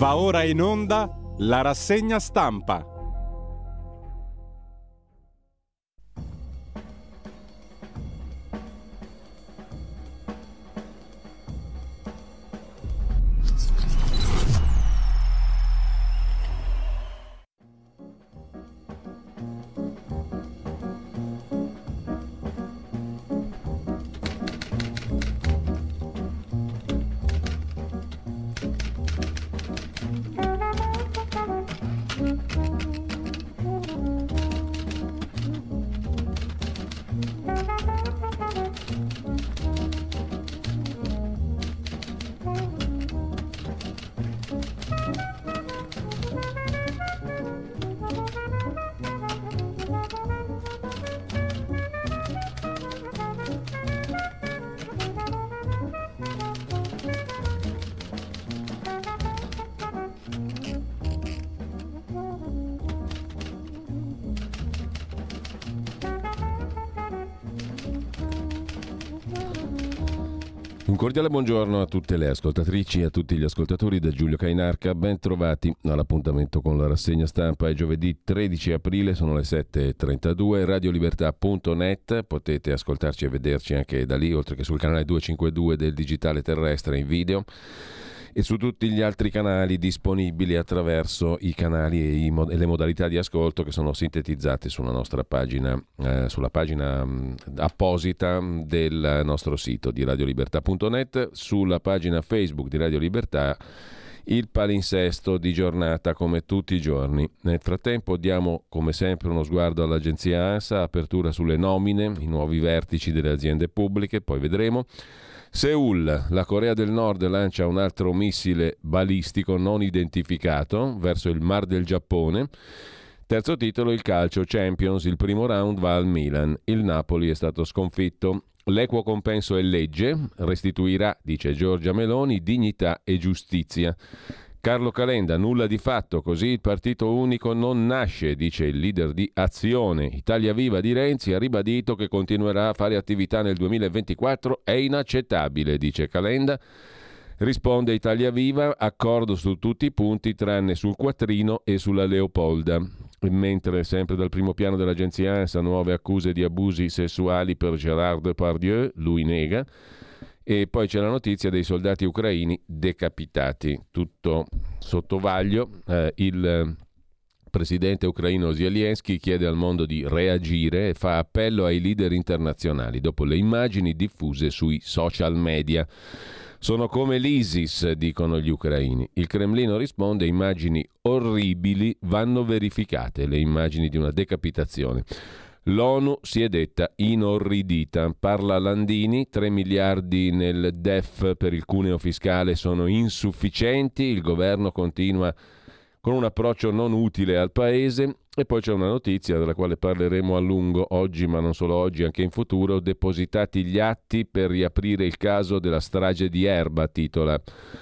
Va ora in onda la rassegna stampa. Un cordiale buongiorno a tutte le ascoltatrici e a tutti gli ascoltatori da Giulio Cainarca. Ben trovati all'appuntamento con la rassegna stampa. È giovedì 13 aprile, sono le 7.32, radiolibertà.net. Potete ascoltarci e vederci anche da lì, oltre che sul canale 252 del digitale terrestre in video, e su tutti gli altri canali disponibili attraverso i canali e le modalità di ascolto che sono sintetizzate sulla nostra pagina, sulla pagina apposita del nostro sito di radiolibertà.net, sulla pagina Facebook di Radio Libertà, il palinsesto di giornata come tutti i giorni. Nel frattempo diamo come sempre uno sguardo all'agenzia ANSA, apertura sulle nomine, i nuovi vertici delle aziende pubbliche, poi vedremo. Seul, la Corea del Nord lancia un altro missile balistico non identificato verso il Mar del Giappone. Terzo titolo, il calcio Champions, il primo round va al Milan, il Napoli è stato sconfitto. L'equo compenso è legge, restituirà, dice Giorgia Meloni, dignità e giustizia. Carlo Calenda, nulla di fatto, così il partito unico non nasce, dice il leader di Azione. Italia Viva di Renzi ha ribadito che continuerà a fare attività nel 2024, è inaccettabile, dice Calenda. Risponde Italia Viva, accordo su tutti i punti tranne sul quattrino e sulla Leopolda. Mentre sempre dal primo piano dell'agenzia ANSA, nuove accuse di abusi sessuali per Gérard Depardieu, lui nega. E poi c'è la notizia dei soldati ucraini decapitati, tutto sotto vaglio. Il presidente ucraino Zelensky chiede al mondo di reagire e fa appello ai leader internazionali dopo le immagini diffuse sui social media. Sono come l'ISIS, dicono gli ucraini. Il Cremlino risponde: immagini orribili, vanno verificate, le immagini di una decapitazione. L'ONU si è detta inorridita. Parla Landini, 3 miliardi nel DEF per il cuneo fiscale sono insufficienti, il governo continua con un approccio non utile al paese. E poi c'è una notizia della quale parleremo a lungo oggi, ma non solo oggi, anche in futuro. Depositati gli atti per riaprire il caso della strage di Erba, titola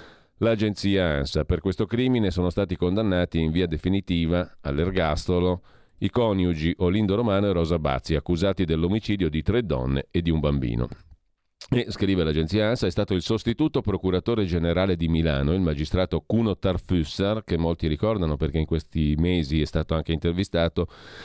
l'agenzia ANSA. Per questo crimine sono stati condannati in via definitiva all'ergastolo i coniugi Olindo Romano e Rosa Bazzi, accusati dell'omicidio di 3 donne e di un bambino. E, scrive l'agenzia ANSA, è stato il sostituto procuratore generale di Milano, il magistrato Kuno Tarfusser, che molti ricordano perché in questi mesi è stato anche intervistato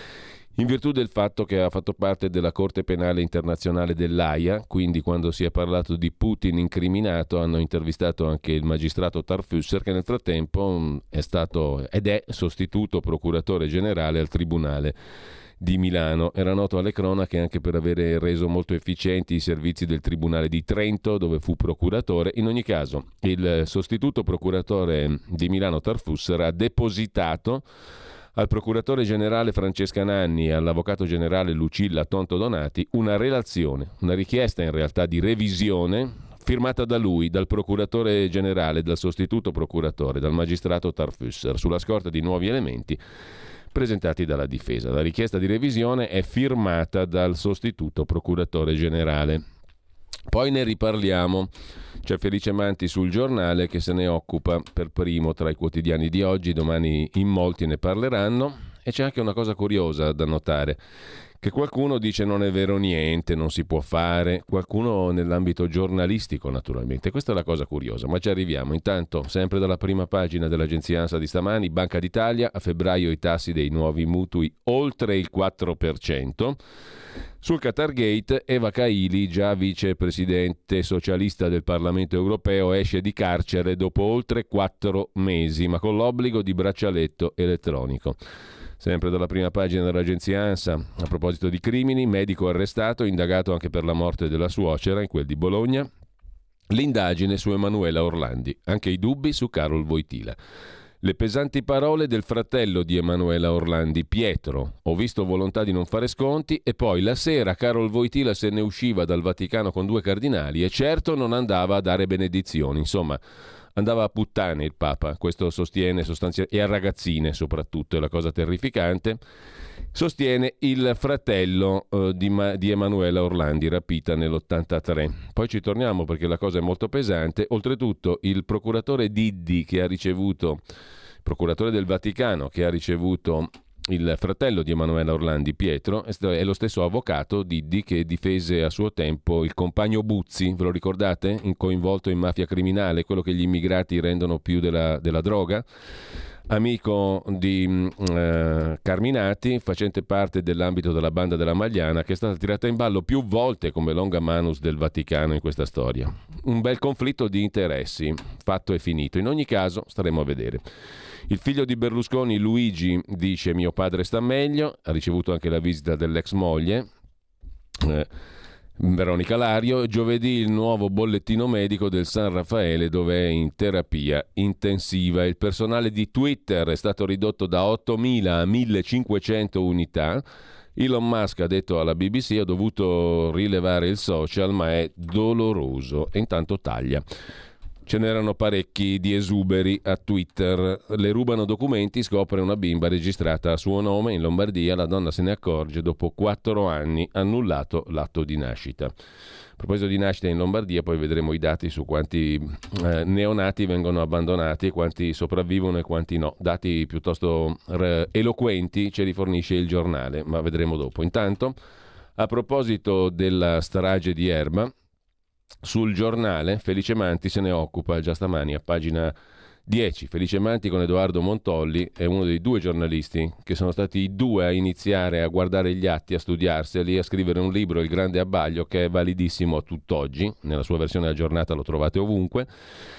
in virtù del fatto che ha fatto parte della Corte Penale Internazionale dell'Aia. Quindi quando si è parlato di Putin incriminato hanno intervistato anche il magistrato Tarfusser, che nel frattempo è stato ed è sostituto procuratore generale al Tribunale di Milano. Era noto alle cronache anche per avere reso molto efficienti i servizi del Tribunale di Trento, dove fu procuratore. In ogni caso, il sostituto procuratore di Milano Tarfusser ha depositato al procuratore generale Francesca Nanni e all'avvocato generale Lucilla Tonto Donati una relazione, una richiesta in realtà di revisione firmata da lui, dal procuratore generale, dal sostituto procuratore, dal magistrato Tarfusser, sulla scorta di nuovi elementi presentati dalla difesa. La richiesta di revisione è firmata dal sostituto procuratore generale. Poi ne riparliamo. C'è Felice Manti sul Giornale che se ne occupa per primo tra i quotidiani di oggi, domani in molti ne parleranno. E c'è anche una cosa curiosa da notare, che qualcuno dice non è vero niente, non si può fare, qualcuno nell'ambito giornalistico naturalmente. Questa è la cosa curiosa, ma ci arriviamo. Intanto, sempre dalla prima pagina dell'agenzia ANSA di stamani, Banca d'Italia, a febbraio i tassi dei nuovi mutui oltre il 4%. Sul Qatargate, Eva Kaili, già vicepresidente socialista del Parlamento europeo, esce di carcere dopo oltre 4 mesi, ma con l'obbligo di braccialetto elettronico. Sempre dalla prima pagina dell'agenzia ANSA, a proposito di crimini, medico arrestato, indagato anche per la morte della suocera in quel di Bologna. L'indagine su Emanuela Orlandi, anche i dubbi su Carol Wojtyla. Le pesanti parole del fratello di Emanuela Orlandi, Pietro. Ho visto volontà di non fare sconti e poi la sera Carol Wojtyla se ne usciva dal Vaticano con 2 cardinali e certo non andava a dare benedizioni. Insomma, andava a puttane il Papa, questo sostiene sostanzialmente, e a ragazzine soprattutto, è la cosa terrificante. Sostiene il fratello di Emanuela Orlandi, rapita nell'83. Poi ci torniamo perché la cosa è molto pesante. Oltretutto il procuratore Diddi, che ha ricevuto, procuratore del Vaticano, che ha ricevuto il fratello di Emanuela Orlandi, Pietro, è lo stesso avvocato Diddi che difese a suo tempo il compagno Buzzi, ve lo ricordate? Coinvolto in mafia criminale, quello che gli immigrati rendono più della droga. Amico di Carminati, facente parte dell'ambito della banda della Magliana, che è stata tirata in ballo più volte come longa manus del Vaticano in questa storia. Un bel conflitto di interessi, fatto e finito. In ogni caso, staremo a vedere. Il figlio di Berlusconi, Luigi, dice mio padre sta meglio, ha ricevuto anche la visita dell'ex moglie, Veronica Lario. Giovedì il nuovo bollettino medico del San Raffaele dove è in terapia intensiva. Il personale di Twitter è stato ridotto da 8.000 a 1.500 unità. Elon Musk ha detto alla BBC ho dovuto rilevare il social ma è doloroso e intanto taglia. Ce n'erano parecchi di esuberi a Twitter. Le rubano documenti, scopre una bimba registrata a suo nome in Lombardia. La donna se ne accorge dopo 4 anni, annullato l'atto di nascita. A proposito di nascita in Lombardia, poi vedremo i dati su quanti neonati vengono abbandonati, quanti sopravvivono e quanti no. Dati piuttosto eloquenti ce li fornisce il giornale, ma vedremo dopo. Intanto, a proposito della strage di Erba, sul giornale Felice Manti se ne occupa già stamani a pagina 10. Felice Manti con Edoardo Montolli è uno dei 2 giornalisti che sono stati i 2 a iniziare a guardare gli atti, a studiarseli, a scrivere un libro, Il Grande Abbaglio, che è validissimo a tutt'oggi, nella sua versione aggiornata lo trovate ovunque.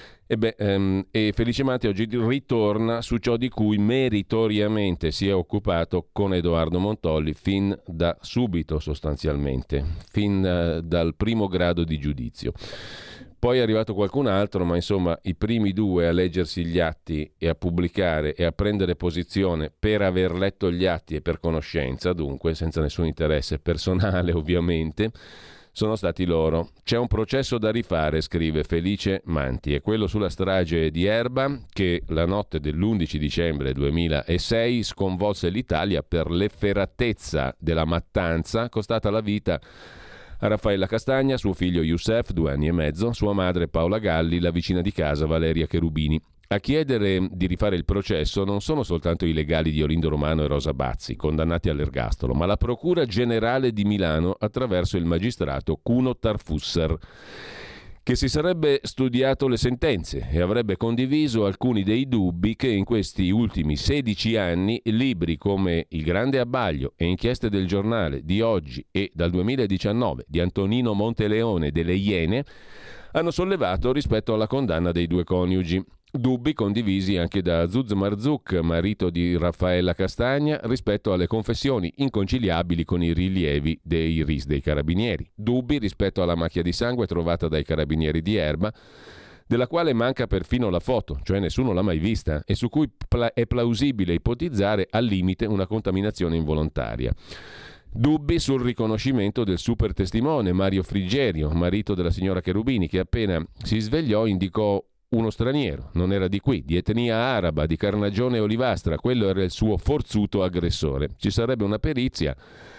E Felice Manti oggi ritorna su ciò di cui meritoriamente si è occupato con Edoardo Montolli fin da subito, sostanzialmente, fin dal primo grado di giudizio. Poi è arrivato qualcun altro, ma insomma i primi 2 a leggersi gli atti e a pubblicare e a prendere posizione per aver letto gli atti e per conoscenza, dunque senza nessun interesse personale ovviamente, sono stati loro. C'è un processo da rifare, scrive Felice Manti, è quello sulla strage di Erba che la notte dell'11 dicembre 2006 sconvolse l'Italia per l'efferatezza della mattanza costata la vita a Raffaella Castagna, suo figlio Youssef, 2 anni e mezzo, sua madre Paola Galli, la vicina di casa Valeria Cherubini. A chiedere di rifare il processo non sono soltanto i legali di Olindo Romano e Rosa Bazzi, condannati all'ergastolo, ma la Procura Generale di Milano attraverso il magistrato Cuno Tarfusser, che si sarebbe studiato le sentenze e avrebbe condiviso alcuni dei dubbi che in questi ultimi 16 anni libri come Il Grande Abbaglio e Inchieste del Giornale di oggi e dal 2019 di Antonino Monteleone delle Iene hanno sollevato rispetto alla condanna dei 2 coniugi. Dubbi condivisi anche da Zuz Marzouk, marito di Raffaella Castagna, rispetto alle confessioni inconciliabili con i rilievi dei RIS dei carabinieri. Dubbi rispetto alla macchia di sangue trovata dai carabinieri di Erba, della quale manca perfino la foto, cioè nessuno l'ha mai vista, e su cui è plausibile ipotizzare al limite una contaminazione involontaria. Dubbi sul riconoscimento del super testimone Mario Frigerio, marito della signora Cherubini, che appena si svegliò indicò uno straniero, non era di qui, di etnia araba, di carnagione e olivastra, quello era il suo forzuto aggressore. Ci sarebbe una perizia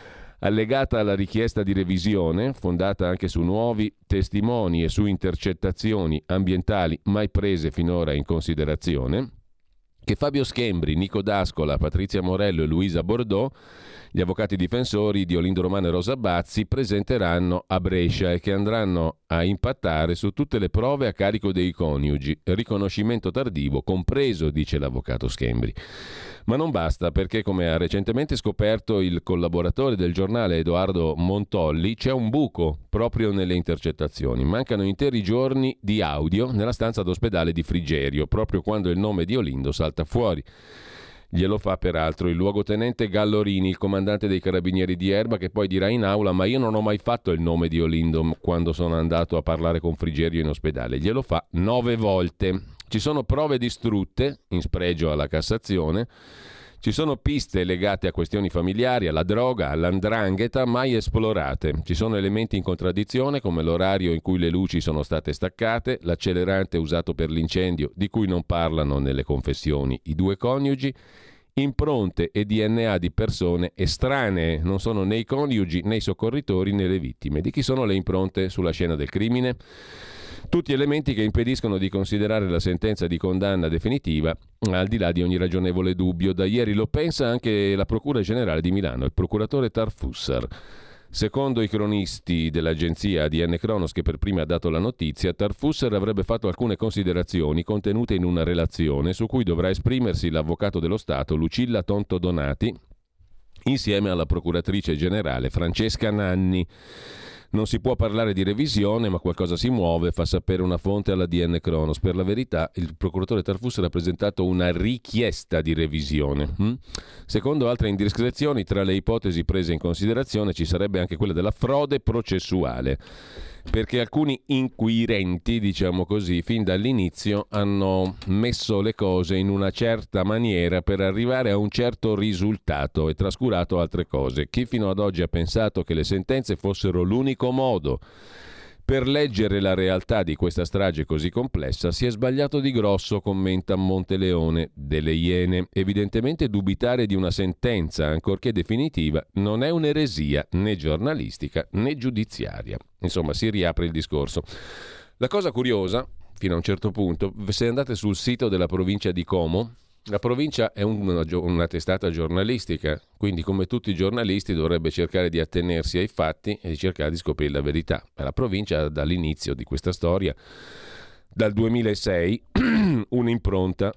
allegata alla richiesta di revisione, fondata anche su nuovi testimoni e su intercettazioni ambientali mai prese finora in considerazione, che Fabio Schembri, Nico D'Ascola, Patrizia Morello e Luisa Bordeaux, gli avvocati difensori di Olindo Romano e Rosa Bazzi, presenteranno a Brescia e che andranno a impattare su tutte le prove a carico dei coniugi. Riconoscimento tardivo compreso, dice l'avvocato Schembri. Ma non basta, perché come ha recentemente scoperto il collaboratore del giornale Edoardo Montolli, c'è un buco proprio nelle intercettazioni. Mancano interi giorni di audio nella stanza d'ospedale di Frigerio, proprio quando il nome di Olindo salta fuori. Glielo fa peraltro il luogotenente Gallorini, il comandante dei carabinieri di Erba, che poi dirà in aula: ma io non ho mai fatto il nome di Olindo quando sono andato a parlare con Frigerio in ospedale. Glielo fa 9 volte. Ci sono prove distrutte, in spregio alla Cassazione. Ci sono piste legate a questioni familiari, alla droga, all''ndrangheta, mai esplorate. Ci sono elementi in contraddizione, come l'orario in cui le luci sono state staccate, l'accelerante usato per l'incendio, di cui non parlano nelle confessioni i due coniugi, impronte e DNA di persone estranee. Non sono né i coniugi né i soccorritori né le vittime. Di chi sono le impronte sulla scena del crimine? Tutti elementi che impediscono di considerare la sentenza di condanna definitiva, al di là di ogni ragionevole dubbio. Da ieri lo pensa anche la Procura Generale di Milano, il procuratore Tarfusser. Secondo i cronisti dell'agenzia ADN Cronos, che per prima ha dato la notizia, Tarfusser avrebbe fatto alcune considerazioni contenute in una relazione su cui dovrà esprimersi l'avvocato dello Stato Lucilla Tonto Donati insieme alla procuratrice generale Francesca Nanni. Non si può parlare di revisione, ma qualcosa si muove, fa sapere una fonte all'ADN Cronos. Per la verità, il procuratore Tarfusser ha presentato una richiesta di revisione. Secondo altre indiscrezioni, tra le ipotesi prese in considerazione ci sarebbe anche quella della frode processuale, perché alcuni inquirenti, diciamo così, fin dall'inizio hanno messo le cose in una certa maniera per arrivare a un certo risultato e trascurato altre cose. Chi fino ad oggi ha pensato che le sentenze fossero l'unico modo per leggere la realtà di questa strage così complessa si è sbagliato di grosso, commenta Monteleone delle Iene. Evidentemente dubitare di una sentenza, ancorché definitiva, non è un'eresia né giornalistica né giudiziaria. Insomma, si riapre il discorso. La cosa curiosa, fino a un certo punto, se andate sul sito della provincia di Como, la provincia è una testata giornalistica, quindi come tutti i giornalisti dovrebbe cercare di attenersi ai fatti e di cercare di scoprire la verità. La provincia dall'inizio di questa storia, dal 2006, un'impronta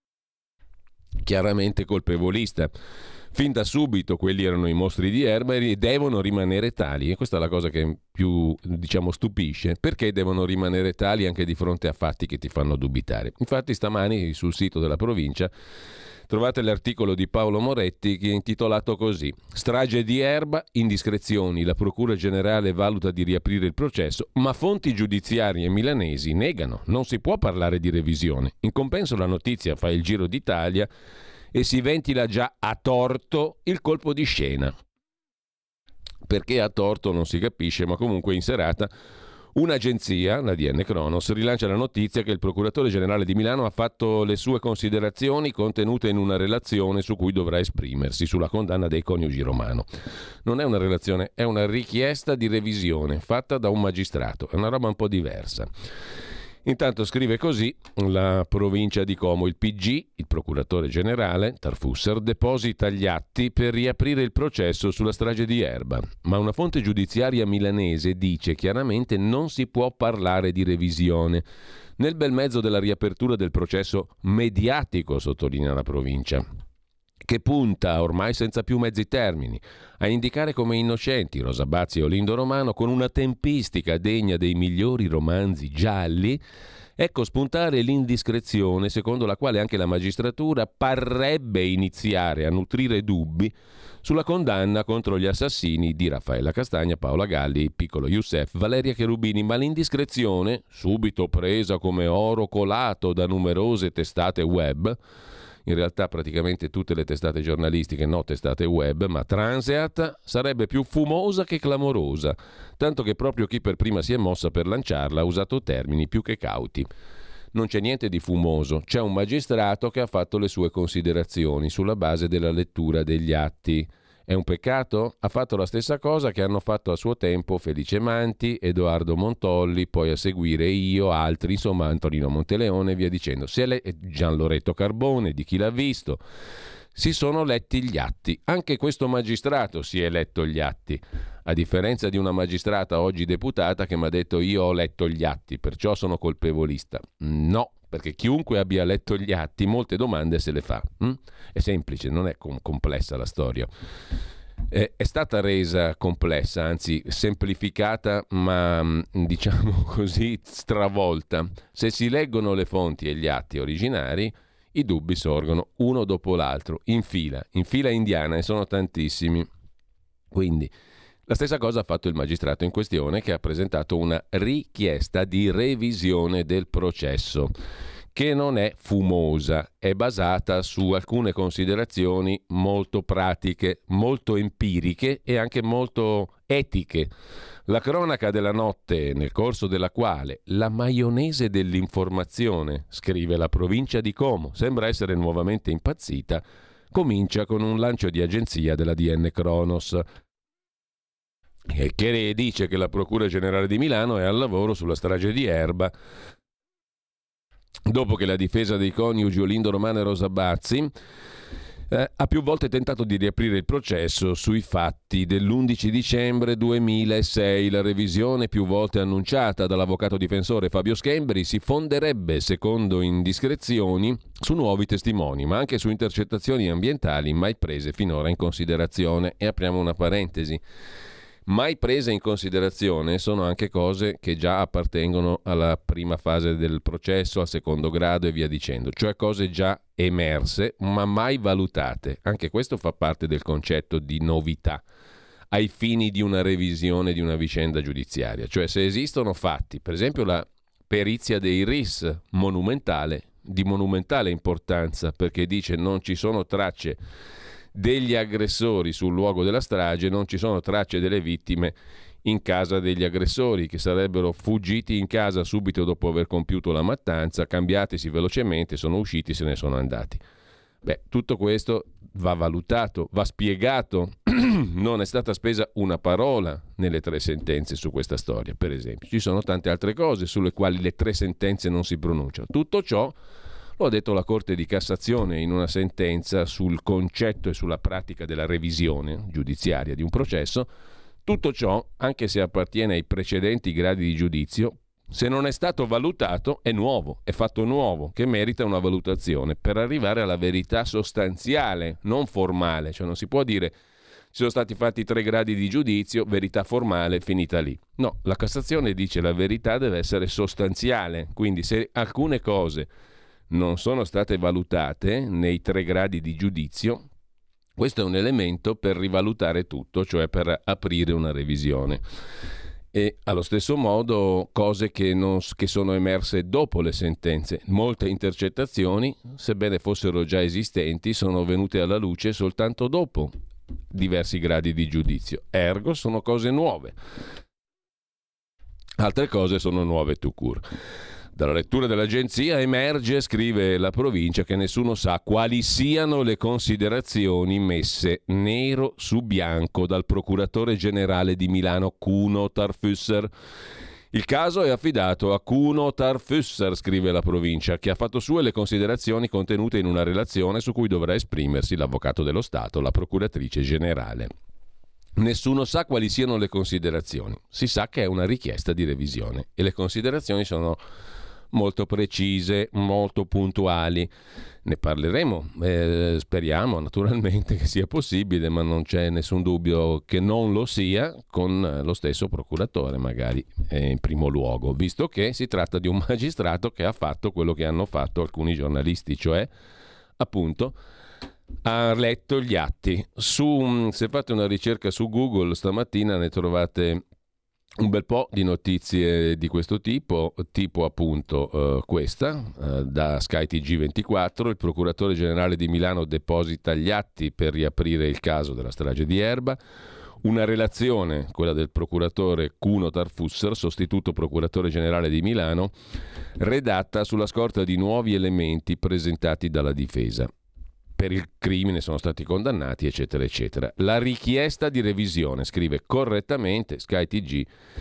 chiaramente colpevolista. Fin da subito quelli erano i mostri di Erba e devono rimanere tali, e questa è la cosa che più, stupisce. Perché devono rimanere tali anche di fronte a fatti che ti fanno dubitare? Infatti stamani sul sito della provincia trovate l'articolo di Paolo Moretti che è intitolato così: strage di Erba, indiscrezioni, la Procura Generale valuta di riaprire il processo, ma fonti giudiziarie milanesi negano, non si può parlare di revisione. In compenso la notizia fa il giro d'Italia e si ventila già a torto il colpo di scena. Perché a torto non si capisce, ma comunque in serata un'agenzia, la ADN Cronos, rilancia la notizia che il procuratore generale di Milano ha fatto le sue considerazioni contenute in una relazione su cui dovrà esprimersi sulla condanna dei coniugi Romano. Non è una relazione, è una richiesta di revisione fatta da un magistrato, è una roba un po' diversa. Intanto scrive così la provincia di Como: il PG, il procuratore generale Tarfusser, deposita gli atti per riaprire il processo sulla strage di Erba, ma una fonte giudiziaria milanese dice chiaramente non si può parlare di revisione. Nel bel mezzo della riapertura del processo mediatico, sottolinea la provincia, che punta, ormai senza più mezzi termini, a indicare come innocenti Rosa Bazzi e Olindo Romano con una tempistica degna dei migliori romanzi gialli, ecco spuntare l'indiscrezione secondo la quale anche la magistratura parrebbe iniziare a nutrire dubbi sulla condanna contro gli assassini di Raffaella Castagna, Paola Galli, Piccolo Youssef, Valeria Cherubini, ma l'indiscrezione, subito presa come oro colato da numerose testate web, in realtà praticamente tutte le testate giornalistiche, no testate web, ma Transeat, sarebbe più fumosa che clamorosa, tanto che proprio chi per prima si è mossa per lanciarla ha usato termini più che cauti. Non c'è niente di fumoso, c'è un magistrato che ha fatto le sue considerazioni sulla base della lettura degli atti È un peccato? Ha fatto la stessa cosa che hanno fatto a suo tempo Felice Manti, Edoardo Montolli, poi a seguire io, altri, insomma Antonino Monteleone e via dicendo. Gian Loretto Carbone, di chi l'ha visto. Si sono letti gli atti. Anche questo magistrato si è letto gli atti, a differenza di una magistrata oggi deputata che mi ha detto io ho letto gli atti, perciò sono colpevolista. No, perché chiunque abbia letto gli atti molte domande se le fa. È semplice, non è complessa la storia. È stata resa complessa, anzi semplificata, ma diciamo così stravolta. Se si leggono le fonti e gli atti originari, i dubbi sorgono uno dopo l'altro, in fila indiana, e sono tantissimi. Quindi la stessa cosa ha fatto il magistrato in questione, che ha presentato una richiesta di revisione del processo, che non è fumosa, è basata su alcune considerazioni molto pratiche, molto empiriche e anche molto etiche. La cronaca della notte, nel corso della quale la maionese dell'informazione, scrive la provincia di Como, sembra essere nuovamente impazzita, comincia con un lancio di agenzia della DN Cronos, che dice che la Procura Generale di Milano è al lavoro sulla strage di Erba, dopo che la difesa dei coniugi Olindo Romano e Rosa Bazzi ha più volte tentato di riaprire il processo sui fatti dell'11 dicembre 2006. La revisione, più volte annunciata dall'avvocato difensore Fabio Schembri, si fonderebbe, secondo indiscrezioni, su nuovi testimoni, ma anche su intercettazioni ambientali mai prese finora in considerazione. E apriamo una parentesi. Mai prese in considerazione sono anche cose che già appartengono alla prima fase del processo, al secondo grado e via dicendo, cioè cose già emerse ma mai valutate. Anche questo fa parte del concetto di novità ai fini di una revisione di una vicenda giudiziaria. Cioè, se esistono fatti, per esempio la perizia dei RIS monumentale, di monumentale importanza, perché dice non ci sono tracce degli aggressori sul luogo della strage, non ci sono tracce delle vittime in casa degli aggressori, che sarebbero fuggiti in casa subito dopo aver compiuto la mattanza, cambiatisi velocemente, sono usciti, se ne sono andati. Beh, tutto questo va valutato, va spiegato. Non è stata spesa una parola nelle 3 sentenze su questa storia, per esempio. Ci sono tante altre cose sulle quali le 3 sentenze non si pronunciano. Tutto ciò lo ha detto la Corte di Cassazione in una sentenza sul concetto e sulla pratica della revisione giudiziaria di un processo. Tutto ciò, anche se appartiene ai precedenti gradi di giudizio, se non è stato valutato, è nuovo, è fatto nuovo, che merita una valutazione per arrivare alla verità sostanziale, non formale. Cioè non si può dire ci sono stati fatti 3 gradi di giudizio, verità formale, finita lì. No, la Cassazione dice la verità deve essere sostanziale, quindi se alcune cose non sono state valutate nei 3 gradi di giudizio, questo è un elemento per rivalutare tutto, cioè per aprire una revisione. E allo stesso modo cose che sono emerse dopo le sentenze. Molte intercettazioni, sebbene fossero già esistenti, sono venute alla luce soltanto dopo diversi gradi di giudizio. Ergo sono cose nuove. Altre cose sono nuove tout court. Dalla lettura dell'agenzia emerge, scrive la provincia, che nessuno sa quali siano le considerazioni messe nero su bianco dal procuratore generale di Milano Kuno Tarfusser. Il caso è affidato a Kuno Tarfusser, scrive la provincia, che ha fatto sue le considerazioni contenute in una relazione su cui dovrà esprimersi l'avvocato dello Stato, la procuratrice generale. Nessuno sa quali siano le considerazioni. Si sa che è una richiesta di revisione e le considerazioni sono molto precise, molto puntuali. Ne parleremo, speriamo naturalmente che sia possibile, ma non c'è nessun dubbio che non lo sia, con lo stesso procuratore magari in primo luogo, visto che si tratta di un magistrato che ha fatto quello che hanno fatto alcuni giornalisti, cioè appunto ha letto gli atti. Se fate una ricerca su Google stamattina ne trovate un bel po' di notizie di questo tipo appunto questa, da Sky TG24, il procuratore generale di Milano deposita gli atti per riaprire il caso della strage di Erba, una relazione, quella del procuratore Kuno Tarfusser, sostituto procuratore generale di Milano, redatta sulla scorta di nuovi elementi presentati dalla difesa. per il crimine sono stati condannati, eccetera, eccetera. La richiesta di revisione, scrive correttamente Sky TG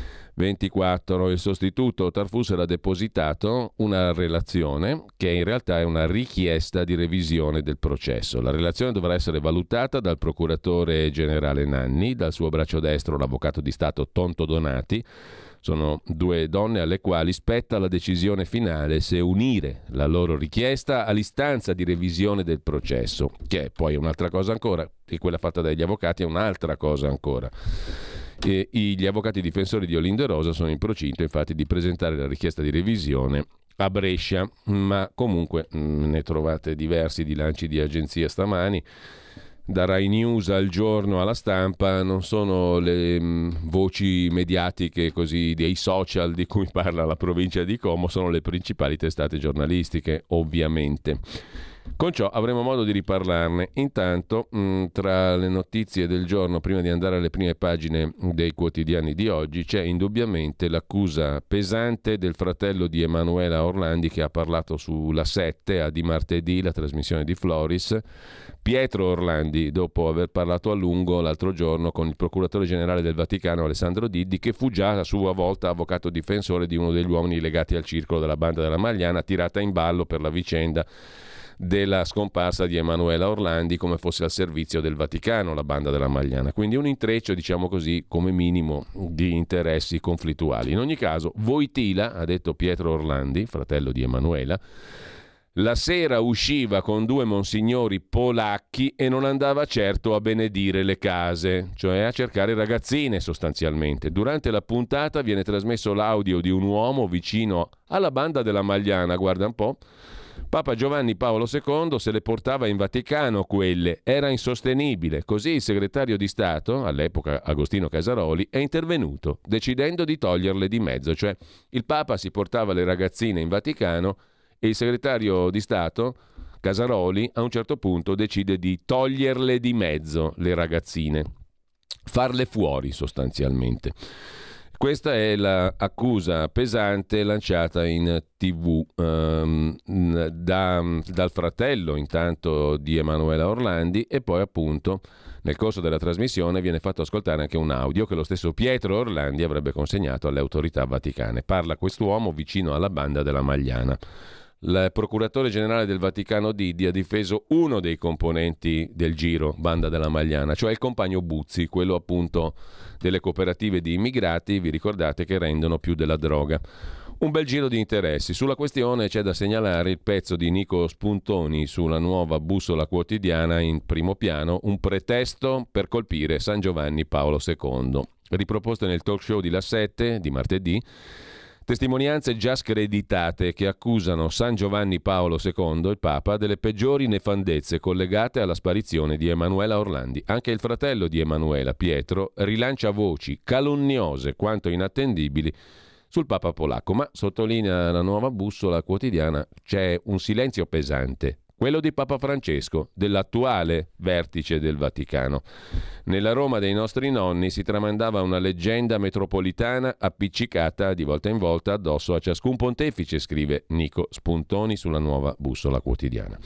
24, il sostituto Tarfus era depositato una relazione che in realtà è una richiesta di revisione del processo. La relazione dovrà essere valutata dal procuratore generale Nanni, dal suo braccio destro l'avvocato di Stato Tonto Donati. Sono due donne alle quali spetta la decisione finale se unire la loro richiesta all'istanza di revisione del processo, che è poi un'altra cosa ancora, e quella fatta dagli avvocati è un'altra cosa ancora. Gli avvocati difensori di Olindo e Rosa sono in procinto infatti di presentare la richiesta di revisione a Brescia, ma comunque ne trovate diversi di lanci di agenzia stamani, da Rai News al Giorno alla Stampa. Non sono le voci mediatiche così dei social di cui parla la provincia di Como, sono le principali testate giornalistiche ovviamente. Con ciò avremo modo di riparlarne. Intanto, tra le notizie del giorno, prima di andare alle prime pagine dei quotidiani di oggi, c'è indubbiamente l'accusa pesante del fratello di Emanuela Orlandi, che ha parlato sulla 7 a di martedì, la trasmissione di Floris. Pietro Orlandi, dopo aver parlato a lungo l'altro giorno con il procuratore generale del Vaticano Alessandro Diddi, che fu già a sua volta avvocato difensore di uno degli uomini legati al circolo della banda della Magliana, tirata in ballo per la vicenda della scomparsa di Emanuela Orlandi, come fosse al servizio del Vaticano la banda della Magliana. Quindi un intreccio, diciamo così, come minimo di interessi conflittuali. In ogni caso, Wojtyła, ha detto Pietro Orlandi, fratello di Emanuela, la sera usciva con due monsignori polacchi e non andava certo a benedire le case, cioè a cercare ragazzine sostanzialmente. Durante la puntata viene trasmesso l'audio di un uomo vicino alla banda della Magliana, guarda un po'. Papa Giovanni Paolo II se le portava in Vaticano quelle, era insostenibile. Così il segretario di Stato, all'epoca Agostino Casaroli, è intervenuto, decidendo di toglierle di mezzo. Cioè il Papa si portava le ragazzine in Vaticano e il segretario di Stato, Casaroli, a un certo punto decide di toglierle di mezzo le ragazzine, farle fuori sostanzialmente. Questa è l'accusa pesante lanciata in TV dal fratello intanto di Emanuela Orlandi, e poi appunto nel corso della trasmissione viene fatto ascoltare anche un audio che lo stesso Pietro Orlandi avrebbe consegnato alle autorità vaticane. Parla quest'uomo vicino alla banda della Magliana. Il procuratore generale del Vaticano Diddi ha difeso uno dei componenti del giro banda della Magliana, cioè il compagno Buzzi, quello appunto delle cooperative di immigrati, vi ricordate, che rendono più della droga. Un bel giro di interessi. Sulla questione c'è da segnalare il pezzo di Nico Spuntoni sulla Nuova Bussola Quotidiana in primo piano, un pretesto per colpire San Giovanni Paolo II. Riproposto nel talk show di La 7 di martedì, testimonianze già screditate che accusano San Giovanni Paolo II, il Papa, delle peggiori nefandezze collegate alla sparizione di Emanuela Orlandi. Anche il fratello di Emanuela, Pietro, rilancia voci calunniose quanto inattendibili sul Papa polacco, ma sottolinea la Nuova Bussola Quotidiana, c'è un silenzio pesante, quello di Papa Francesco, dell'attuale vertice del Vaticano. Nella Roma dei nostri nonni si tramandava una leggenda metropolitana appiccicata di volta in volta addosso a ciascun pontefice, scrive Nico Spuntoni sulla Nuova Bussola Quotidiana.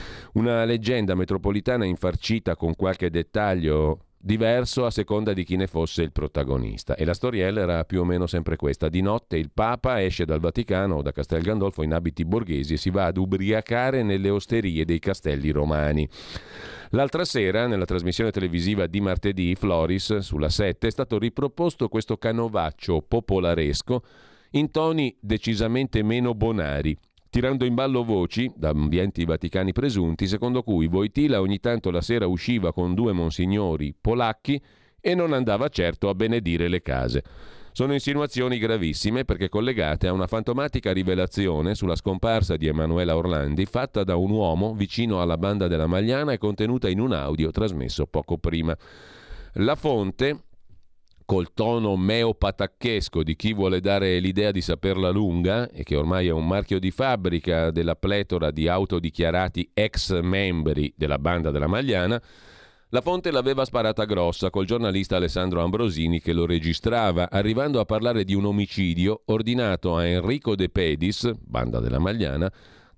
Una leggenda metropolitana infarcita con qualche dettaglio diverso a seconda di chi ne fosse il protagonista, e la storiella era più o meno sempre questa: di notte il Papa esce dal Vaticano o da Castel Gandolfo in abiti borghesi e si va ad ubriacare nelle osterie dei castelli romani. L'altra sera, nella trasmissione televisiva di martedì, Floris, sulla 7, è stato riproposto questo canovaccio popolaresco in toni decisamente meno bonari, tirando in ballo voci, da ambienti vaticani presunti, secondo cui Wojtyła ogni tanto la sera usciva con due monsignori polacchi e non andava certo a benedire le case. Sono insinuazioni gravissime perché collegate a una fantomatica rivelazione sulla scomparsa di Emanuela Orlandi fatta da un uomo vicino alla banda della Magliana e contenuta in un audio trasmesso poco prima. La fonte, col tono meopatacchesco di chi vuole dare l'idea di saperla lunga e che ormai è un marchio di fabbrica della pletora di autodichiarati ex membri della banda della Magliana, la fonte l'aveva sparata grossa col giornalista Alessandro Ambrosini che lo registrava, arrivando a parlare di un omicidio ordinato a Enrico De Pedis, banda della Magliana,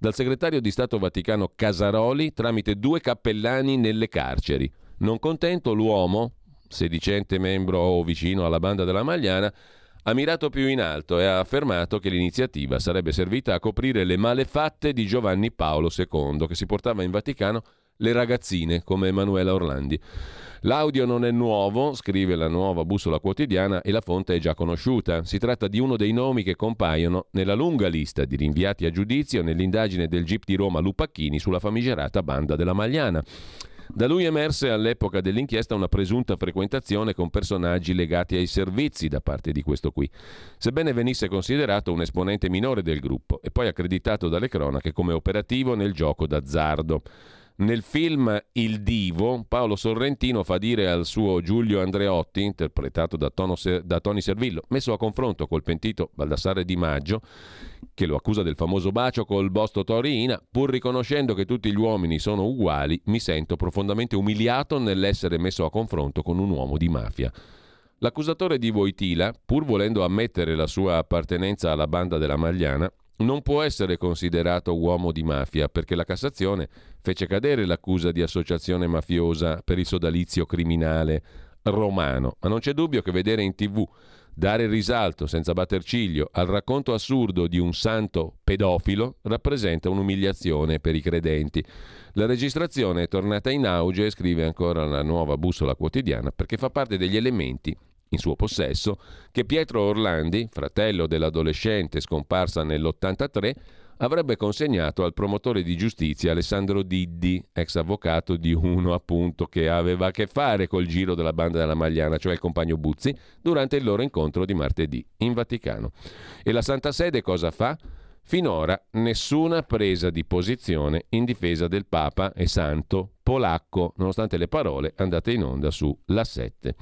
dal segretario di Stato Vaticano Casaroli tramite 2 cappellani nelle carceri. Non contento, l'uomo, sedicente membro o vicino alla banda della Magliana, ha mirato più in alto e ha affermato che l'iniziativa sarebbe servita a coprire le malefatte di Giovanni Paolo II, che si portava in Vaticano le ragazzine come Emanuela Orlandi. L'audio non è nuovo, scrive la Nuova Bussola Quotidiana, e la fonte è già conosciuta. Si tratta di uno dei nomi che compaiono nella lunga lista di rinviati a giudizio nell'indagine del GIP di Roma Lupacchini sulla famigerata banda della Magliana. Da lui emerse all'epoca dell'inchiesta una presunta frequentazione con personaggi legati ai servizi da parte di questo qui, sebbene venisse considerato un esponente minore del gruppo e poi accreditato dalle cronache come operativo nel gioco d'azzardo. Nel film Il Divo, Paolo Sorrentino fa dire al suo Giulio Andreotti, interpretato da Tony Servillo, messo a confronto col pentito Baldassare Di Maggio, che lo accusa del famoso bacio col bosto Torina: pur riconoscendo che tutti gli uomini sono uguali, mi sento profondamente umiliato nell'essere messo a confronto con un uomo di mafia. L'accusatore di Wojtyla, pur volendo ammettere la sua appartenenza alla banda della Magliana, non può essere considerato uomo di mafia, perché la Cassazione fece cadere l'accusa di associazione mafiosa per il sodalizio criminale romano. Ma non c'è dubbio che vedere in TV dare risalto senza batter ciglio al racconto assurdo di un santo pedofilo rappresenta un'umiliazione per i credenti. La registrazione è tornata in auge, scrive ancora la Nuova Bussola Quotidiana, perché fa parte degli elementi in suo possesso che Pietro Orlandi, fratello dell'adolescente scomparsa nell'83, avrebbe consegnato al promotore di giustizia Alessandro Diddi, ex avvocato di uno appunto che aveva a che fare col giro della banda della Magliana, cioè il compagno Buzzi, durante il loro incontro di martedì in Vaticano. E la Santa Sede cosa fa? Finora nessuna presa di posizione in difesa del Papa e Santo polacco, nonostante le parole andate in onda su La 7.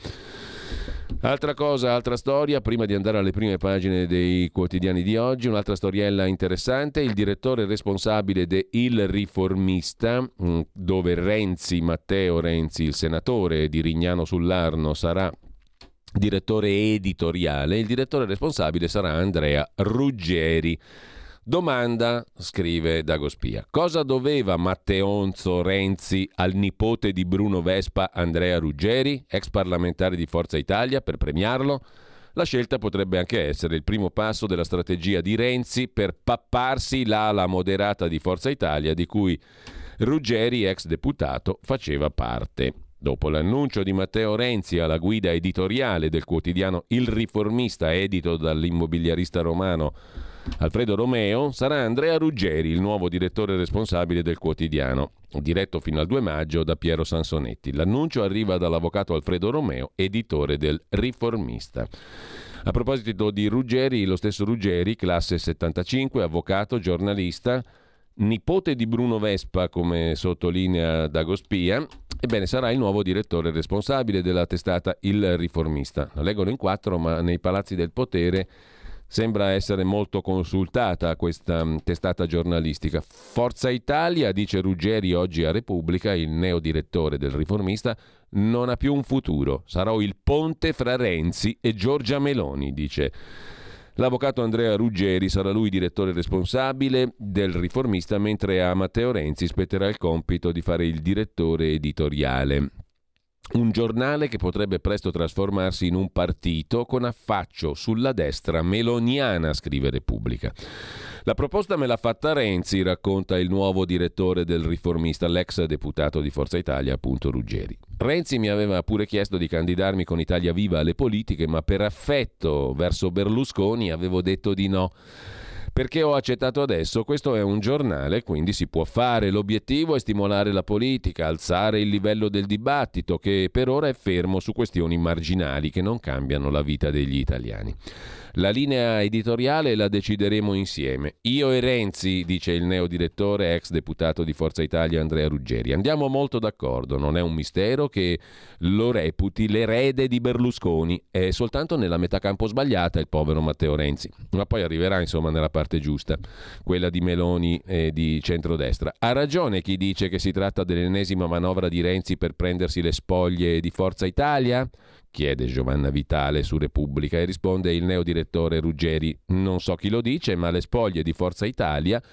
Altra storia, prima di andare alle prime pagine dei quotidiani di oggi, un'altra storiella interessante: il direttore responsabile de Il Riformista, dove Matteo Renzi, il senatore di Rignano sull'Arno, sarà direttore editoriale, il direttore responsabile sarà Andrea Ruggeri. Domanda, scrive Dagospia: cosa doveva Matteonzo Renzi al nipote di Bruno Vespa, Andrea Ruggeri, ex parlamentare di Forza Italia, per premiarlo? La scelta potrebbe anche essere il primo passo della strategia di Renzi per papparsi l'ala moderata di Forza Italia, di cui Ruggeri, ex deputato, faceva parte. Dopo l'annuncio di Matteo Renzi alla guida editoriale del quotidiano Il Riformista, edito dall'immobiliarista romano Alfredo Romeo, sarà Andrea Ruggeri il nuovo direttore responsabile del quotidiano, diretto fino al 2 maggio da Piero Sansonetti. L'annuncio arriva dall'avvocato Alfredo Romeo, editore del Riformista. A proposito di Ruggeri, lo stesso Ruggeri, classe 75, avvocato, giornalista, nipote di Bruno Vespa, come sottolinea Dagospia, ebbene sarà il nuovo direttore responsabile della testata Il Riformista. La leggono in 4, ma nei palazzi del potere sembra essere molto consultata questa testata giornalistica. Forza Italia, dice Ruggeri oggi a Repubblica, il neodirettore del Riformista, non ha più un futuro. Sarò il ponte fra Renzi e Giorgia Meloni, dice l'avvocato Andrea Ruggeri. Sarà lui direttore responsabile del Riformista, mentre a Matteo Renzi spetterà il compito di fare il direttore editoriale. Un giornale che potrebbe presto trasformarsi in un partito con affaccio sulla destra meloniana, scrive Repubblica. La proposta me l'ha fatta Renzi, racconta il nuovo direttore del Riformista, l'ex deputato di Forza Italia, appunto Ruggeri. Renzi mi aveva pure chiesto di candidarmi con Italia Viva alle politiche, ma per affetto verso Berlusconi avevo detto di no. Perché ho accettato adesso? Questo è un giornale, quindi si può fare. L'obiettivo è stimolare la politica, alzare il livello del dibattito, che per ora è fermo su questioni marginali che non cambiano la vita degli italiani. La linea editoriale la decideremo insieme. Io e Renzi, dice il neodirettore ex deputato di Forza Italia Andrea Ruggeri. Andiamo molto d'accordo, non è un mistero che lo reputi l'erede di Berlusconi. È soltanto nella metà campo sbagliata il povero Matteo Renzi, ma poi arriverà insomma nella parte giusta, quella di Meloni e di centrodestra. Ha ragione chi dice che si tratta dell'ennesima manovra di Renzi per prendersi le spoglie di Forza Italia? Chiede Giovanna Vitale su Repubblica e risponde il neodirettore Ruggeri: non so chi lo dice, ma le spoglie di Forza Italia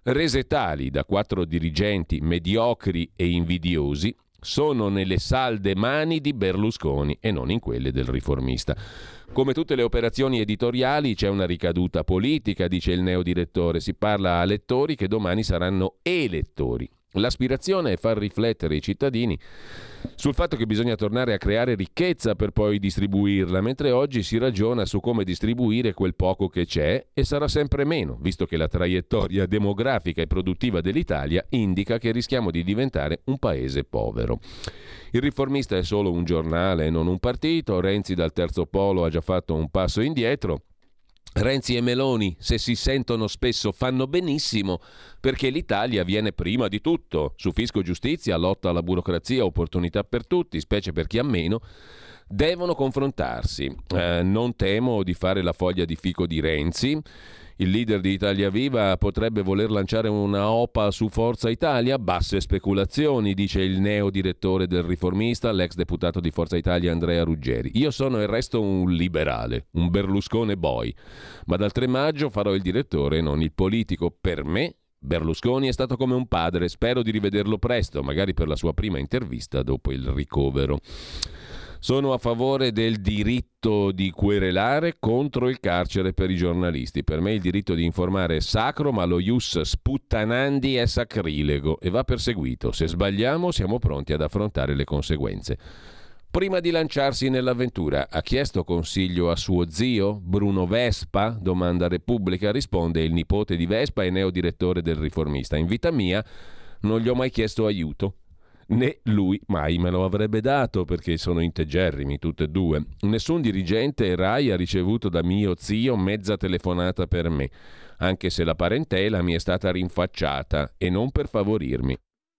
rese tali da 4 dirigenti mediocri e invidiosi, sono nelle salde mani di Berlusconi e non in quelle del riformista. Come tutte le operazioni editoriali c'è una ricaduta politica, dice il neodirettore. Si parla a lettori che domani saranno elettori. L'aspirazione è far riflettere i cittadini sul fatto che bisogna tornare a creare ricchezza per poi distribuirla, mentre oggi si ragiona su come distribuire quel poco che c'è e sarà sempre meno, visto che la traiettoria demografica e produttiva dell'Italia indica che rischiamo di diventare un paese povero. Il Riformista è solo un giornale e non un partito. Renzi dal terzo polo ha già fatto un passo indietro. Renzi e Meloni, se si sentono spesso, fanno benissimo, perché l'Italia viene prima di tutto. Su fisco, giustizia, lotta alla burocrazia, opportunità per tutti, specie per chi ha meno, devono confrontarsi. Non temo di fare la foglia di fico di Renzi. Il leader di Italia Viva potrebbe voler lanciare una OPA su Forza Italia? Basse speculazioni, dice il neodirettore del Riformista, l'ex deputato di Forza Italia Andrea Ruggeri. Io sono e resto un liberale, un Berluscone boy, ma dal 3 maggio farò il direttore e non il politico. Per me Berlusconi è stato come un padre, spero di rivederlo presto, magari per la sua prima intervista dopo il ricovero. Sono a favore del diritto di querelare contro il carcere per i giornalisti. Per me il diritto di informare è sacro, ma lo ius sputtanandi è sacrilego e va perseguito. Se sbagliamo siamo pronti ad affrontare le conseguenze. Prima di lanciarsi nell'avventura, ha chiesto consiglio a suo zio, Bruno Vespa? Domanda Repubblica. Risponde il nipote di Vespa e neodirettore del Riformista. In vita mia non gli ho mai chiesto aiuto. Né lui mai me lo avrebbe dato, perché sono integerrimi tutte e due. Nessun dirigente Rai ha ricevuto da mio zio mezza telefonata per me, anche se la parentela mi è stata rinfacciata e non per favorirmi.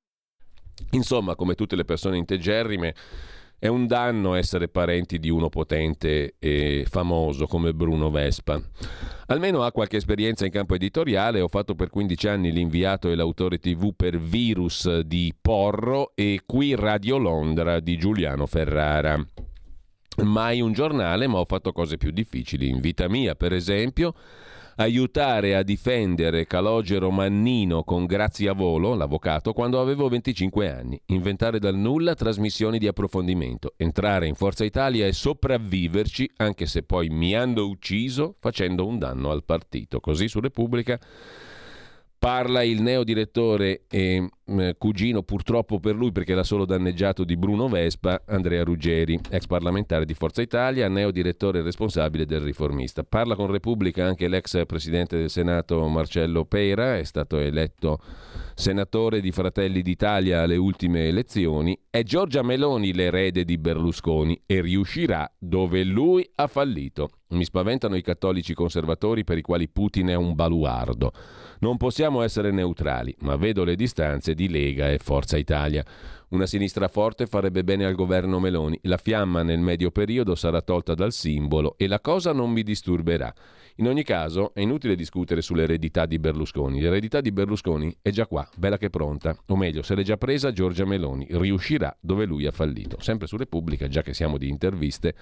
Insomma, come tutte le persone integerrime, è un danno essere parenti di uno potente e famoso come Bruno Vespa. Almeno ha qualche esperienza in campo editoriale. Ho fatto per 15 anni l'inviato e l'autore TV per Virus di Porro e Qui Radio Londra di Giuliano Ferrara. Mai un giornale, ma ho fatto cose più difficili in vita mia, per esempio aiutare a difendere Calogero Mannino con Graziavolo, l'avvocato, quando avevo 25 anni, inventare dal nulla trasmissioni di approfondimento, entrare in Forza Italia e sopravviverci, anche se poi mi hanno ucciso facendo un danno al partito. Così su Repubblica parla il neodirettore e cugino, purtroppo per lui perché era solo danneggiato, di Bruno Vespa, Andrea Ruggeri, ex parlamentare di Forza Italia, neodirettore responsabile del Riformista. Parla con Repubblica anche l'ex presidente del Senato Marcello Pera, è stato eletto senatore di Fratelli d'Italia alle ultime elezioni. È Giorgia Meloni l'erede di Berlusconi e riuscirà dove lui ha fallito. Mi spaventano i cattolici conservatori per i quali Putin è un baluardo. Non possiamo essere neutrali, ma vedo le distanze di Lega e Forza Italia. Una sinistra forte farebbe bene al governo Meloni. La fiamma nel medio periodo sarà tolta dal simbolo e la cosa non mi disturberà. In ogni caso è inutile discutere sull'eredità di Berlusconi. L'eredità di Berlusconi è già qua, bella che pronta. O meglio, se l'è già presa Giorgia Meloni. Riuscirà dove lui ha fallito. Sempre su Repubblica, già che siamo di interviste,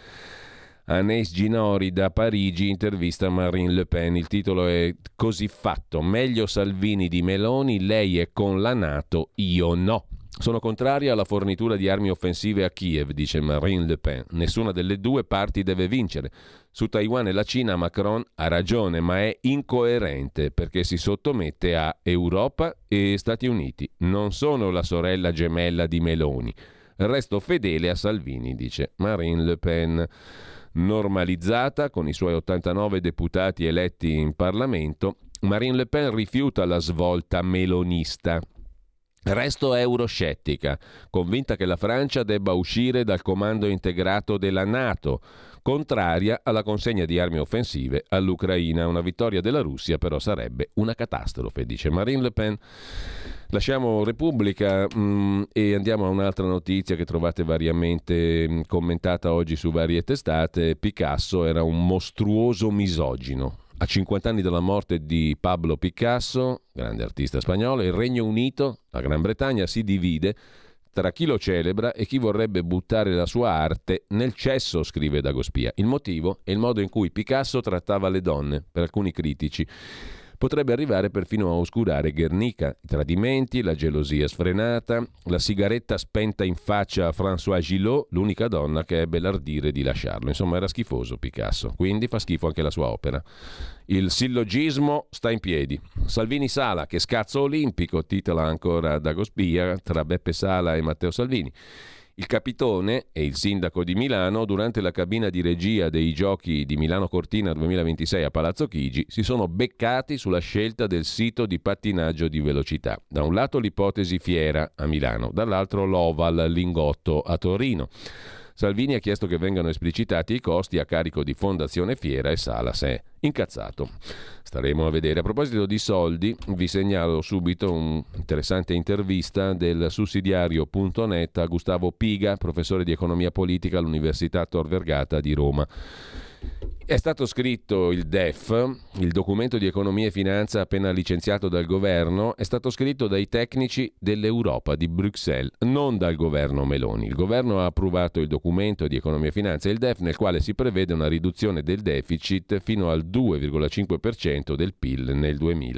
Anais Ginori da Parigi intervista Marine Le Pen. Il titolo è così fatto: meglio Salvini di Meloni, lei è con la NATO, io no. Sono contraria alla fornitura di armi offensive a Kiev, dice Marine Le Pen. Nessuna delle due parti deve vincere. Su Taiwan e la Cina Macron ha ragione, ma è incoerente perché si sottomette a Europa e Stati Uniti. Non sono la sorella gemella di Meloni. Resto fedele a Salvini, dice Marine Le Pen. Normalizzata con i suoi 89 deputati eletti in Parlamento, Marine Le Pen rifiuta la svolta melonista. Resto euroscettica, convinta che la Francia debba uscire dal comando integrato della NATO, contraria alla consegna di armi offensive all'Ucraina. Una vittoria della Russia però sarebbe una catastrofe, dice Marine Le Pen. Lasciamo Repubblica e andiamo a un'altra notizia che trovate variamente commentata oggi su varie testate. Picasso era un mostruoso misogino. A 50 anni dalla morte di Pablo Picasso, grande artista spagnolo, il Regno Unito, la Gran Bretagna, si divide tra chi lo celebra e chi vorrebbe buttare la sua arte nel cesso, scrive Dagospia. Il motivo è il modo in cui Picasso trattava le donne, per alcuni critici. potrebbe arrivare perfino a oscurare Guernica, i tradimenti, la gelosia sfrenata, la sigaretta spenta in faccia a François Gillot, l'unica donna che ebbe l'ardire di lasciarlo. Insomma, era schifoso Picasso, quindi fa schifo anche la sua opera. Il sillogismo sta in piedi. Salvini Sala, che scazzo olimpico, titola ancora Dagospia tra Beppe Sala e Matteo Salvini. Il Capitone e il sindaco di Milano, durante la cabina di regia dei giochi di Milano Cortina 2026 a Palazzo Chigi, si sono beccati sulla scelta del sito di pattinaggio di velocità. Da un lato l'ipotesi Fiera a Milano, dall'altro l'Oval Lingotto a Torino. Salvini ha chiesto che vengano esplicitati i costi a carico di Fondazione Fiera e Sala si è incazzato. Staremo a vedere. A proposito di soldi, vi segnalo subito un'interessante intervista del sussidiario.net a Gustavo Piga, professore di economia politica all'Università Tor Vergata di Roma. È stato scritto il DEF, il documento di economia e finanza appena licenziato dal governo, è stato scritto dai tecnici dell'Europa, di Bruxelles, non dal governo Meloni. Il governo ha approvato il documento di economia e finanza, il DEF, nel quale si prevede una riduzione del deficit fino al 2,5% del PIL nel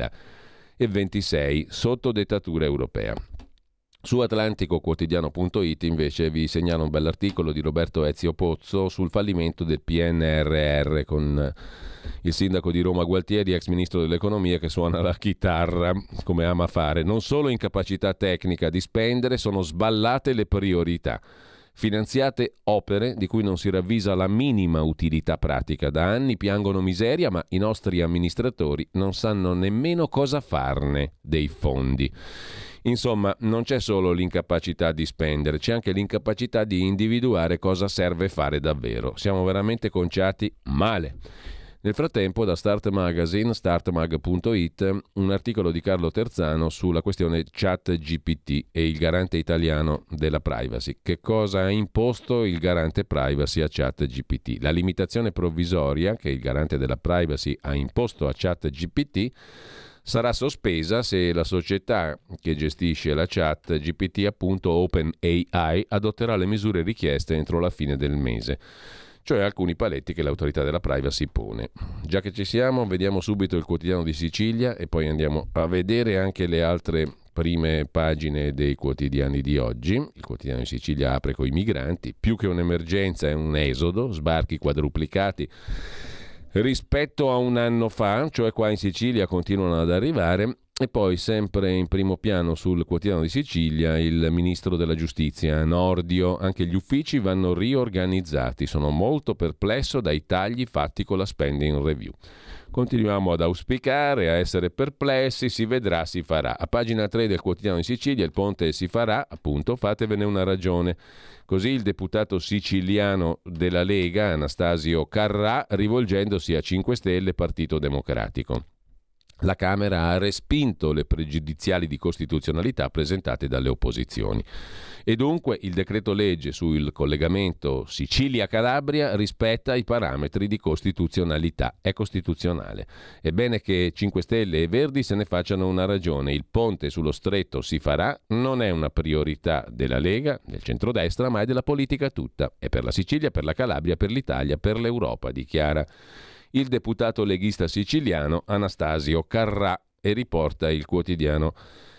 2026, sotto dettatura europea. Su atlanticoquotidiano.it invece vi segnalo un bell'articolo di Roberto Ezio Pozzo sul fallimento del PNRR con il sindaco di Roma Gualtieri, ex ministro dell'economia, che suona la chitarra come ama fare. Non solo incapacità tecnica di spendere, sono sballate le priorità. Finanziate opere di cui non si ravvisa la minima utilità pratica. Da anni piangono miseria, ma i nostri amministratori non sanno nemmeno cosa farne dei fondi. Insomma, non c'è solo l'incapacità di spendere, c'è anche l'incapacità di individuare cosa serve fare davvero. Siamo veramente conciati male. Nel frattempo, da Start Magazine, startmag.it, un articolo di Carlo Terzano sulla questione ChatGPT e il garante italiano della privacy. Che cosa ha imposto il garante privacy a ChatGPT? La limitazione provvisoria che il garante della privacy ha imposto a ChatGPT sarà sospesa se la società che gestisce la chat GPT, appunto OpenAI, adotterà le misure richieste entro la fine del mese, cioè alcuni paletti che l'autorità della privacy pone. Già che ci siamo, vediamo subito il Quotidiano di Sicilia e poi andiamo a vedere anche le altre prime pagine dei quotidiani di oggi. Il Quotidiano di Sicilia apre coi migranti, più che un'emergenza è un esodo, sbarchi quadruplicati rispetto a un anno fa, cioè qua in Sicilia continuano ad arrivare. E poi sempre in primo piano sul Quotidiano di Sicilia il ministro della giustizia Nordio, anche gli uffici vanno riorganizzati, sono molto perplesso dai tagli fatti con la spending review. Continuiamo ad auspicare, a essere perplessi, si vedrà, si farà. A pagina 3 del Quotidiano di Sicilia il ponte si farà, appunto, fatevene una ragione. Così il deputato siciliano della Lega, Anastasio Carrà, rivolgendosi a 5 Stelle e Partito Democratico. La Camera ha respinto le pregiudiziali di costituzionalità presentate dalle opposizioni. E dunque il decreto legge sul collegamento Sicilia-Calabria rispetta i parametri di costituzionalità, è costituzionale. È bene che 5 Stelle e Verdi se ne facciano una ragione. Il ponte sullo stretto si farà, non è una priorità della Lega, del centrodestra, ma è della politica tutta. È per la Sicilia, per la Calabria, per l'Italia, per l'Europa, dichiara il deputato leghista siciliano Anastasio Carrà, e riporta il Quotidiano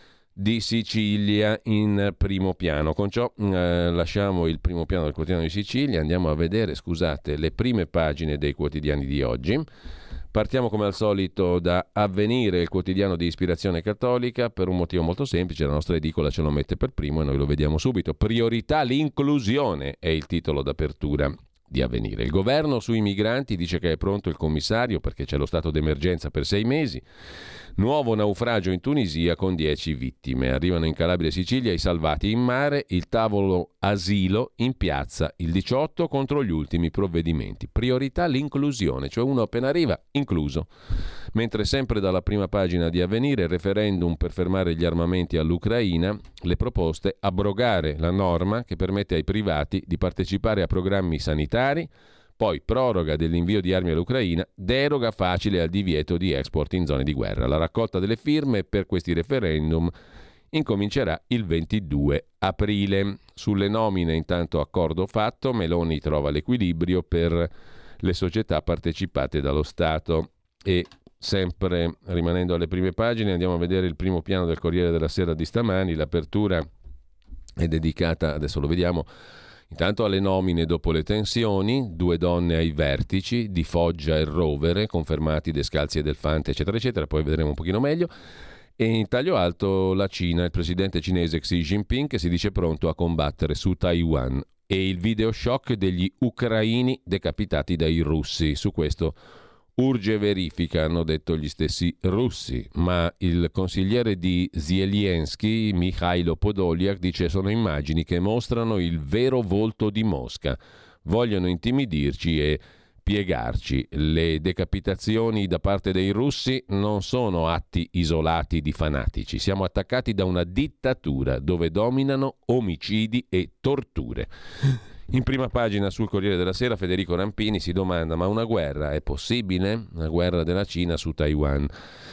di Sicilia in primo piano. Con ciò lasciamo il primo piano del Quotidiano di Sicilia, andiamo a vedere, le prime pagine dei quotidiani di oggi. Partiamo come al solito da Avvenire, il quotidiano di ispirazione cattolica, per un motivo molto semplice: la nostra edicola ce lo mette per primo e noi lo vediamo subito. Priorità l'inclusione è il titolo d'apertura di Avvenire. Il governo sui migranti dice che è pronto il commissario perché c'è lo stato d'emergenza per 6 mesi. Nuovo naufragio in Tunisia con 10 vittime. Arrivano in Calabria e Sicilia i salvati in mare. Il tavolo asilo in piazza il 18 contro gli ultimi provvedimenti. Priorità l'inclusione, cioè uno appena arriva incluso. Mentre sempre dalla prima pagina di Avvenire, il referendum per fermare gli armamenti all'Ucraina, le proposte: abrogare la norma che permette ai privati di partecipare a programmi sanitari, poi proroga dell'invio di armi all'Ucraina, deroga facile al divieto di export in zone di guerra. La raccolta delle firme per questi referendum incomincerà il 22 aprile. Sulle nomine intanto accordo fatto, Meloni trova l'equilibrio per le società partecipate dallo Stato e sempre rimanendo alle prime pagine, andiamo a vedere il primo piano del Corriere della Sera di stamani. L'apertura è dedicata, adesso lo vediamo, intanto alle nomine dopo le tensioni, 2 donne ai vertici di Foggia e Rovere, confermati Descalzi e Delfante, eccetera, eccetera, poi vedremo un pochino meglio. E in taglio alto la Cina, il presidente cinese Xi Jinping che si dice pronto a combattere su Taiwan e il video shock degli ucraini decapitati dai russi. Su questo urge verifica, hanno detto gli stessi russi, ma il consigliere di Zelensky, Mikhailo Podolyak, dice sono immagini che mostrano il vero volto di Mosca, vogliono intimidirci e piegarci. Le decapitazioni da parte dei russi non sono atti isolati di fanatici, siamo attaccati da una dittatura dove dominano omicidi e torture. In prima pagina sul Corriere della Sera Federico Rampini si domanda: ma una guerra è possibile? Una guerra della Cina su Taiwan.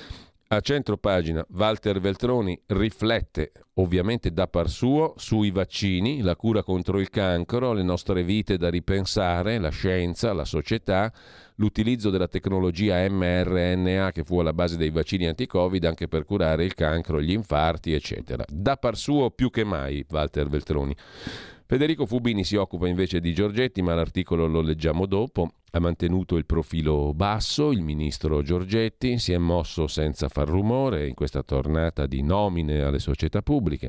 A centro pagina Walter Veltroni riflette, ovviamente da par suo, sui vaccini, la cura contro il cancro, le nostre vite da ripensare, la scienza, la società, l'utilizzo della tecnologia mRNA che fu alla base dei vaccini anti-Covid anche per curare il cancro, gli infarti, eccetera. Da par suo più che mai Walter Veltroni. Federico Fubini si occupa invece di Giorgetti, ma l'articolo lo leggiamo dopo. Ha mantenuto il profilo basso il ministro Giorgetti, si è mosso senza far rumore in questa tornata di nomine alle società pubbliche,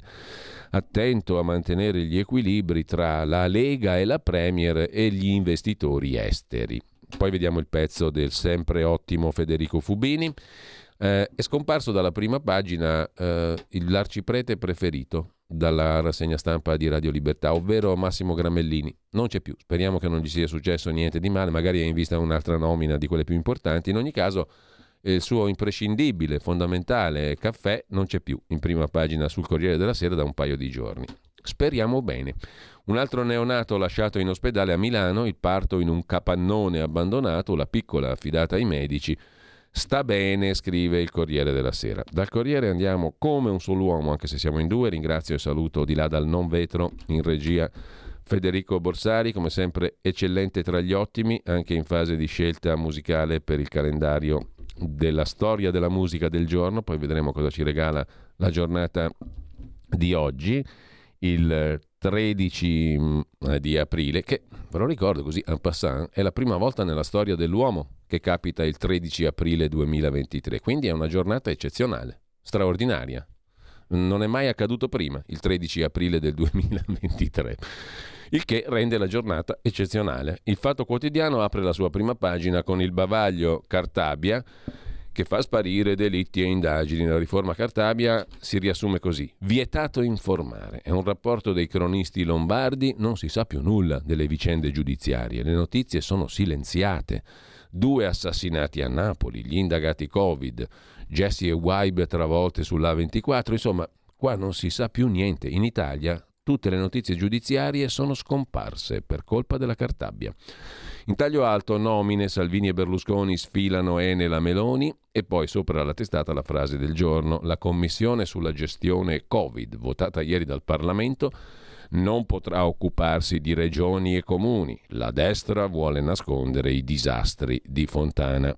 attento a mantenere gli equilibri tra la Lega e la Premier e gli investitori esteri. Poi vediamo il pezzo del sempre ottimo Federico Fubini. È scomparso dalla prima pagina l'arciprete preferito dalla rassegna stampa di Radio Libertà, ovvero Massimo Gramellini. Non c'è più, speriamo che non gli sia successo niente di male, magari è in vista un'altra nomina di quelle più importanti. In ogni caso il suo imprescindibile, fondamentale caffè non c'è più in prima pagina sul Corriere della Sera da un paio di giorni. Speriamo bene. Un altro neonato lasciato in ospedale a Milano, il parto in un capannone abbandonato, la piccola affidata ai medici. Sta bene, scrive il Corriere della Sera. Dal Corriere andiamo come un solo uomo, anche se siamo in due. Ringrazio e saluto di là dal non vetro in regia Federico Borsari, come sempre eccellente tra gli ottimi, anche in fase di scelta musicale per il calendario della storia della musica del giorno. Poi vedremo cosa ci regala la giornata di oggi, il 13 di aprile, che ve lo ricordo così en passant, è la prima volta nella storia dell'uomo che capita il 13 aprile 2023, quindi è una giornata eccezionale, straordinaria. Non è mai accaduto prima, il 13 aprile del 2023, il che rende la giornata eccezionale. Il Fatto Quotidiano apre la sua prima pagina con il bavaglio Cartabia, che fa sparire delitti e indagini. La riforma Cartabia si riassume così: vietato informare. È un rapporto dei cronisti lombardi, non si sa più nulla delle vicende giudiziarie, le notizie sono silenziate. 2 assassinati a Napoli, gli indagati Covid, Jesse e Weib travolte sull'A24, insomma, qua non si sa più niente. In Italia tutte le notizie giudiziarie sono scomparse per colpa della Cartabia. In taglio alto, nomine, Salvini e Berlusconi sfilano Enel a Meloni, e poi sopra la testata la frase del giorno: la commissione sulla gestione Covid, votata ieri dal Parlamento, non potrà occuparsi di regioni e comuni. La destra vuole nascondere i disastri di Fontana.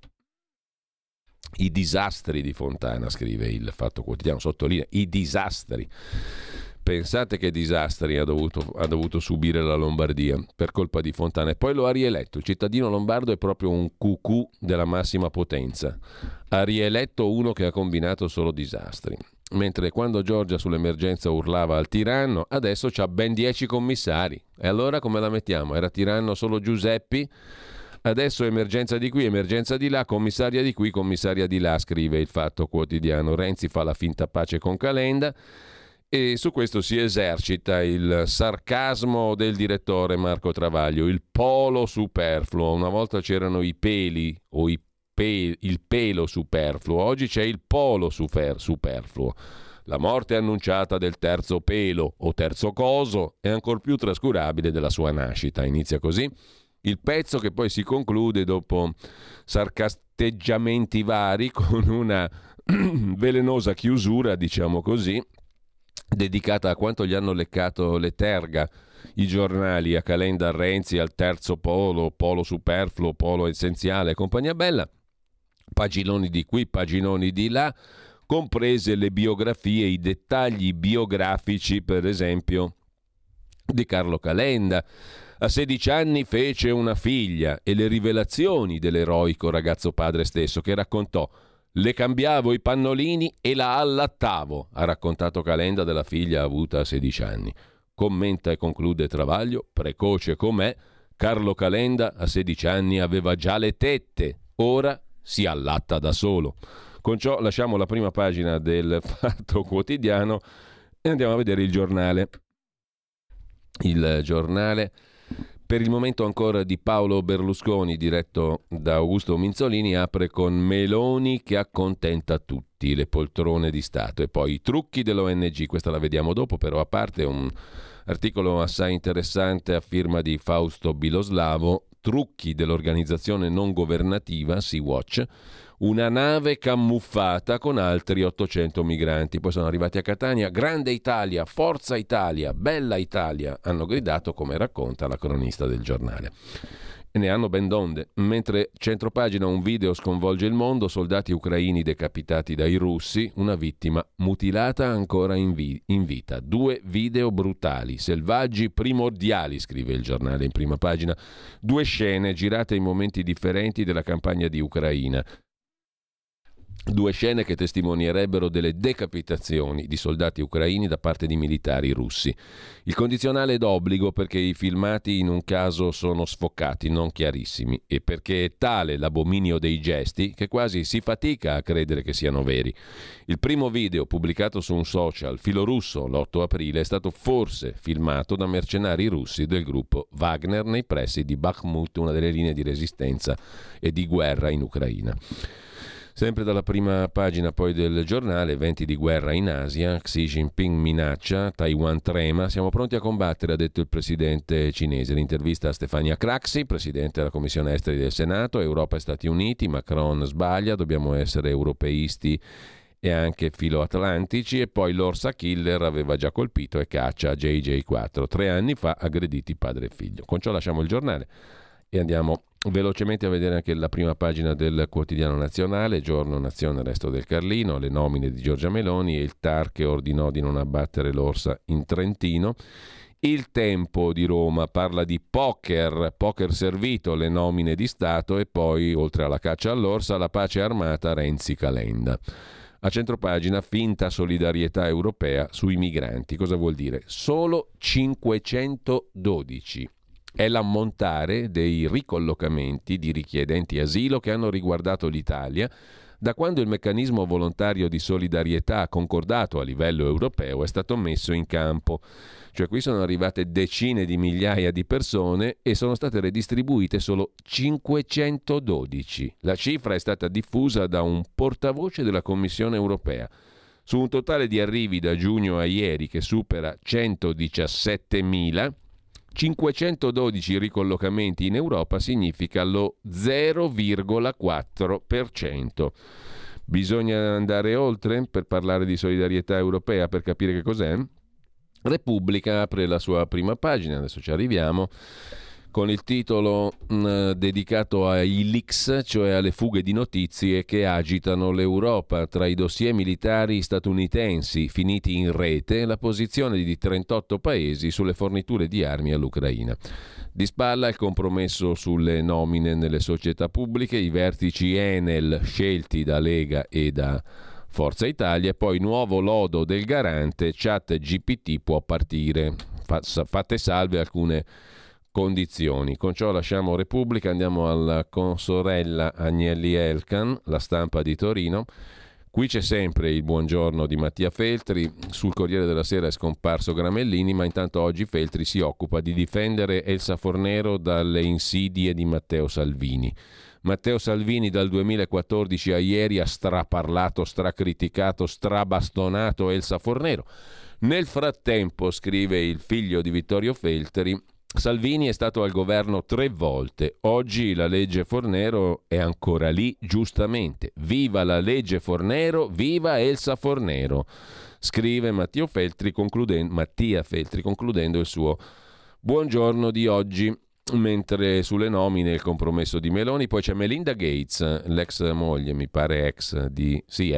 I disastri di Fontana, scrive il Fatto Quotidiano, sottolinea i disastri. Pensate che disastri ha dovuto subire la Lombardia per colpa di Fontana, e poi lo ha rieletto. Il cittadino lombardo è proprio un cucù della massima potenza. Ha rieletto uno che ha combinato solo disastri. Mentre quando Giorgia sull'emergenza urlava al tiranno, adesso c'ha ben 10 commissari. E allora come la mettiamo? Era tiranno solo Giuseppi? Adesso emergenza di qui, emergenza di là, commissaria di qui, commissaria di là, scrive il Fatto Quotidiano. Renzi fa la finta pace con Calenda. E su questo si esercita il sarcasmo del direttore Marco Travaglio, il polo superfluo. Una volta c'erano i peli o il pelo superfluo, oggi c'è il polo superfluo. La morte annunciata del terzo pelo o terzo coso è ancor più trascurabile della sua nascita. Inizia così il pezzo, che poi si conclude dopo sarcasteggiamenti vari con una velenosa chiusura, diciamo così, dedicata a quanto gli hanno leccato le terga i giornali a Calenda, Renzi, al terzo polo, polo superfluo, polo essenziale e compagnia bella. paginoni di qui, paginoni di là, comprese le biografie, i dettagli biografici, per esempio, di Carlo Calenda. A 16 anni fece una figlia e le rivelazioni dell'eroico ragazzo padre stesso, che raccontò: le cambiavo i pannolini e la allattavo, ha raccontato Calenda della figlia avuta a 16 anni. Commenta e conclude Travaglio: precoce com'è, Carlo Calenda a 16 anni aveva già le tette, ora si allatta da solo. Con ciò lasciamo la prima pagina del Fatto Quotidiano e andiamo a vedere il giornale. Il giornale, per il momento ancora di Paolo Berlusconi, diretto da Augusto Minzolini, apre con Meloni che accontenta tutti, le poltrone di Stato, e poi i trucchi dell'ONG. Questa la vediamo dopo, però a parte un articolo assai interessante a firma di Fausto Biloslavo, trucchi dell'organizzazione non governativa Sea-Watch, una nave camuffata con altri 800 migranti. Poi sono arrivati a Catania. Grande Italia, forza Italia, bella Italia, hanno gridato, come racconta la cronista del giornale. E ne hanno ben donde. Mentre centropagina un video sconvolge il mondo, soldati ucraini decapitati dai russi, una vittima mutilata ancora in vita. 2 video brutali, selvaggi, primordiali, scrive il giornale in prima pagina. 2 scene girate in momenti differenti della campagna di Ucraina. 2 scene che testimonierebbero delle decapitazioni di soldati ucraini da parte di militari russi. Il condizionale d'obbligo perché i filmati in un caso sono sfocati, non chiarissimi, e perché è tale l'abominio dei gesti che quasi si fatica a credere che siano veri. Il primo video pubblicato su un social filorusso l'8 aprile è stato forse filmato da mercenari russi del gruppo Wagner nei pressi di Bakhmut, una delle linee di resistenza e di guerra in Ucraina. Sempre dalla prima pagina poi del giornale, venti di guerra in Asia, Xi Jinping minaccia, Taiwan trema, siamo pronti a combattere, ha detto il presidente cinese. L'intervista a Stefania Craxi, presidente della Commissione Esteri del Senato, Europa e Stati Uniti, Macron sbaglia, dobbiamo essere europeisti e anche filoatlantici, e poi l'orsa killer aveva già colpito e caccia JJ4, 3 anni fa aggrediti padre e figlio. Con ciò lasciamo il giornale e andiamo velocemente a vedere anche la prima pagina del Quotidiano Nazionale, Giorno, Nazione, Resto del Carlino, le nomine di Giorgia Meloni e il TAR che ordinò di non abbattere l'orsa in Trentino. Il Tempo di Roma parla di poker servito, le nomine di Stato e poi, oltre alla caccia all'orsa, la pace armata Renzi-Calenda. A centropagina, finta solidarietà europea sui migranti. Cosa vuol dire? Solo 512. È l'ammontare dei ricollocamenti di richiedenti asilo che hanno riguardato l'Italia da quando il meccanismo volontario di solidarietà concordato a livello europeo è stato messo in campo. Cioè qui sono arrivate decine di migliaia di persone e sono state redistribuite solo 512. La cifra è stata diffusa da un portavoce della Commissione europea. Su un totale di arrivi da giugno a ieri che supera 117.000, 512 ricollocamenti in Europa significa lo 0,4%. Bisogna andare oltre per parlare di solidarietà europea, per capire che cos'è? Repubblica apre la sua prima pagina, adesso ci arriviamo, con il titolo dedicato ai leaks, cioè alle fughe di notizie che agitano l'Europa. Tra i dossier militari statunitensi finiti in rete, la posizione di 38 paesi sulle forniture di armi all'Ucraina. Di spalla il compromesso sulle nomine nelle società pubbliche, i vertici Enel scelti da Lega e da Forza Italia, e poi nuovo lodo del garante, ChatGPT può partire, fatte salve alcune condizioni. Con ciò lasciamo Repubblica, andiamo alla consorella Agnelli Elkann, La Stampa di Torino. Qui c'è sempre il buongiorno di Mattia Feltri, sul Corriere della Sera è scomparso Gramellini, ma intanto oggi Feltri si occupa di difendere Elsa Fornero dalle insidie di Matteo Salvini. Matteo Salvini dal 2014 a ieri ha straparlato, stracriticato, strabastonato Elsa Fornero. Nel frattempo, scrive il figlio di Vittorio Feltri, Salvini è stato al governo 3 volte. Oggi la legge Fornero è ancora lì, giustamente. Viva la legge Fornero, viva Elsa Fornero, scrive Mattia Feltri concludendo il suo buongiorno di oggi. mentre sulle nomine il compromesso di Meloni. Poi c'è Melinda Gates, l'ex moglie, mi pare ex di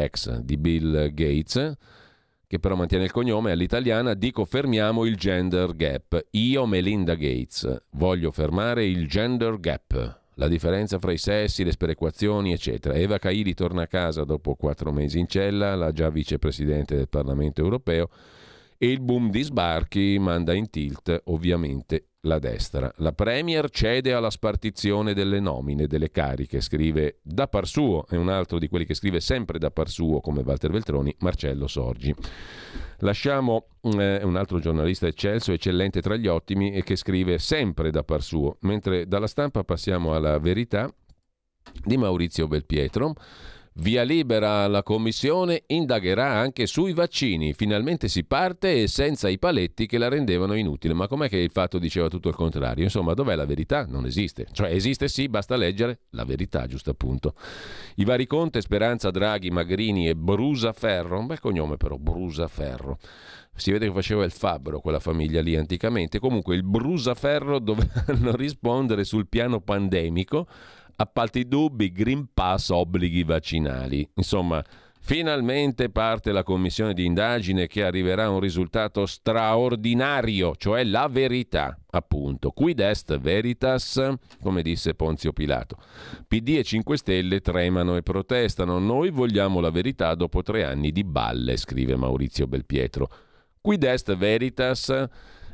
Bill Gates, che però mantiene il cognome all'italiana. Dico fermiamo il gender gap. Io, Melinda Gates, voglio fermare il gender gap, la differenza fra i sessi, le sperequazioni, eccetera. Eva Kaili torna a casa dopo 4 mesi in cella, la già vicepresidente del Parlamento europeo, e il boom di sbarchi manda in tilt ovviamente la destra. La Premier cede alla spartizione delle nomine, delle cariche, scrive da par suo, è un altro di quelli che scrive sempre da par suo come Walter Veltroni, Marcello Sorgi. Lasciamo un altro giornalista eccelso, eccellente tra gli ottimi e che scrive sempre da par suo, mentre dalla Stampa passiamo alla Verità di Maurizio Belpietro. Via libera, la commissione indagherà anche sui vaccini. Finalmente si parte e senza i paletti che la rendevano inutile. Ma com'è che il fatto diceva tutto il contrario? Insomma, dov'è la verità? Non esiste. Cioè esiste sì, basta leggere la verità, giusto appunto. I vari Conte, Speranza, Draghi, Magrini e Brusaferro, un bel cognome però, Brusaferro. Si vede che faceva il fabbro quella famiglia lì anticamente. Comunque il Brusaferro dovranno rispondere sul piano pandemico. Appalti dubbi, Green Pass, obblighi vaccinali. Insomma, finalmente parte la commissione di indagine che arriverà a un risultato straordinario, cioè la verità, appunto. Quid est veritas, come disse Ponzio Pilato. PD e 5 Stelle tremano e protestano. Noi vogliamo la verità dopo 3 anni di balle, scrive Maurizio Belpietro. Quid est veritas?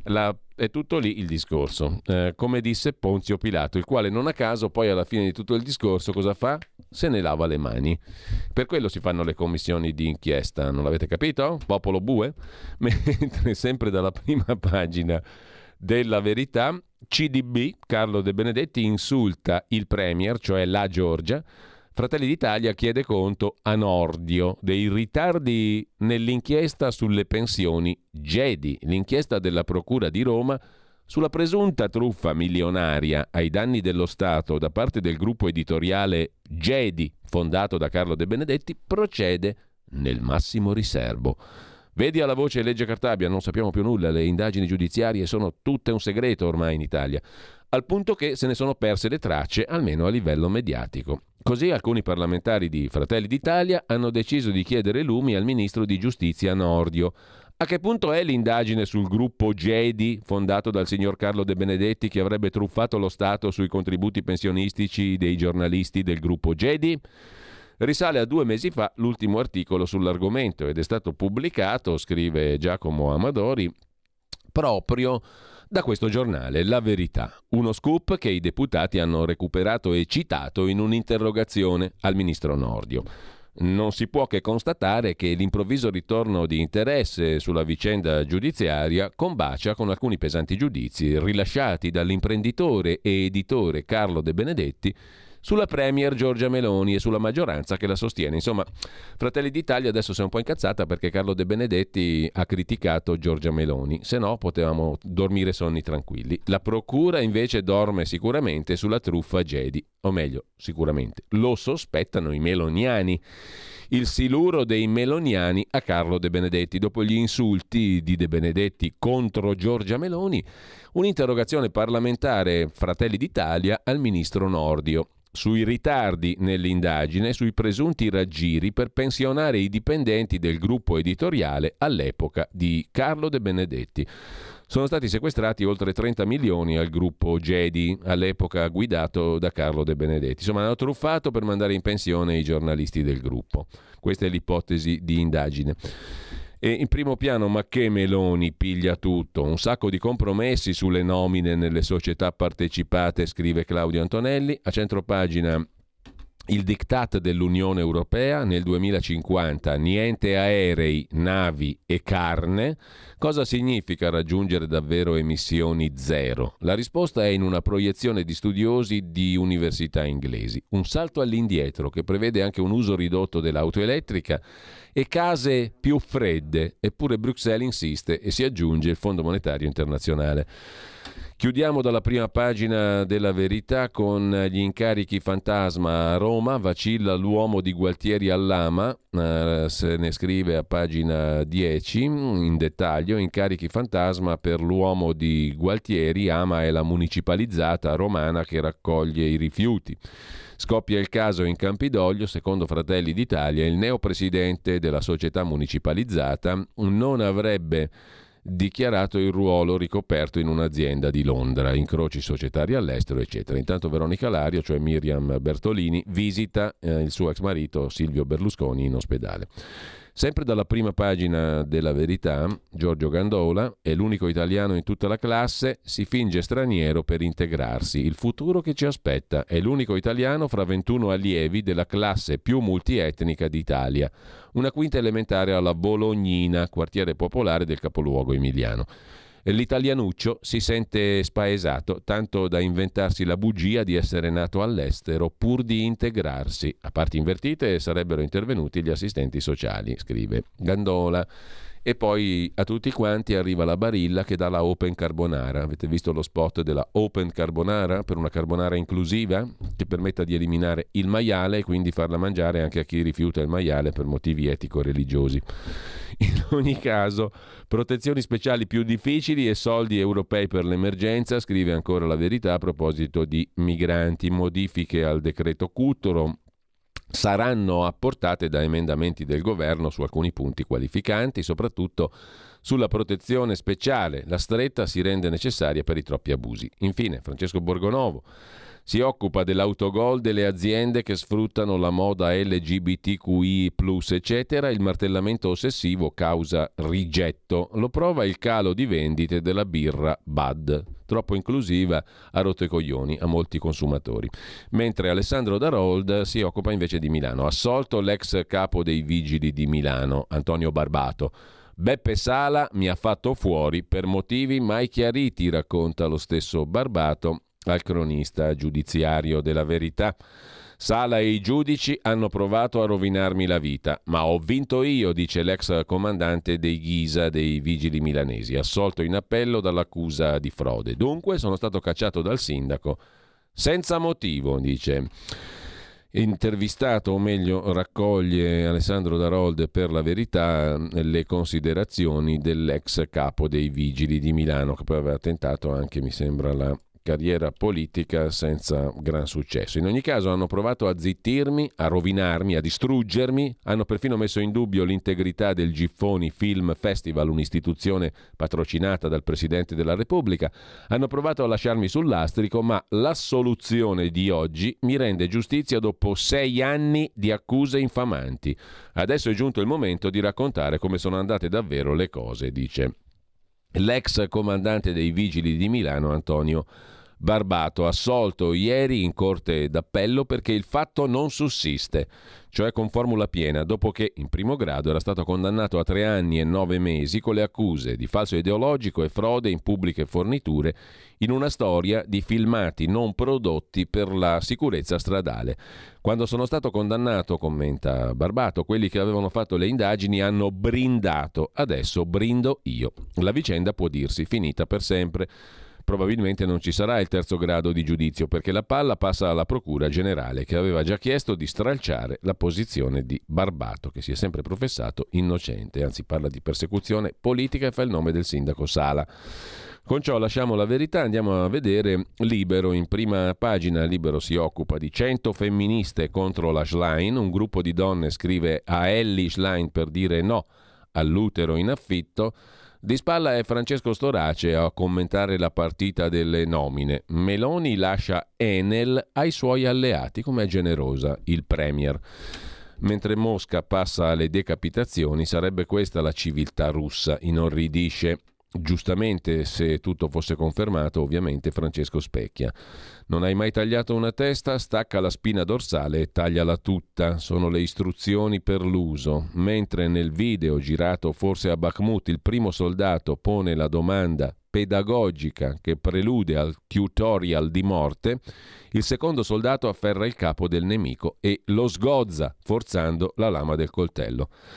È tutto lì il discorso, come disse Ponzio Pilato, il quale non a caso poi alla fine di tutto il discorso cosa fa? Se ne lava le mani. Per quello si fanno le commissioni di inchiesta, non l'avete capito? Popolo bue? Mentre sempre dalla prima pagina della Verità, CDB, Carlo De Benedetti insulta il Premier, cioè la Giorgia. Fratelli d'Italia chiede conto a Nordio dei ritardi nell'inchiesta sulle pensioni Gedi, l'inchiesta della Procura di Roma sulla presunta truffa milionaria ai danni dello Stato da parte del gruppo editoriale Gedi, fondato da Carlo De Benedetti, procede nel massimo riservo. Vedi alla voce Legge Cartabia, non sappiamo più nulla, le indagini giudiziarie sono tutte un segreto ormai in Italia, al punto che se ne sono perse le tracce, almeno a livello mediatico. Così alcuni parlamentari di Fratelli d'Italia hanno deciso di chiedere lumi al ministro di Giustizia Nordio. A che punto è l'indagine sul gruppo Gedi, fondato dal signor Carlo De Benedetti, che avrebbe truffato lo Stato sui contributi pensionistici dei giornalisti del gruppo Gedi? Risale a 2 mesi fa l'ultimo articolo sull'argomento ed è stato pubblicato, scrive Giacomo Amadori, proprio da questo giornale, La Verità. Uno scoop che i deputati hanno recuperato e citato in un'interrogazione al ministro Nordio. Non si può che constatare che l'improvviso ritorno di interesse sulla vicenda giudiziaria combacia con alcuni pesanti giudizi rilasciati dall'imprenditore e editore Carlo De Benedetti sulla Premier Giorgia Meloni e sulla maggioranza che la sostiene. Insomma, Fratelli d'Italia adesso si è un po' incazzata perché Carlo De Benedetti ha criticato Giorgia Meloni, se no potevamo dormire sonni tranquilli. La procura invece dorme sicuramente sulla truffa Gedi, o meglio, sicuramente lo sospettano i meloniani. Il siluro dei meloniani a Carlo De Benedetti. Dopo gli insulti di De Benedetti contro Giorgia Meloni, un'interrogazione parlamentare Fratelli d'Italia al ministro Nordio sui ritardi nell'indagine sui presunti raggiri per pensionare i dipendenti del gruppo editoriale all'epoca di Carlo De Benedetti. Sono stati sequestrati oltre 30 milioni al gruppo Gedi, all'epoca guidato da Carlo De Benedetti. Insomma, hanno truffato per mandare in pensione i giornalisti del gruppo. Questa è l'ipotesi di indagine. E in primo piano, ma che Meloni piglia tutto, un sacco di compromessi sulle nomine nelle società partecipate, scrive Claudio Antonelli. A centropagina il diktat dell'Unione Europea nel 2050, niente aerei, navi e carne. Cosa significa raggiungere davvero emissioni zero? La risposta è in una proiezione di studiosi di università inglesi. Un salto all'indietro che prevede anche un uso ridotto dell'auto elettrica e case più fredde, eppure Bruxelles insiste e si aggiunge il Fondo Monetario Internazionale. Chiudiamo dalla prima pagina della Verità con gli incarichi fantasma a Roma, vacilla l'uomo di Gualtieri all'Ama, se ne scrive a pagina 10 in dettaglio, incarichi fantasma per l'uomo di Gualtieri, Ama è la municipalizzata romana che raccoglie i rifiuti. Scoppia il caso in Campidoglio, secondo Fratelli d'Italia, il neopresidente della società municipalizzata non avrebbe dichiarato il ruolo ricoperto in un'azienda di Londra, incroci societari all'estero, eccetera. Intanto Veronica Lario, cioè Miriam Bertolini, visita il suo ex marito Silvio Berlusconi in ospedale. Sempre dalla prima pagina della Verità, Giorgio Gandola è l'unico italiano in tutta la classe, si finge straniero per integrarsi. Il futuro che ci aspetta, è l'unico italiano fra 21 allievi della classe più multietnica d'Italia. Una quinta elementare alla Bolognina, quartiere popolare del capoluogo emiliano. L'italianuccio si sente spaesato, tanto da inventarsi la bugia di essere nato all'estero pur di integrarsi. A parti invertite sarebbero intervenuti gli assistenti sociali, scrive Gandola. E poi a tutti quanti arriva la Barilla che dà la Open Carbonara. Avete visto lo spot della Open Carbonara per una carbonara inclusiva che permetta di eliminare il maiale e quindi farla mangiare anche a chi rifiuta il maiale per motivi etico-religiosi. In ogni caso, protezioni speciali più difficili e soldi europei per l'emergenza, scrive ancora la Verità a proposito di migranti. Modifiche al decreto Cutolo saranno apportate da emendamenti del governo su alcuni punti qualificanti, soprattutto sulla protezione speciale. La stretta si rende necessaria per i troppi abusi. Infine, Francesco Borgonovo si occupa dell'autogol delle aziende che sfruttano la moda LGBTQI+, eccetera. Il martellamento ossessivo causa rigetto. Lo prova il calo di vendite della birra Bud, troppo inclusiva, ha rotto i coglioni a molti consumatori. Mentre Alessandro Darold si occupa invece di Milano. Assolto l'ex capo dei vigili di Milano, Antonio Barbato. Beppe Sala mi ha fatto fuori per motivi mai chiariti, racconta lo stesso Barbato al cronista giudiziario della Verità. Sala e i giudici hanno provato a rovinarmi la vita, ma ho vinto io, dice l'ex comandante dei Ghisa dei vigili milanesi, assolto in appello dall'accusa di frode. Dunque sono stato cacciato dal sindaco senza motivo, dice. Intervistato, o meglio raccoglie Alessandro Darold per la Verità le considerazioni dell'ex capo dei vigili di Milano, che poi aveva tentato anche, mi sembra, la carriera politica senza gran successo. In ogni caso hanno provato a zittirmi, a rovinarmi, a distruggermi, hanno perfino messo in dubbio l'integrità del Giffoni Film Festival, un'istituzione patrocinata dal Presidente della Repubblica, hanno provato a lasciarmi sul lastrico, ma l'assoluzione di oggi mi rende giustizia dopo 6 anni di accuse infamanti. Adesso è giunto il momento di raccontare come sono andate davvero le cose, dice l'ex comandante dei Vigili di Milano Antonio Barbato, assolto ieri in corte d'appello perché il fatto non sussiste, cioè con formula piena, dopo che in primo grado era stato condannato a 3 anni e 9 mesi con le accuse di falso ideologico e frode in pubbliche forniture in una storia di filmati non prodotti per la sicurezza stradale. Quando sono stato condannato, commenta Barbato, quelli che avevano fatto le indagini hanno brindato, adesso brindo io. La vicenda può dirsi finita per sempre. Probabilmente non ci sarà il terzo grado di giudizio perché la palla passa alla Procura Generale, che aveva già chiesto di stralciare la posizione di Barbato, che si è sempre professato innocente, anzi parla di persecuzione politica e fa il nome del sindaco Sala. Con ciò lasciamo la Verità, andiamo a vedere Libero. In prima pagina Libero si occupa di 100 femministe contro la Schlein. Un gruppo di donne scrive a Elly Schlein per dire no all'utero in affitto. Di spalla è Francesco Storace a commentare la partita delle nomine. Meloni lascia Enel ai suoi alleati, com'è generosa il premier. Mentre Mosca passa alle decapitazioni, sarebbe questa la civiltà russa, inorridisce. Giustamente, se tutto fosse confermato, ovviamente Francesco Specchia. Non hai mai tagliato una testa? Stacca la spina dorsale e tagliala tutta. Sono le istruzioni per l'uso. Mentre nel video girato forse a Bakhmut il primo soldato pone la domanda pedagogica che prelude al tutorial di morte, il secondo soldato afferra il capo del nemico e lo sgozza forzando la lama del coltello.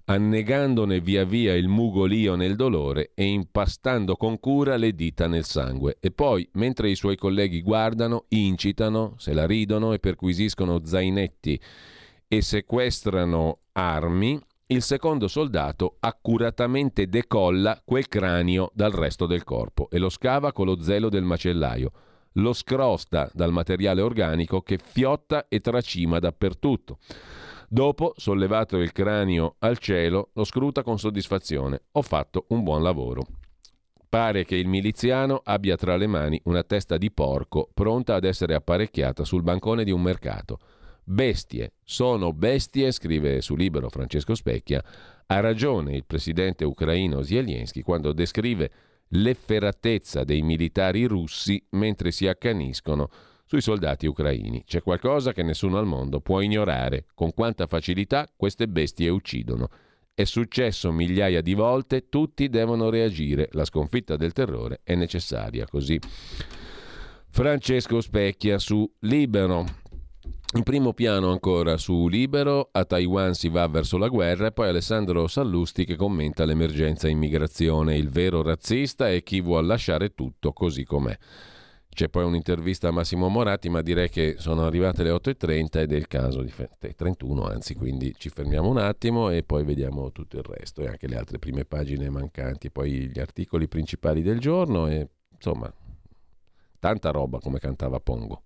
annegandone via via il mugolio nel dolore e impastando con cura le dita nel sangue. E poi, mentre i suoi colleghi guardano, incitano, se la ridono e perquisiscono zainetti e sequestrano armi, il secondo soldato accuratamente decolla quel cranio dal resto del corpo e lo scava con lo zelo del macellaio. Lo scrosta dal materiale organico che fiotta e tracima dappertutto. Dopo, sollevato il cranio al cielo, lo scruta con soddisfazione. Ho fatto un buon lavoro. Pare che il miliziano abbia tra le mani una testa di porco pronta ad essere apparecchiata sul bancone di un mercato. Bestie, sono bestie, scrive su Libero Francesco Specchia. Ha ragione il presidente ucraino Zelensky quando descrive l'efferatezza dei militari russi mentre si accaniscono sui soldati ucraini. C'è qualcosa che nessuno al mondo può ignorare: con quanta facilità queste bestie uccidono. È successo migliaia di volte, tutti devono reagire. La sconfitta del terrore è necessaria. Così Francesco Specchia su Libero. In primo piano ancora su Libero, a Taiwan si va verso la guerra, e poi Alessandro Sallusti che commenta l'emergenza immigrazione. Il vero razzista è chi vuol lasciare tutto così com'è. C'è poi un'intervista a Massimo Moratti, ma direi che sono arrivate le 8.30 ed è il caso di 31, anzi, quindi ci fermiamo un attimo e poi vediamo tutto il resto e anche le altre prime pagine mancanti, poi gli articoli principali del giorno e insomma tanta roba, come cantava Pongo.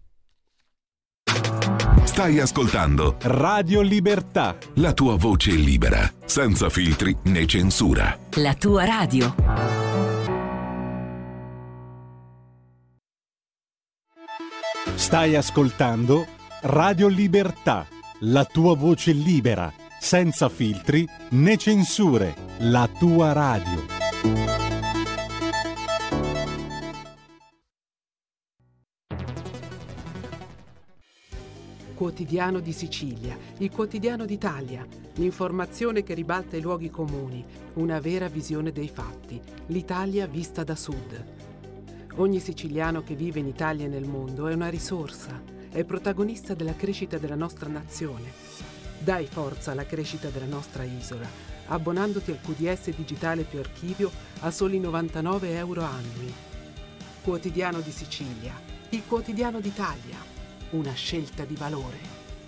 Stai ascoltando Radio Libertà, la tua voce libera, senza filtri né censura. La tua radio. stai ascoltando Radio Libertà, la tua voce libera, senza filtri né censure, la tua radio. Quotidiano di Sicilia, il quotidiano d'Italia, l'informazione che ribalta i luoghi comuni, una vera visione dei fatti, l'Italia vista da sud. Ogni siciliano che vive in Italia e nel mondo è una risorsa, è protagonista della crescita della nostra nazione. Dai forza alla crescita della nostra isola, abbonandoti al QDS digitale più archivio a soli 99 euro annui. Quotidiano di Sicilia, il quotidiano d'Italia. Una scelta di valore.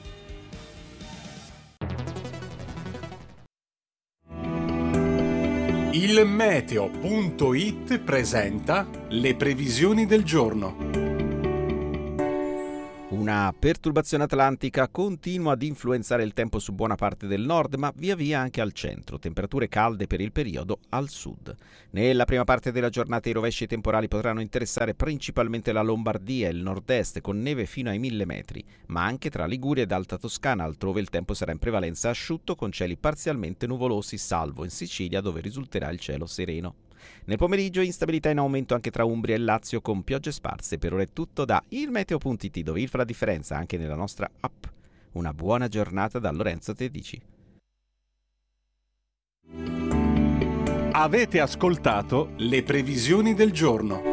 Il meteo.it presenta le previsioni del giorno. Una perturbazione atlantica continua ad influenzare il tempo su buona parte del nord, ma via via anche al centro. Temperature calde per il periodo al sud. Nella prima parte della giornata i rovesci temporali potranno interessare principalmente la Lombardia e il nord-est, con neve fino ai 1000 metri, ma anche tra Liguria ed Alta Toscana, altrove il tempo sarà in prevalenza asciutto con cieli parzialmente nuvolosi, salvo in Sicilia, dove risulterà il cielo sereno. Nel pomeriggio instabilità in aumento anche tra Umbria e Lazio, con piogge sparse. Per ora è tutto da ilmeteo.it, dove il fa la differenza anche nella nostra app. Una buona giornata da Lorenzo Tedici. Avete ascoltato le previsioni del giorno.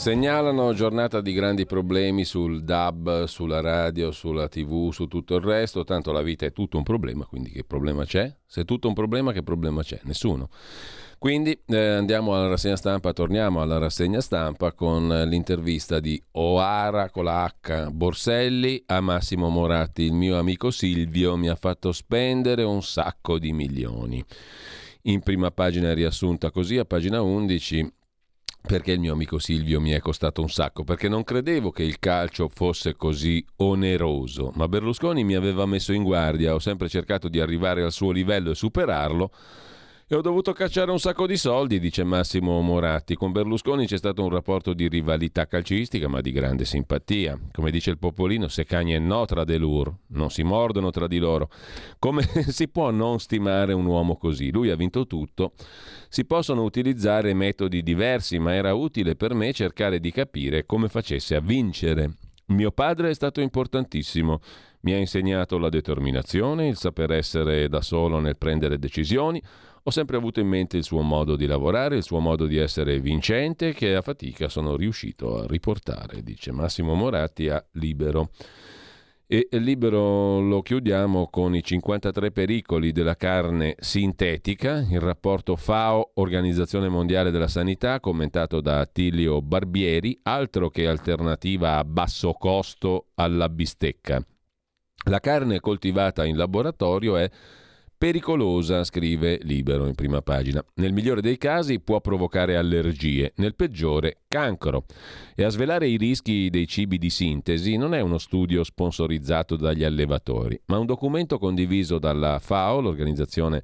Segnalano giornata di grandi problemi sul DAB, sulla radio, sulla TV, su tutto il resto. Tanto la vita è tutto un problema, quindi che problema c'è? Se è tutto un problema, che problema c'è? Nessuno. Quindi andiamo alla rassegna stampa, torniamo alla rassegna stampa con l'intervista di Oara con la H Borselli a Massimo Moratti. Il mio amico Silvio mi ha fatto spendere un sacco di milioni. In prima pagina è riassunta così, a pagina 11, perché il mio amico Silvio mi è costato un sacco, perché non credevo che il calcio fosse così oneroso, ma Berlusconi mi aveva messo in guardia, ho sempre cercato di arrivare al suo livello e superarlo, e ho dovuto cacciare un sacco di soldi, dice Massimo Moratti. Con Berlusconi c'è stato un rapporto di rivalità calcistica, ma di grande simpatia. Come dice il popolino, se cagna e no tra de lur, non si mordono tra di loro. Come si può non stimare un uomo così? Lui ha vinto tutto. Si possono utilizzare metodi diversi, ma era utile per me cercare di capire come facesse a vincere. Mio padre è stato importantissimo. Mi ha insegnato la determinazione, il saper essere da solo nel prendere decisioni. Ho sempre avuto in mente il suo modo di lavorare, il suo modo di essere vincente, che a fatica sono riuscito a riportare, dice Massimo Moratti a Libero. E Libero lo chiudiamo con i 53 pericoli della carne sintetica, il rapporto FAO, Organizzazione Mondiale della Sanità, commentato da Attilio Barbieri, altro che alternativa a basso costo alla bistecca. La carne coltivata in laboratorio è pericolosa, scrive Libero in prima pagina. Nel migliore dei casi può provocare allergie, nel peggiore cancro. E a svelare i rischi dei cibi di sintesi non è uno studio sponsorizzato dagli allevatori, ma un documento condiviso dalla FAO, l'organizzazione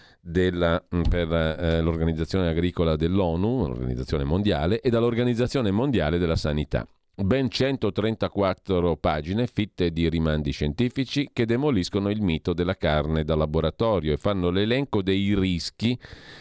l'Organizzazione Agricola dell'ONU, l'Organizzazione Mondiale, e dall'Organizzazione Mondiale della Sanità. Ben 134 pagine fitte di rimandi scientifici che demoliscono il mito della carne da laboratorio e fanno l'elenco dei rischi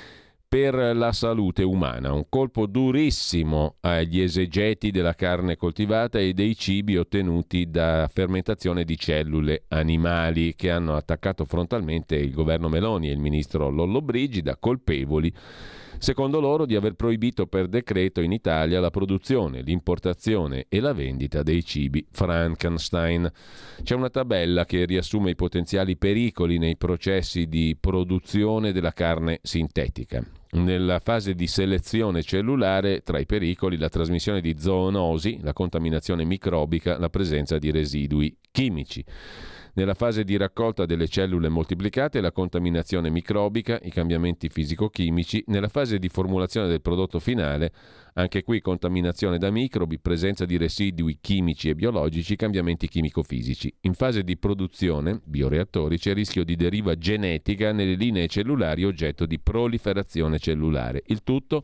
per la salute umana. Un colpo durissimo agli esegeti della carne coltivata e dei cibi ottenuti da fermentazione di cellule animali, che hanno attaccato frontalmente il governo Meloni e il ministro Lollobrigida, colpevoli secondo loro di aver proibito per decreto in Italia la produzione, l'importazione e la vendita dei cibi Frankenstein. C'è una tabella che riassume i potenziali pericoli nei processi di produzione della carne sintetica. Nella fase di selezione cellulare, tra i pericoli, la trasmissione di zoonosi, la contaminazione microbica, la presenza di residui chimici. Nella fase di raccolta delle cellule moltiplicate, la contaminazione microbica, i cambiamenti fisico-chimici. Nella fase di formulazione del prodotto finale, anche qui contaminazione da microbi, presenza di residui chimici e biologici, cambiamenti chimico-fisici. In fase di produzione, bioreattori, c'è rischio di deriva genetica nelle linee cellulari oggetto di proliferazione cellulare. Il tutto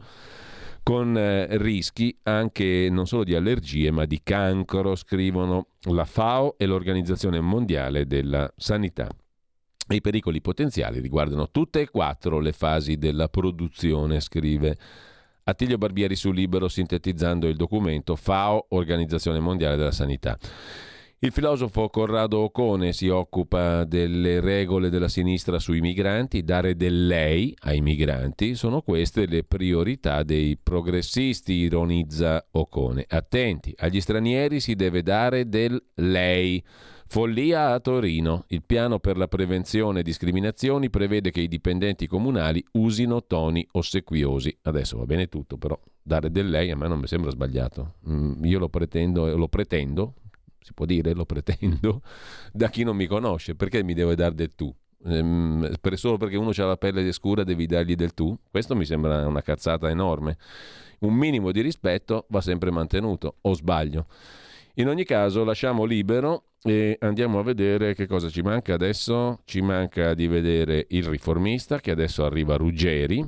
con rischi anche non solo di allergie ma di cancro, scrivono la FAO e l'Organizzazione Mondiale della Sanità. I pericoli potenziali riguardano tutte e 4 le fasi della produzione, scrive Attilio Barbieri su Libero, sintetizzando il documento FAO, Organizzazione Mondiale della Sanità. Il filosofo Corrado Ocone si occupa delle regole della sinistra sui migranti. Dare del lei ai migranti, sono queste le priorità dei progressisti, ironizza Ocone. Attenti, agli stranieri si deve dare del lei. Follia a Torino. Il piano per la prevenzione discriminazioni prevede che i dipendenti comunali usino toni ossequiosi. Adesso va bene tutto, però dare del lei a me non mi sembra sbagliato. Io lo pretendo, si può dire, lo pretendo, da chi non mi conosce. Perché mi deve dare del tu? Solo perché uno ha la pelle scura devi dargli del tu? Questo mi sembra una cazzata enorme. Un minimo di rispetto va sempre mantenuto, o sbaglio? In ogni caso lasciamo Libero e andiamo a vedere che cosa ci manca adesso. Ci manca di vedere Il Riformista, che adesso arriva Ruggeri,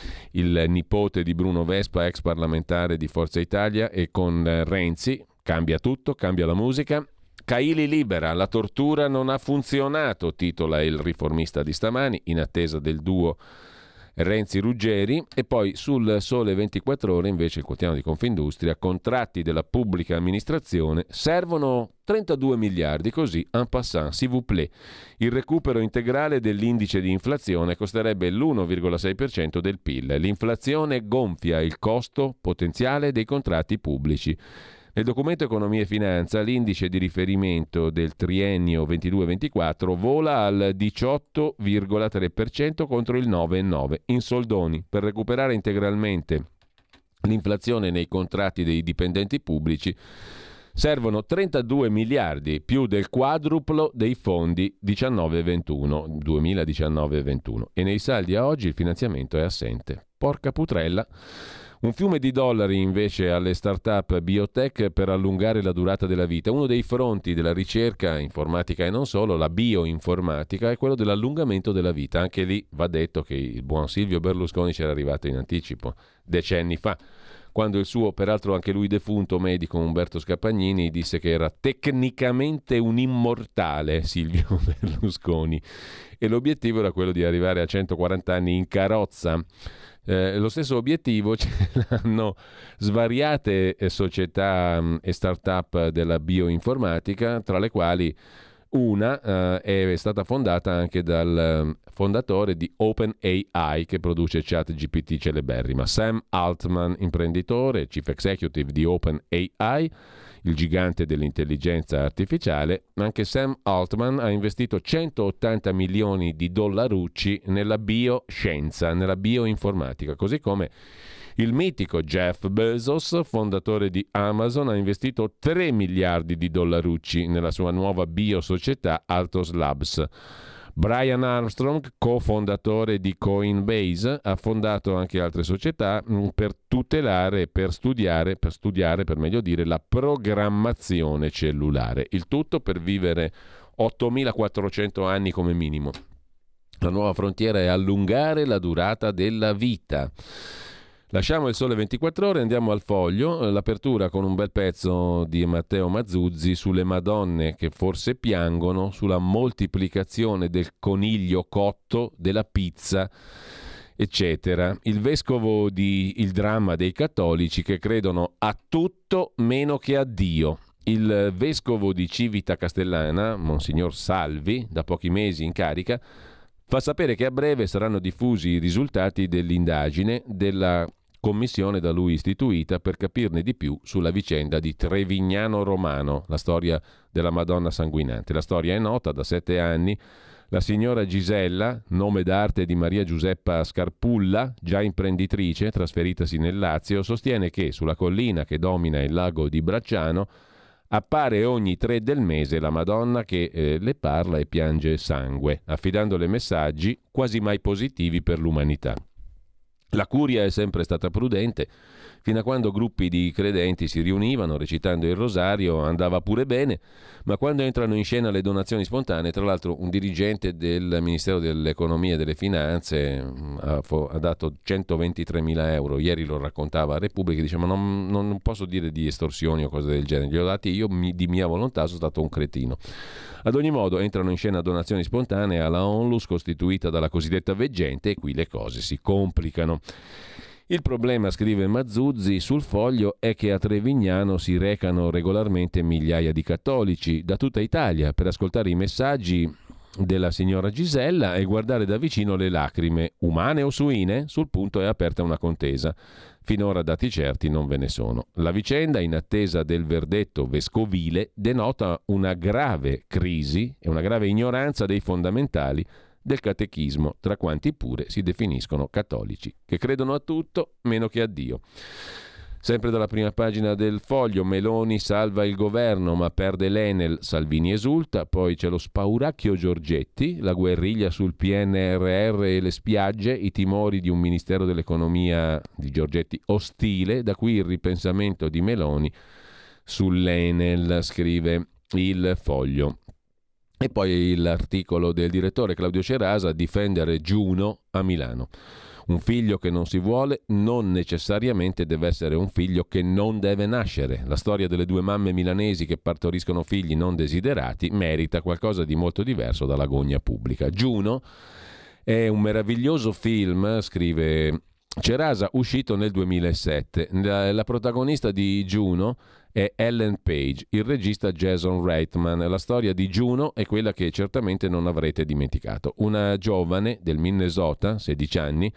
il nipote di Bruno Vespa, ex parlamentare di Forza Italia, e con Renzi. Cambia tutto, cambia la musica. Caili libera, la tortura non ha funzionato, titola Il Riformista di stamani, in attesa del duo Renzi Ruggeri. E poi sul Sole 24 Ore invece il quotidiano di Confindustria: contratti della pubblica amministrazione, servono 32 miliardi, così en passant, s'il vous plaît. Il recupero integrale dell'indice di inflazione costerebbe l'1,6% del PIL. L'inflazione gonfia il costo potenziale dei contratti pubblici. Nel documento Economia e Finanza l'indice di riferimento del triennio 22-24 vola al 18,3% contro il 9,9%. In soldoni, per recuperare integralmente l'inflazione nei contratti dei dipendenti pubblici servono 32 miliardi, più del quadruplo dei fondi 2019-21. E nei saldi a oggi il finanziamento è assente. Porca putrella. Un fiume di dollari invece alle start-up biotech per allungare la durata della vita. Uno dei fronti della ricerca informatica e non solo, la bioinformatica, è quello dell'allungamento della vita. Anche lì va detto che il buon Silvio Berlusconi c'era arrivato in anticipo decenni fa, quando il suo, peraltro anche lui defunto, medico Umberto Scapagnini disse che era tecnicamente un immortale Silvio Berlusconi, e l'obiettivo era quello di arrivare a 140 anni in carrozza. Lo stesso obiettivo ce l'hanno svariate società e start-up della bioinformatica, tra le quali una è stata fondata anche dal fondatore di OpenAI, che produce ChatGPT celeberrima, Sam Altman, imprenditore, chief executive di OpenAI, il gigante dell'intelligenza artificiale. Anche Sam Altman ha investito 180 milioni di dollarucci nella bioscienza, nella bioinformatica, così come il mitico Jeff Bezos, fondatore di Amazon, ha investito 3 miliardi di dollarucci nella sua nuova biosocietà Altos Labs. Brian Armstrong, cofondatore di Coinbase, ha fondato anche altre società per tutelare, per studiare, per meglio dire, la programmazione cellulare. Il tutto per vivere 8.400 anni come minimo. La nuova frontiera è allungare la durata della vita. Lasciamo il Sole 24 Ore, andiamo al Foglio, l'apertura con un bel pezzo di Matteo Mazzuzzi sulle Madonne che forse piangono, sulla moltiplicazione del coniglio cotto, della pizza, eccetera. Il vescovo di Il dramma dei cattolici che credono a tutto meno che a Dio. Il vescovo di Civita Castellana, Monsignor Salvi, da pochi mesi in carica, fa sapere che a breve saranno diffusi i risultati dell'indagine della commissione da lui istituita per capirne di più sulla vicenda di Trevignano Romano, la storia della Madonna sanguinante. La storia è nota da 7 anni. La signora Gisella, nome d'arte di Maria Giuseppa Scarpulla, già imprenditrice, trasferitasi nel Lazio, sostiene che sulla collina che domina il lago di Bracciano appare ogni 3 del mese la Madonna che le parla e piange sangue, affidandole messaggi quasi mai positivi per l'umanità. La curia è sempre stata prudente, fino a quando gruppi di credenti si riunivano recitando il rosario andava pure bene, ma quando entrano in scena le donazioni spontanee, tra l'altro un dirigente del Ministero dell'Economia e delle Finanze ha dato 123.000 euro, ieri lo raccontava a Repubblica, dice ma non posso dire di estorsioni o cose del genere, li ho dati io di mia volontà, sono stato un cretino. Ad ogni modo entrano in scena donazioni spontanee alla Onlus costituita dalla cosiddetta veggente e qui le cose si complicano. Il problema, scrive Mazzuzzi sul Foglio, è che a Trevignano si recano regolarmente migliaia di cattolici da tutta Italia per ascoltare i messaggi della signora Gisella e guardare da vicino le lacrime, umane o suine. Sul punto è aperta una contesa. Finora dati certi non ve ne sono. La vicenda, in attesa del verdetto vescovile, denota una grave crisi e una grave ignoranza dei fondamentali del catechismo, tra quanti pure si definiscono cattolici, che credono a tutto meno che a Dio. Sempre dalla prima pagina del Foglio, Meloni salva il governo ma perde l'Enel, Salvini esulta, poi c'è lo spauracchio Giorgetti, la guerriglia sul PNRR e le spiagge, i timori di un Ministero dell'Economia di Giorgetti ostile, da qui il ripensamento di Meloni sull'Enel, scrive il Foglio. E poi l'articolo del direttore Claudio Cerasa, difendere Giuno a Milano. Un figlio che non si vuole non necessariamente deve essere un figlio che non deve nascere. La storia delle 2 mamme milanesi che partoriscono figli non desiderati merita qualcosa di molto diverso dalla gogna pubblica. Giuno È un meraviglioso film, scrive Cerasa, uscito nel 2007. La protagonista di Juno è Ellen Page, il regista Jason Reitman. La storia di Juno è quella che certamente non avrete dimenticato. Una giovane del Minnesota, 16 anni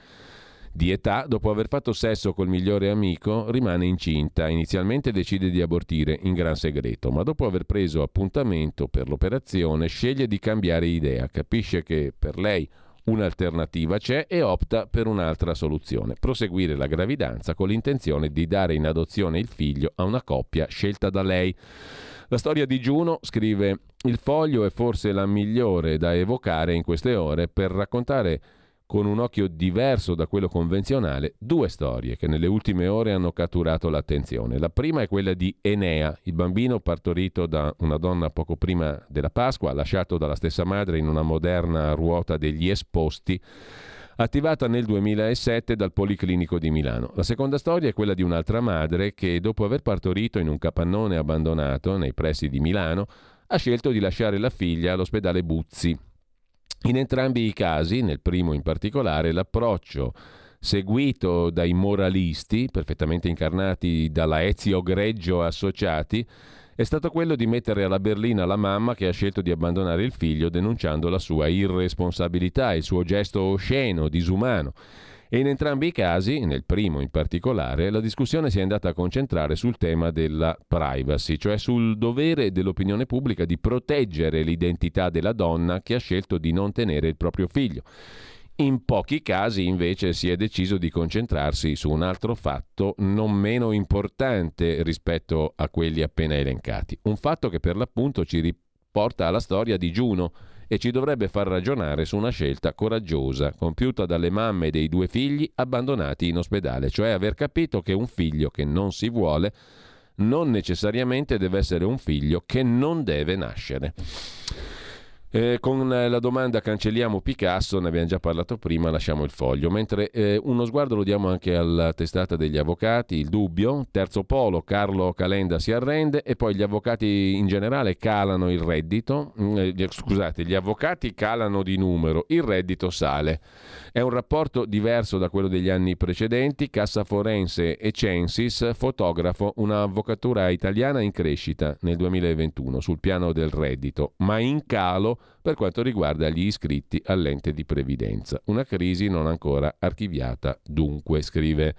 di età, dopo aver fatto sesso col migliore amico, rimane incinta. Inizialmente decide di abortire in gran segreto, ma dopo aver preso appuntamento per l'operazione sceglie di cambiare idea. Capisce che per lei un'alternativa c'è e opta per un'altra soluzione: proseguire la gravidanza con l'intenzione di dare in adozione il figlio a una coppia scelta da lei. La storia di Juno, scrive Il Foglio, è forse la migliore da evocare in queste ore per raccontare con un occhio diverso da quello convenzionale due storie che nelle ultime ore hanno catturato l'attenzione. La prima è quella di Enea, il bambino partorito da una donna poco prima della Pasqua, lasciato dalla stessa madre in una moderna ruota degli esposti, attivata nel 2007 dal Policlinico di Milano. La seconda storia è quella di un'altra madre che, dopo aver partorito in un capannone abbandonato nei pressi di Milano, ha scelto di lasciare la figlia all'ospedale Buzzi. In entrambi i casi, nel primo in particolare, l'approccio seguito dai moralisti, perfettamente incarnati dalla Ezio Greggio associati, è stato quello di mettere alla berlina la mamma che ha scelto di abbandonare il figlio denunciando la sua irresponsabilità, il suo gesto osceno, disumano. E in entrambi i casi, nel primo in particolare, la discussione si è andata a concentrare sul tema della privacy, cioè sul dovere dell'opinione pubblica di proteggere l'identità della donna che ha scelto di non tenere il proprio figlio. In pochi casi, invece, si è deciso di concentrarsi su un altro fatto non meno importante rispetto a quelli appena elencati. Un fatto che per l'appunto ci riporta alla storia di Juno e ci dovrebbe far ragionare su una scelta coraggiosa compiuta dalle mamme dei due figli abbandonati in ospedale, cioè aver capito che un figlio che non si vuole non necessariamente deve essere un figlio che non deve nascere. Con la domanda cancelliamo Picasso, ne abbiamo già parlato prima, lasciamo il Foglio, mentre uno sguardo lo diamo anche alla testata degli avvocati, Il Dubbio, Terzo Polo, Carlo Calenda si arrende e poi gli avvocati in generale calano il reddito, gli avvocati calano di numero, il reddito sale. È un rapporto diverso da quello degli anni precedenti, Cassa Forense e Censis, fotografo una avvocatura italiana in crescita nel 2021 sul piano del reddito, ma in calo per quanto riguarda gli iscritti all'ente di previdenza. Una crisi non ancora archiviata, dunque, scrive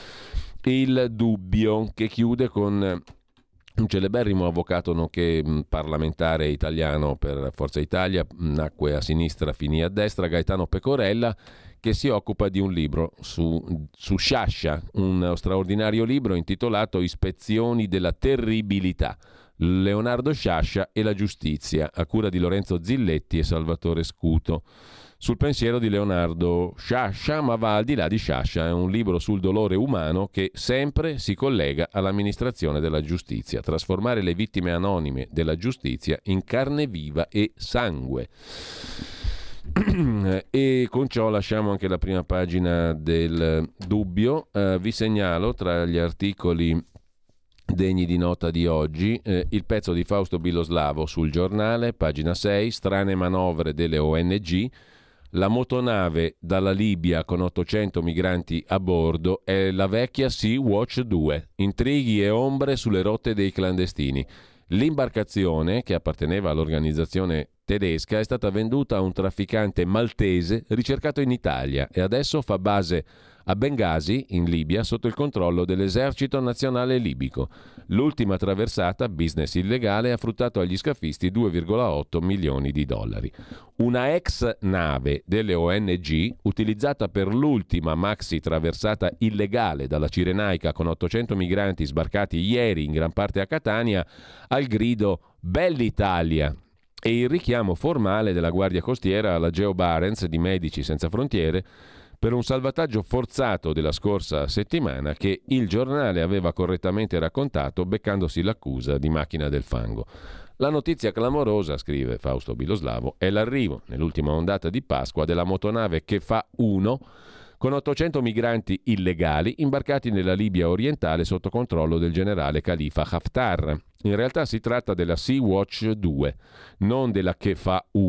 Il Dubbio, che chiude con un celeberrimo avvocato nonché parlamentare italiano per Forza Italia, nacque a sinistra, finì a destra, Gaetano Pecorella, che si occupa di un libro su Sciascia, un straordinario libro intitolato Ispezioni della terribilità. Leonardo Sciascia e la giustizia, a cura di Lorenzo Zilletti e Salvatore Scuto. Sul pensiero di Leonardo Sciascia, ma va al di là di Sciascia, è un libro sul dolore umano che sempre si collega all'amministrazione della giustizia, trasformare le vittime anonime della giustizia in carne viva e sangue. E con ciò lasciamo anche la prima pagina del Dubbio. Vi segnalo tra gli articoli degni di nota di oggi il pezzo di Fausto Biloslavo sul Giornale, pagina 6, strane manovre delle ONG, la motonave dalla Libia con 800 migranti a bordo è la vecchia Sea-Watch 2, intrighi e ombre sulle rotte dei clandestini. L'imbarcazione, che apparteneva all'organizzazione tedesca, è stata venduta a un trafficante maltese ricercato in Italia e adesso fa base a Bengasi, in Libia, sotto il controllo dell'esercito nazionale libico. L'ultima traversata, business illegale, ha fruttato agli scafisti 2,8 milioni di dollari. Una ex nave delle ONG, utilizzata per l'ultima maxi traversata illegale dalla Cirenaica con 800 migranti sbarcati ieri in gran parte a Catania, al grido «Bell'Italia!» e il richiamo formale della Guardia Costiera alla Geo Barents di Medici Senza Frontiere per un salvataggio forzato della scorsa settimana che il Giornale aveva correttamente raccontato beccandosi l'accusa di macchina del fango. La notizia clamorosa, scrive Fausto Biloslavo, è l'arrivo nell'ultima ondata di Pasqua della motonave Kefa 1 con 800 migranti illegali imbarcati nella Libia orientale sotto controllo del generale Khalifa Haftar. In realtà si tratta della Sea-Watch 2, non della Kefa 1.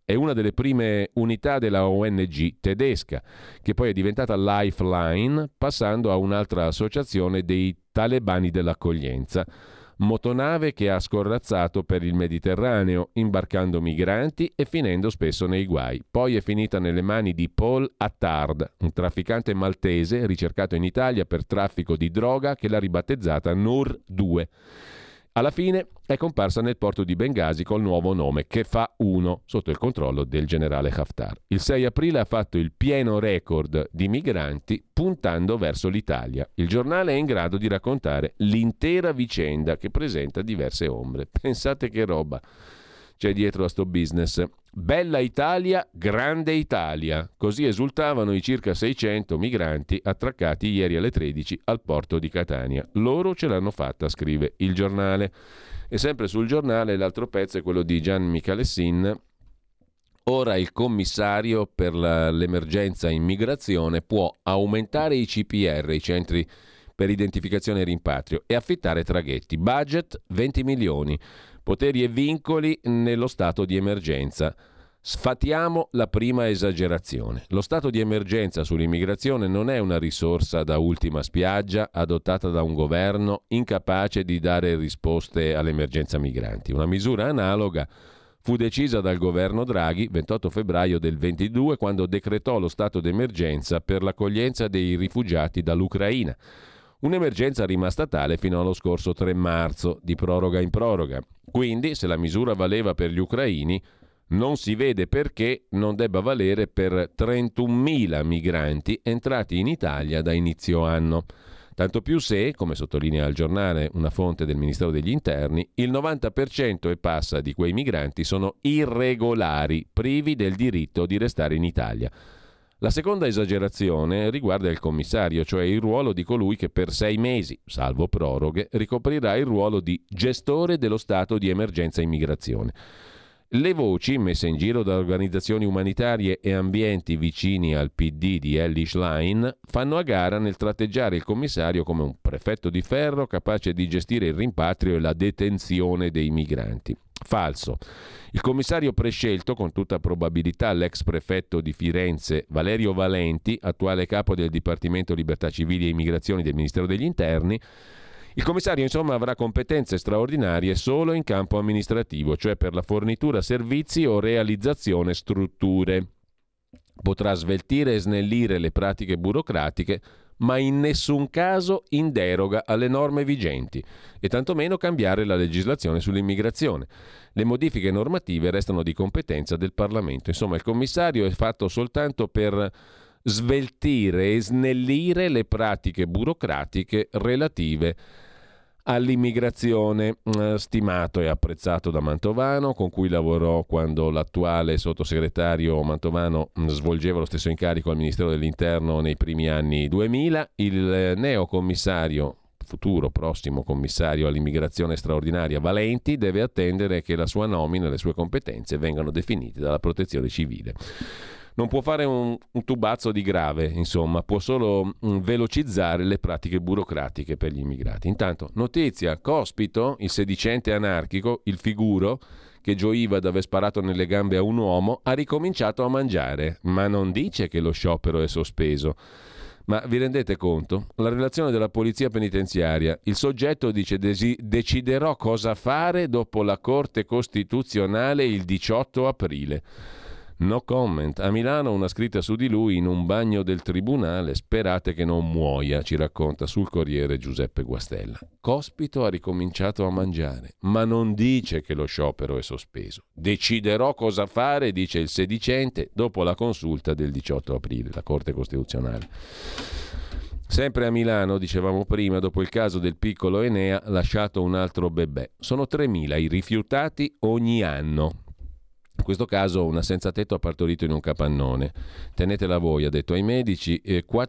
È una delle prime unità della ONG tedesca, che poi è diventata Lifeline, passando a un'altra associazione dei talebani dell'accoglienza. Motonave che ha scorrazzato per il Mediterraneo, imbarcando migranti e finendo spesso nei guai. Poi è finita nelle mani di Paul Attard, un trafficante maltese ricercato in Italia per traffico di droga che l'ha ribattezzata Nur 2. Alla fine è comparsa nel porto di Bengasi col nuovo nome Kefa 1, sotto il controllo del generale Haftar. Il 6 aprile ha fatto il pieno record di migranti puntando verso l'Italia. Il giornale è in grado di raccontare l'intera vicenda che presenta diverse ombre. Pensate che roba c'è dietro a sto business. Bella Italia, grande Italia. Così esultavano i circa 600 migranti attraccati ieri alle 13 al porto di Catania. Loro ce l'hanno fatta, scrive il giornale. E sempre sul giornale l'altro pezzo è quello di Gian Michalessin. Ora il commissario per l'emergenza immigrazione può aumentare i CPR, i centri per identificazione e rimpatrio, e affittare traghetti. Budget 20 milioni. Poteri e vincoli nello stato di emergenza. Sfatiamo la prima esagerazione. Lo stato di emergenza sull'immigrazione non è una risorsa da ultima spiaggia adottata da un governo incapace di dare risposte all'emergenza migranti. Una misura analoga fu decisa dal governo Draghi 28 febbraio del 22 quando decretò lo stato d'emergenza per l'accoglienza dei rifugiati dall'Ucraina. Un'emergenza rimasta tale fino allo scorso 3 marzo, di proroga in proroga. Quindi, se la misura valeva per gli ucraini, non si vede perché non debba valere per 31.000 migranti entrati in Italia da inizio anno. Tanto più se, come sottolinea il giornale una fonte del Ministero degli Interni, il 90% e passa di quei migranti sono irregolari, privi del diritto di restare in Italia. La seconda esagerazione riguarda il commissario, cioè il ruolo di colui che per 6 mesi, salvo proroghe, ricoprirà il ruolo di gestore dello stato di emergenza immigrazione. Le voci messe in giro da organizzazioni umanitarie e ambienti vicini al PD di Elly Schlein fanno a gara nel tratteggiare il commissario come un prefetto di ferro capace di gestire il rimpatrio e la detenzione dei migranti. Falso. Il commissario prescelto, con tutta probabilità l'ex prefetto di Firenze Valerio Valenti, attuale capo del Dipartimento Libertà Civili e Immigrazioni del Ministero degli Interni, il commissario insomma avrà competenze straordinarie solo in campo amministrativo, cioè per la fornitura servizi o realizzazione strutture. Potrà sveltire e snellire le pratiche burocratiche, ma in nessun caso in deroga alle norme vigenti e tantomeno cambiare la legislazione sull'immigrazione. Le modifiche normative restano di competenza del Parlamento. Insomma, il commissario è fatto soltanto per sveltire e snellire le pratiche burocratiche relative all'immigrazione. Stimato e apprezzato da Mantovano, con cui lavorò quando l'attuale sottosegretario Mantovano svolgeva lo stesso incarico al Ministero dell'Interno nei primi anni 2000, il neocommissario, futuro prossimo commissario all'immigrazione straordinaria Valenti, deve attendere che la sua nomina e le sue competenze vengano definite dalla Protezione Civile. Non può fare un tubazzo di grave, insomma, può solo velocizzare le pratiche burocratiche per gli immigrati. Intanto, notizia, Cospito, il sedicente anarchico, il figuro, che gioiva d'aver sparato nelle gambe a un uomo, ha ricominciato a mangiare, ma non dice che lo sciopero è sospeso. Ma vi rendete conto? La relazione della polizia penitenziaria, il soggetto dice deciderò cosa fare dopo la Corte Costituzionale il 18 aprile. No comment. A Milano una scritta su di lui in un bagno del tribunale. Sperate che non muoia, ci racconta sul Corriere Giuseppe Guastella. Cospito ha ricominciato a mangiare, ma non dice che lo sciopero è sospeso. Deciderò cosa fare, dice il sedicente, dopo la consulta del 18 aprile, la Corte Costituzionale. Sempre a Milano, dicevamo prima, dopo il caso del piccolo Enea, lasciato un altro bebè. Sono 3.000 i rifiutati ogni anno. In questo caso una senza tetto ha partorito in un capannone. Tenetela voi, ha detto ai medici.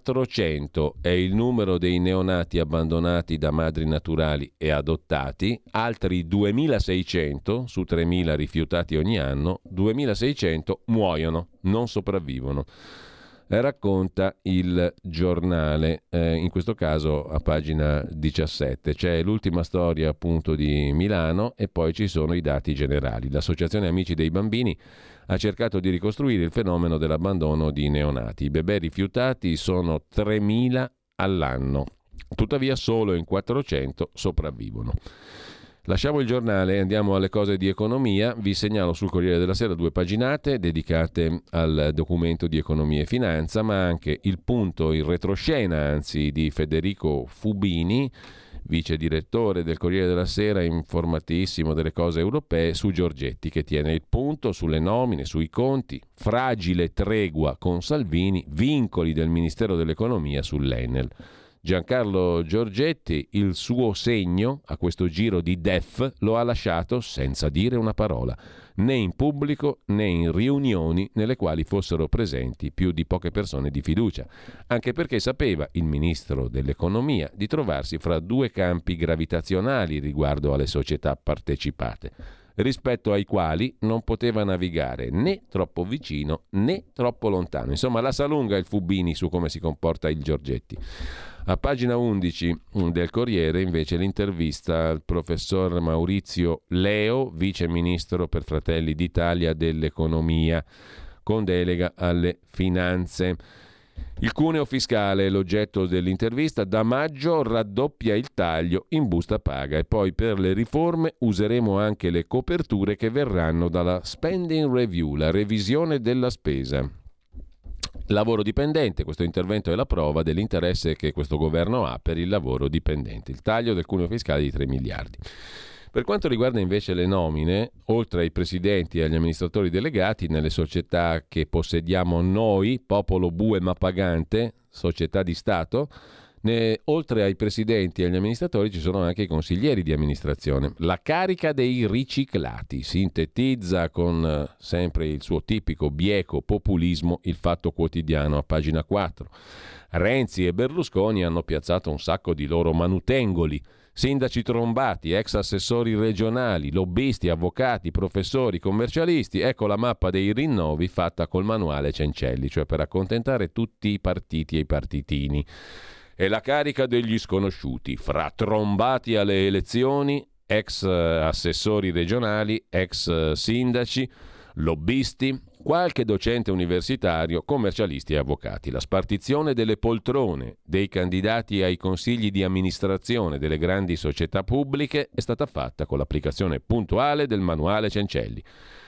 400 è il numero dei neonati abbandonati da madri naturali e adottati, altri 2.600 su 3.000 rifiutati ogni anno, 2.600 muoiono, non sopravvivono. racconta il giornale, in questo caso a pagina 17. C'è l'ultima storia appunto di Milano e poi ci sono i dati generali. L'Associazione Amici dei Bambini ha cercato di ricostruire il fenomeno dell'abbandono di neonati. I bebè rifiutati sono 3.000 all'anno, tuttavia solo in 400 sopravvivono. Lasciamo il giornale e andiamo alle cose di economia. Vi segnalo sul Corriere della Sera 2 paginate dedicate al documento di economia e finanza, ma anche il punto, il retroscena anzi, di Federico Fubini, vice direttore del Corriere della Sera, informatissimo delle cose europee, su Giorgetti, che tiene il punto sulle nomine, sui conti, fragile tregua con Salvini, vincoli del Ministero dell'Economia sull'Enel. Giancarlo Giorgetti il suo segno a questo giro di DEF lo ha lasciato senza dire una parola, né in pubblico né in riunioni nelle quali fossero presenti più di poche persone di fiducia, anche perché sapeva il ministro dell'economia di trovarsi fra 2 campi gravitazionali riguardo alle società partecipate, rispetto ai quali non poteva navigare né troppo vicino né troppo lontano. Insomma, la sa lunga il Fubini su come si comporta il Giorgetti. A pagina 11 del Corriere invece l'intervista al professor Maurizio Leo, vice ministro per Fratelli d'Italia dell'economia, con delega alle finanze. Il cuneo fiscale è l'oggetto dell'intervista. Da maggio raddoppia il taglio in busta paga e poi per le riforme useremo anche le coperture che verranno dalla spending review, la revisione della spesa. Lavoro dipendente, questo intervento è la prova dell'interesse che questo governo ha per il lavoro dipendente. Il taglio del cuneo fiscale di 3 miliardi. Per quanto riguarda invece le nomine, oltre ai presidenti e agli amministratori delegati, nelle società che possediamo noi, popolo bue ma pagante, società di Stato, oltre ai presidenti e agli amministratori ci sono anche i consiglieri di amministrazione. La carica dei riciclati sintetizza con sempre il suo tipico bieco populismo il Fatto Quotidiano a pagina 4. Renzi e Berlusconi hanno piazzato un sacco di loro manutengoli, sindaci trombati, ex assessori regionali, lobbisti, avvocati, professori, commercialisti. Ecco la mappa dei rinnovi fatta col manuale Cencelli, cioè per accontentare tutti i partiti e i partitini. E la carica degli sconosciuti, fra trombati alle elezioni, ex assessori regionali, ex sindaci, lobbisti, qualche docente universitario, commercialisti e avvocati. La spartizione delle poltrone dei candidati ai consigli di amministrazione delle grandi società pubbliche è stata fatta con l'applicazione puntuale del manuale Cencelli.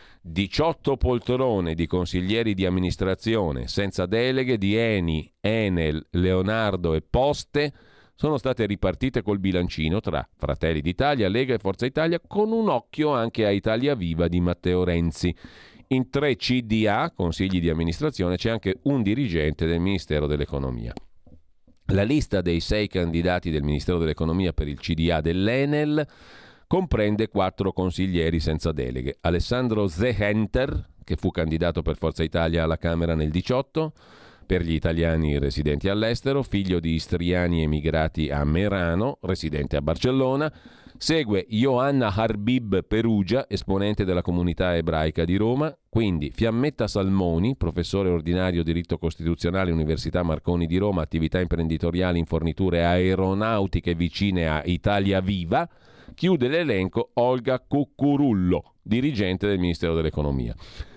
18 poltrone di consiglieri di amministrazione senza deleghe di Eni, Enel, Leonardo e Poste sono state ripartite col bilancino tra Fratelli d'Italia, Lega e Forza Italia, con un occhio anche a Italia Viva di Matteo Renzi. In 3 CDA, consigli di amministrazione, c'è anche un dirigente del Ministero dell'Economia. La lista dei 6 candidati del Ministero dell'Economia per il CDA dell'Enel comprende 4 consiglieri senza deleghe. Alessandro Zehenter, che fu candidato per Forza Italia alla Camera nel 2018, per gli italiani residenti all'estero, figlio di istriani emigrati a Merano, residente a Barcellona. Segue Ioanna Harbib Perugia, esponente della comunità ebraica di Roma. Quindi Fiammetta Salmoni, professore ordinario diritto costituzionale Università Marconi di Roma, attività imprenditoriali in forniture aeronautiche vicine a Italia Viva. Chiude l'elenco Olga Cuccurullo, dirigente del Ministero dell'Economia.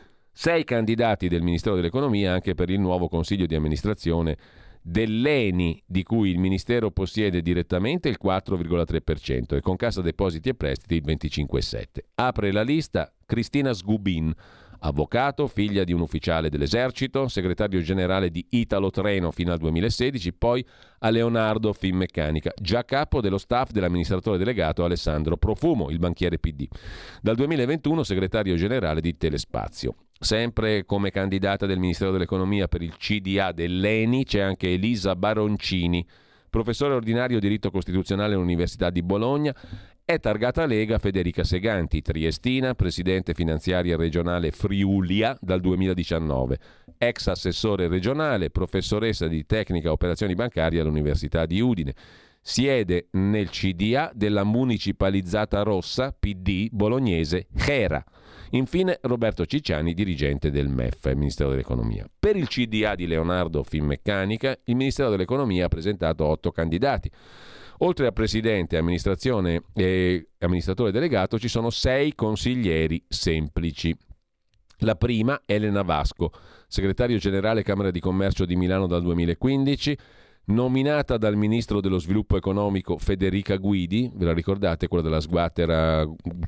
6 candidati del Ministero dell'Economia anche per il nuovo consiglio di amministrazione dell'ENI, di cui il Ministero possiede direttamente il 4,3% e con Cassa Depositi e Prestiti il 25,7%. Apre la lista Cristina Sgubin, avvocato, figlia di un ufficiale dell'esercito, segretario generale di Italo Treno fino al 2016, poi a Leonardo Finmeccanica, già capo dello staff dell'amministratore delegato Alessandro Profumo, il banchiere PD. Dal 2021 segretario generale di Telespazio. Sempre come candidata del Ministero dell'Economia per il CDA dell'ENI c'è anche Elisa Baroncini, professore ordinario diritto costituzionale all'Università di Bologna. È targata Lega Federica Seganti, triestina, presidente finanziaria regionale Friulia dal 2019, ex assessore regionale, professoressa di tecnica e operazioni bancarie all'Università di Udine. Siede nel CDA della municipalizzata rossa PD bolognese Hera. Infine Roberto Cicciani, dirigente del MEF, il Ministero dell'Economia. Per il CDA di Leonardo Finmeccanica, il Ministero dell'Economia ha presentato 8 candidati. Oltre a presidente, amministrazione e amministratore delegato, ci sono 6 consiglieri semplici. La prima, Elena Vasco, segretario generale Camera di Commercio di Milano dal 2015, nominata dal ministro dello sviluppo economico Federica Guidi, ve la ricordate, quella della sguattera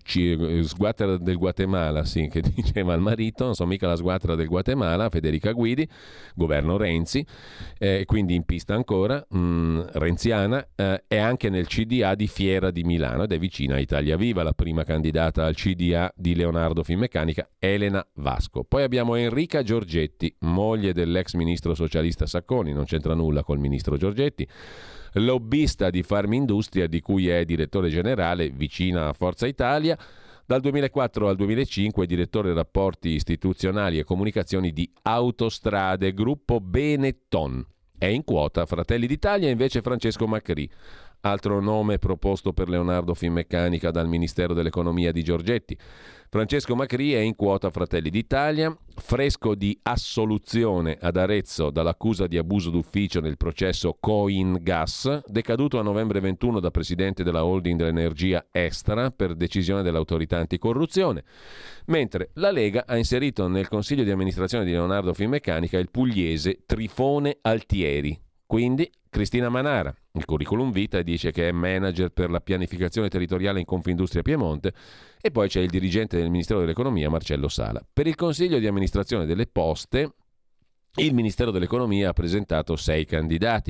del Guatemala, sì, che diceva al marito, non so mica la sguattera del Guatemala, Federica Guidi, governo Renzi, quindi in pista ancora, renziana, è anche nel CDA di Fiera di Milano ed è vicina a Italia Viva, la prima candidata al CDA di Leonardo Finmeccanica, Elena Vasco. Poi abbiamo Enrica Giorgetti, moglie dell'ex ministro socialista Sacconi, non c'entra nulla col ministro Giorgetti, lobbista di Farmindustria di cui è direttore generale, vicina a Forza Italia, dal 2004 al 2005 direttore rapporti istituzionali e comunicazioni di Autostrade, gruppo Benetton. È in quota Fratelli d'Italia invece Francesco Macri, altro nome proposto per Leonardo Finmeccanica dal Ministero dell'Economia di Giorgetti. Francesco Macri è in quota Fratelli d'Italia, fresco di assoluzione ad Arezzo dall'accusa di abuso d'ufficio nel processo Coin Gas, decaduto a novembre 21 da presidente della holding dell'energia Estra per decisione dell'autorità anticorruzione, mentre la Lega ha inserito nel consiglio di amministrazione di Leonardo Finmeccanica il pugliese Trifone Altieri. Quindi Cristina Manara, il curriculum vitae dice che è manager per la pianificazione territoriale in Confindustria Piemonte, e poi c'è il dirigente del Ministero dell'Economia Marcello Sala. Per il consiglio di amministrazione delle Poste, il Ministero dell'Economia ha presentato 6 candidati.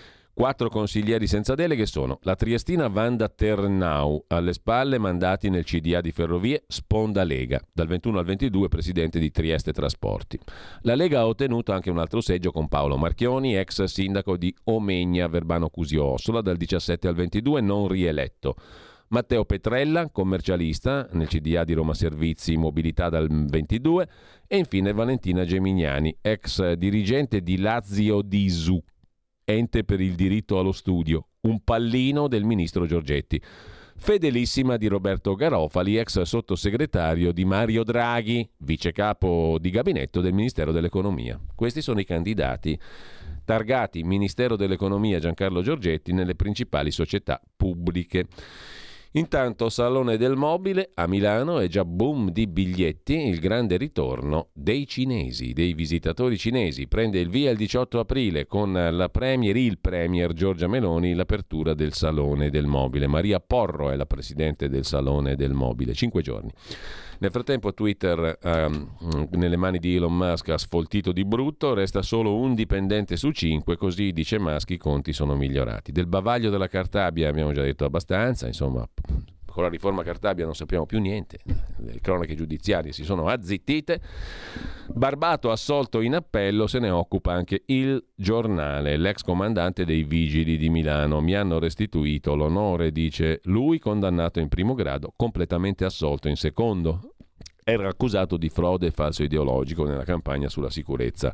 4 consiglieri senza deleghe sono la triestina Wanda Ternau, alle spalle mandati nel CDA di Ferrovie, sponda Lega, dal 21 al 22 presidente di Trieste Trasporti. La Lega ha ottenuto anche un altro seggio con Paolo Marchioni, ex sindaco di Omegna Verbano Cusio Ossola, dal 17 al 22 non rieletto. Matteo Petrella, commercialista, nel CDA di Roma Servizi Mobilità dal 22, e infine Valentina Gemignani, ex dirigente di Lazio Disu, ente per il diritto allo studio, un pallino del ministro Giorgetti. Fedelissima di Roberto Garofali, ex sottosegretario di Mario Draghi, vice capo di gabinetto del Ministero dell'Economia. Questi sono i candidati targati Ministero dell'Economia Giancarlo Giorgetti nelle principali società pubbliche. Intanto Salone del Mobile a Milano è già boom di biglietti, il grande ritorno dei cinesi, dei visitatori cinesi. Prende il via il 18 aprile con il premier Giorgia Meloni, l'apertura del Salone del Mobile. Maria Porro è la presidente del Salone del Mobile, 5 giorni. Nel frattempo Twitter nelle mani di Elon Musk ha sfoltito di brutto, resta solo un dipendente su 5, così dice Musk i conti sono migliorati. Del bavaglio della Cartabia abbiamo già detto abbastanza, insomma con la riforma Cartabia non sappiamo più niente, le cronache giudiziarie si sono azzittite. Barbato assolto in appello, se ne occupa anche Il Giornale, l'ex comandante dei Vigili di Milano. Mi hanno restituito l'onore, dice lui, condannato in primo grado, completamente assolto in secondo. Era accusato di frode e falso ideologico nella campagna sulla sicurezza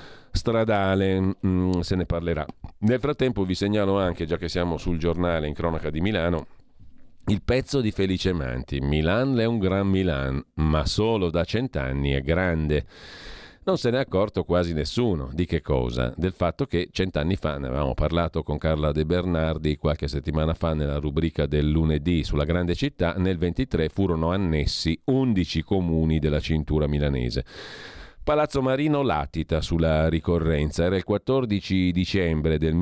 stradale, se ne parlerà. Nel frattempo vi segnalo anche, già che siamo sul Giornale in cronaca di Milano, il pezzo di Felice Manti. Milan è un gran Milan, ma solo da 100 anni è grande. Non se ne è accorto quasi nessuno. Di che cosa? Del fatto che 100 anni fa, ne avevamo parlato con Carla De Bernardi qualche settimana fa nella rubrica del lunedì sulla grande città, nel 23 furono annessi 11 comuni della cintura milanese. Palazzo Marino latita sulla ricorrenza. Era il 14 dicembre del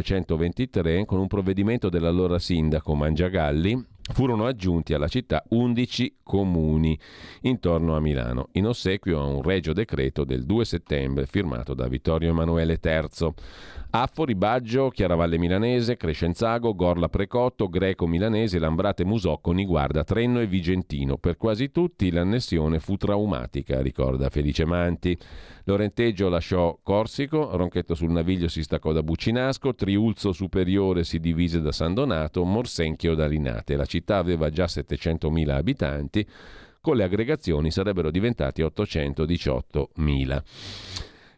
1923, con un provvedimento dell'allora sindaco Mangiagalli furono aggiunti alla città 11 comuni intorno a Milano, in ossequio a un regio decreto del 2 settembre firmato da Vittorio Emanuele III. Affori, Baggio, Chiaravalle Milanese, Crescenzago, Gorla Precotto, Greco Milanese, Lambrate Musocco, Niguarda, Trenno e Vigentino. Per quasi tutti l'annessione fu traumatica, ricorda Felice Manti. Lorenteggio lasciò Corsico, Ronchetto sul Naviglio si staccò da Buccinasco, Triulzo Superiore si divise da San Donato, Morsenchio da Linate. La città aveva già 700.000 abitanti, con le aggregazioni sarebbero diventati 818.000.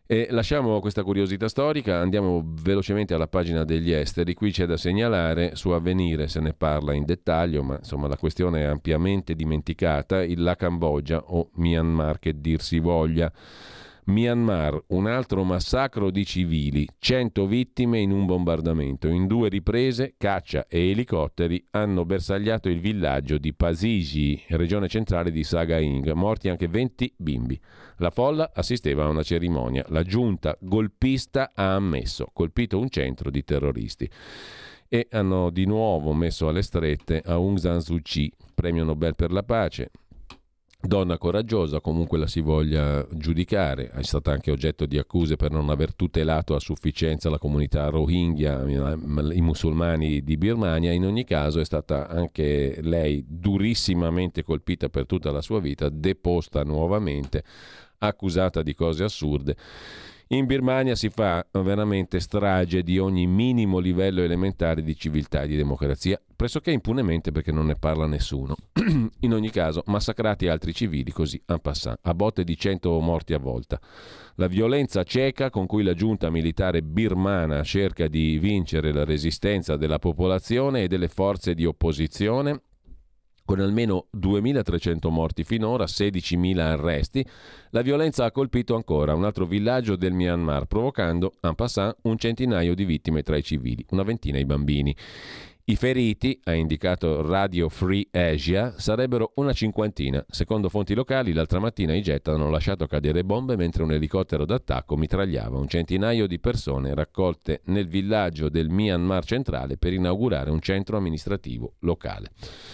E lasciamo questa curiosità storica, andiamo velocemente alla pagina degli esteri. Qui c'è da segnalare, su Avvenire se ne parla in dettaglio, ma insomma la questione è ampiamente dimenticata, la Cambogia o Myanmar che dir si voglia. Myanmar, un altro massacro di civili, 100 vittime in un bombardamento. In 2 riprese, caccia e elicotteri hanno bersagliato il villaggio di Pasigi, regione centrale di Sagaing, morti anche 20 bimbi. La folla assisteva a una cerimonia. La giunta golpista ha ammesso, colpito un centro di terroristi. E hanno di nuovo messo alle strette Aung San Suu Kyi, premio Nobel per la pace. Donna coraggiosa, comunque la si voglia giudicare, è stata anche oggetto di accuse per non aver tutelato a sufficienza la comunità Rohingya, i musulmani di Birmania. In ogni caso è stata anche lei durissimamente colpita per tutta la sua vita, deposta nuovamente, accusata di cose assurde. In Birmania si fa veramente strage di ogni minimo livello elementare di civiltà e di democrazia, pressoché impunemente perché non ne parla nessuno. In ogni caso, massacrati altri civili così en passant, a botte di 100 morti a volta. La violenza cieca con cui la giunta militare birmana cerca di vincere la resistenza della popolazione e delle forze di opposizione, con almeno 2.300 morti finora, 16.000 arresti, la violenza ha colpito ancora un altro villaggio del Myanmar, provocando, en passant, un centinaio di vittime tra i civili, una ventina i bambini. I feriti, ha indicato Radio Free Asia, sarebbero una cinquantina. Secondo fonti locali, l'altra mattina i jet hanno lasciato cadere bombe mentre un elicottero d'attacco mitragliava un centinaio di persone raccolte nel villaggio del Myanmar centrale per inaugurare un centro amministrativo locale.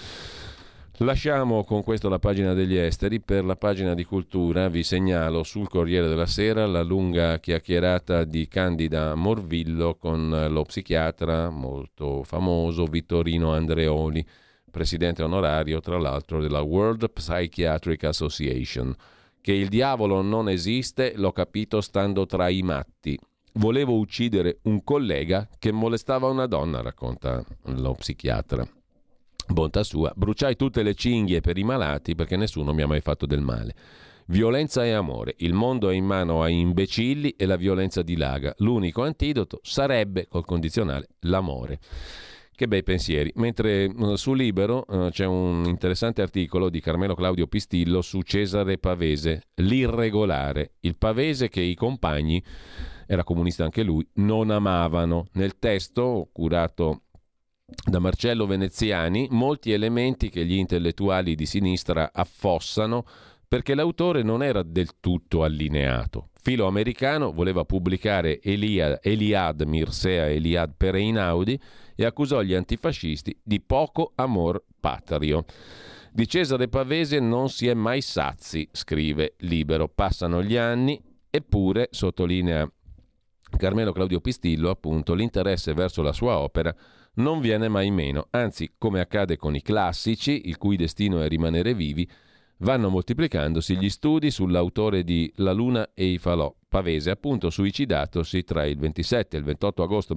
Lasciamo con questo la pagina degli esteri. Per la pagina di cultura vi segnalo sul Corriere della Sera la lunga chiacchierata di Candida Morvillo con lo psichiatra molto famoso Vittorino Andreoli, presidente onorario tra l'altro della World Psychiatric Association. Che il diavolo non esiste l'ho capito stando tra i matti. Volevo uccidere un collega che molestava una donna, racconta lo psichiatra. Bontà sua, bruciai tutte le cinghie per i malati perché nessuno mi ha mai fatto del male. Violenza e amore, il mondo è in mano ai imbecilli e la violenza dilaga. L'unico antidoto sarebbe, col condizionale, l'amore. Che bei pensieri. Mentre su Libero c'è un interessante articolo di Carmelo Claudio Pistillo su Cesare Pavese, l'irregolare, il Pavese che i compagni, era comunista anche lui, non amavano. Nel testo curato da Marcello Veneziani, molti elementi che gli intellettuali di sinistra affossano perché l'autore non era del tutto allineato. Filo americano voleva pubblicare Eliad Mircea Eliad Pereinaudi e accusò gli antifascisti di poco amor patrio. Di Cesare Pavese non si è mai sazi, scrive Libero. Passano gli anni, eppure, sottolinea Carmelo Claudio Pistillo, appunto, l'interesse verso la sua opera non viene mai meno, anzi, come accade con i classici, il cui destino è rimanere vivi, vanno moltiplicandosi gli studi sull'autore di La Luna e i falò, Pavese, appunto suicidatosi tra il 27 e il 28 agosto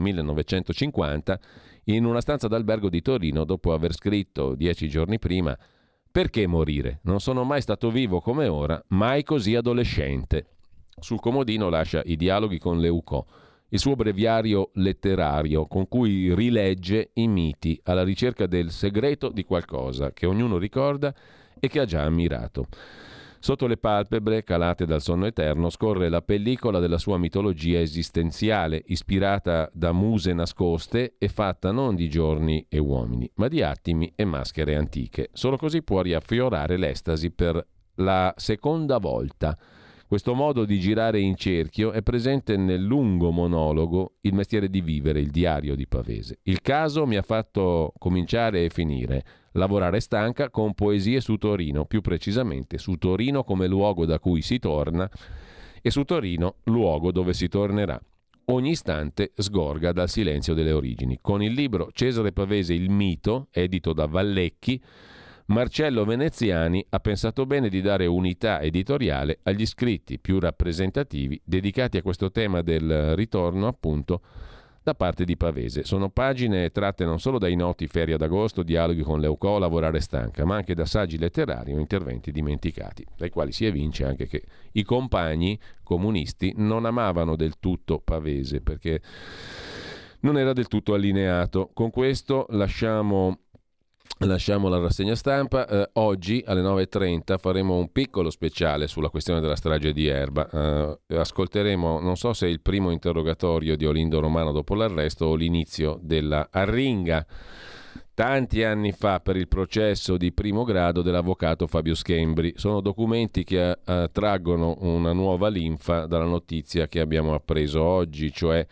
1950 in una stanza d'albergo di Torino dopo aver scritto 10 giorni prima: «Perché morire? Non sono mai stato vivo come ora, mai così adolescente». Sul comodino lascia i dialoghi con Leucò, il suo breviario letterario con cui rilegge i miti alla ricerca del segreto di qualcosa che ognuno ricorda e che ha già ammirato. Sotto le palpebre, calate dal sonno eterno, scorre la pellicola della sua mitologia esistenziale, ispirata da muse nascoste e fatta non di giorni e uomini, ma di attimi e maschere antiche. Solo così può riaffiorare l'estasi per la seconda volta. Questo modo di girare in cerchio è presente nel lungo monologo Il mestiere di vivere, il diario di Pavese. Il caso mi ha fatto cominciare e finire, lavorare stanca con poesie su Torino, più precisamente su Torino come luogo da cui si torna e su Torino luogo dove si tornerà. Ogni istante sgorga dal silenzio delle origini. Con il libro Cesare Pavese, il mito, edito da Vallecchi, Marcello Veneziani ha pensato bene di dare unità editoriale agli scritti più rappresentativi dedicati a questo tema del ritorno, appunto, da parte di Pavese. Sono pagine tratte non solo dai noti Feria d'agosto, dialoghi con Leucò, Lavorare stanca, ma anche da saggi letterari o interventi dimenticati, dai quali si evince anche che i compagni comunisti non amavano del tutto Pavese perché non era del tutto allineato. Con questo lasciamo la rassegna stampa. Oggi alle 9.30 faremo un piccolo speciale sulla questione della strage di Erba. Ascolteremo, non so se il primo interrogatorio di Olindo Romano dopo l'arresto o l'inizio della arringa tanti anni fa per il processo di primo grado dell'avvocato Fabio Schembri. Sono documenti che traggono una nuova linfa dalla notizia che abbiamo appreso oggi, cioè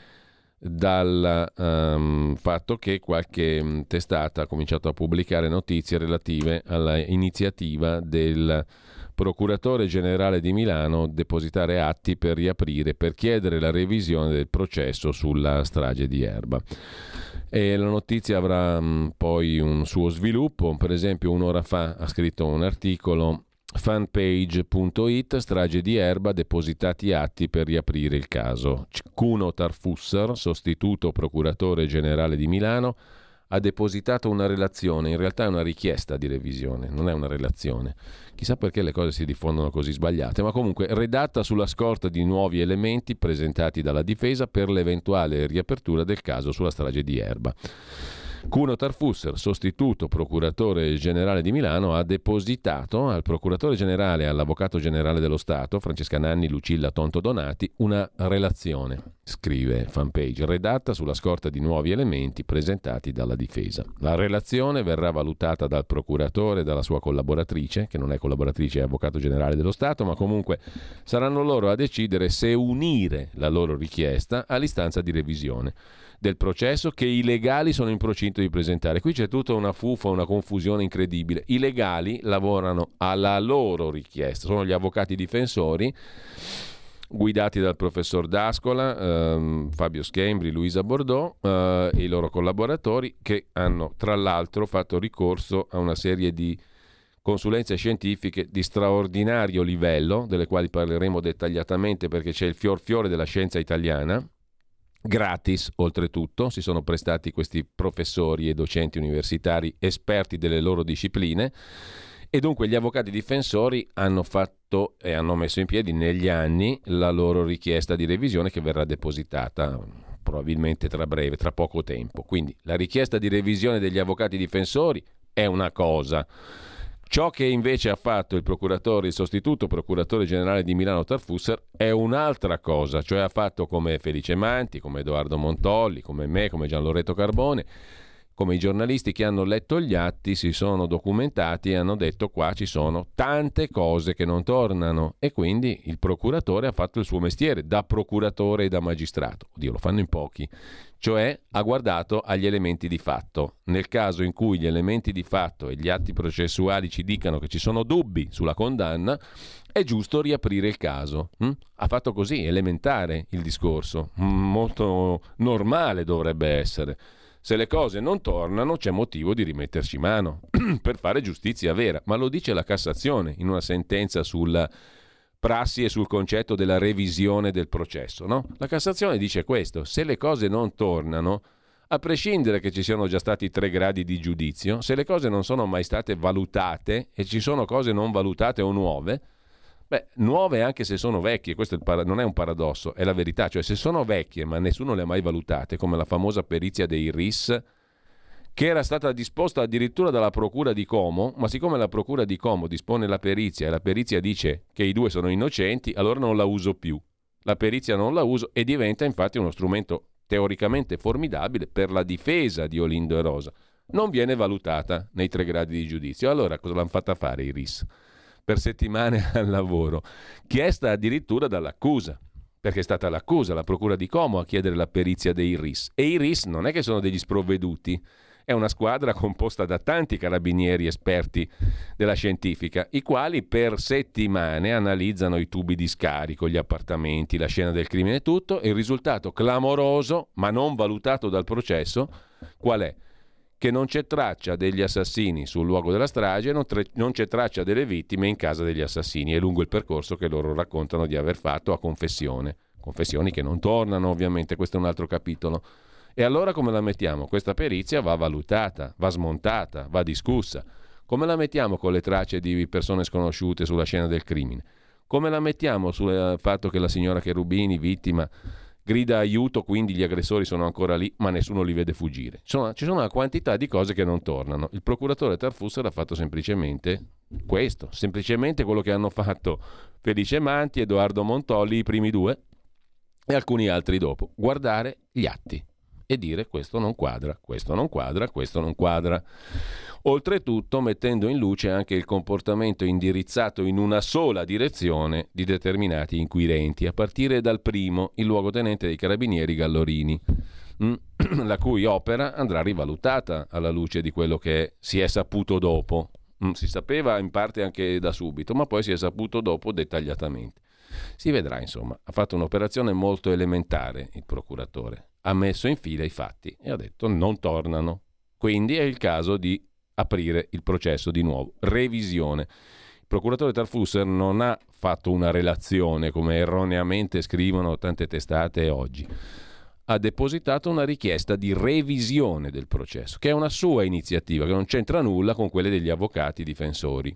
dal fatto che qualche testata ha cominciato a pubblicare notizie relative all'iniziativa del procuratore generale di Milano depositare atti per riaprire, per chiedere la revisione del processo sulla strage di Erba. E la notizia avrà poi un suo sviluppo. Per esempio, un'ora fa ha scritto un articolo fanpage.it, strage di Erba, depositati atti per riaprire il caso. Cuno Tarfusser, sostituto procuratore generale di Milano, ha depositato una relazione, in realtà è una richiesta di revisione, non è una relazione. Chissà perché le cose si diffondono così sbagliate, ma comunque redatta sulla scorta di nuovi elementi presentati dalla difesa per l'eventuale riapertura del caso sulla strage di Erba. Cuno Tarfusser, sostituto procuratore generale di Milano, ha depositato al procuratore generale e all'avvocato generale dello Stato, Francesca Nanni, Lucilla Tonto Donati, una relazione, scrive fanpage, redatta sulla scorta di nuovi elementi presentati dalla difesa. La relazione verrà valutata dal procuratore e dalla sua collaboratrice, che non è collaboratrice, è avvocato generale dello Stato, ma comunque saranno loro a decidere se unire la loro richiesta all'istanza di revisione del processo che i legali sono in procinto di presentare. Qui c'è tutta una fuffa, una confusione incredibile. I legali lavorano alla loro richiesta, sono gli avvocati difensori guidati dal professor D'Ascola, Fabio Schembri, Luisa Bordeaux e i loro collaboratori, che hanno tra l'altro fatto ricorso a una serie di consulenze scientifiche di straordinario livello, delle quali parleremo dettagliatamente perché c'è il fior della scienza italiana, gratis oltretutto. Si sono prestati questi professori e docenti universitari esperti delle loro discipline e dunque gli avvocati difensori hanno fatto e hanno messo in piedi negli anni la loro richiesta di revisione che verrà depositata probabilmente tra breve, tra poco tempo. Quindi la richiesta di revisione degli avvocati difensori è una cosa. Ciò che invece ha fatto il sostituto procuratore generale di Milano Tarfusser è un'altra cosa, cioè ha fatto come Felice Manti, come Edoardo Montolli, come me, come Gianloreto Carbone, come i giornalisti che hanno letto gli atti, si sono documentati e hanno detto qua ci sono tante cose che non tornano, e quindi il procuratore ha fatto il suo mestiere da procuratore e da magistrato. Oddio, lo fanno in pochi. Cioè ha guardato agli elementi di fatto. Nel caso in cui gli elementi di fatto e gli atti processuali ci dicano che ci sono dubbi sulla condanna, è giusto riaprire il caso. Ha fatto così, elementare il discorso, molto normale dovrebbe essere. Se le cose non tornano c'è motivo di rimetterci mano per fare giustizia vera, ma lo dice la Cassazione in una sentenza sulla prassi e sul concetto della revisione del processo, no? La Cassazione dice questo: se le cose non tornano, a prescindere che ci siano già stati 3 gradi di giudizio, se le cose non sono mai state valutate e ci sono cose non valutate o nuove, nuove anche se sono vecchie, questo non è un paradosso, è la verità, cioè se sono vecchie ma nessuno le ha mai valutate, come la famosa perizia dei RIS, che era stata disposta addirittura dalla Procura di Como, ma siccome la Procura di Como dispone la perizia e la perizia dice che i 2 sono innocenti, allora non la uso più. La perizia non la uso e diventa infatti uno strumento teoricamente formidabile per la difesa di Olindo e Rosa. Non viene valutata nei 3 gradi di giudizio. Allora cosa l'hanno fatta fare i RIS? Per settimane al lavoro, chiesta addirittura dall'accusa, perché è stata l'accusa, la Procura di Como, a chiedere la perizia dei RIS. E i RIS non è che sono degli sprovveduti, è una squadra composta da tanti carabinieri esperti della scientifica, i quali per settimane analizzano i tubi di scarico, gli appartamenti, la scena del crimine e tutto, e il risultato clamoroso, ma non valutato dal processo, qual è? Che non c'è traccia degli assassini sul luogo della strage, non c'è traccia delle vittime in casa degli assassini. È lungo il percorso che loro raccontano di aver fatto a confessione. Confessioni che non tornano, ovviamente, questo è un altro capitolo. E allora come la mettiamo? Questa perizia va valutata, va smontata, va discussa. Come la mettiamo con le tracce di persone sconosciute sulla scena del crimine? Come la mettiamo sul fatto che la signora Cherubini, vittima, grida aiuto, quindi gli aggressori sono ancora lì, ma nessuno li vede fuggire? Insomma, ci sono una quantità di cose che non tornano. Il procuratore Tarfusser ha fatto semplicemente questo, semplicemente quello che hanno fatto Felice Manti, Edoardo Montolli, i primi due, e alcuni altri dopo. Guardare gli atti e dire questo non quadra, questo non quadra, questo non quadra. Oltretutto mettendo in luce anche il comportamento indirizzato in una sola direzione di determinati inquirenti, a partire dal primo, il luogotenente dei Carabinieri Gallorini, la cui opera andrà rivalutata alla luce di quello che si è saputo dopo. Si sapeva in parte anche da subito, ma poi si è saputo dopo dettagliatamente. Si vedrà, insomma. Ha fatto un'operazione molto elementare il procuratore. Ha messo in fila i fatti e ha detto non tornano. Quindi è il caso di aprire il processo di nuovo. Revisione. Il procuratore Tarfusser non ha fatto una relazione, come erroneamente scrivono tante testate oggi. Ha depositato una richiesta di revisione del processo, che è una sua iniziativa, che non c'entra nulla con quelle degli avvocati difensori.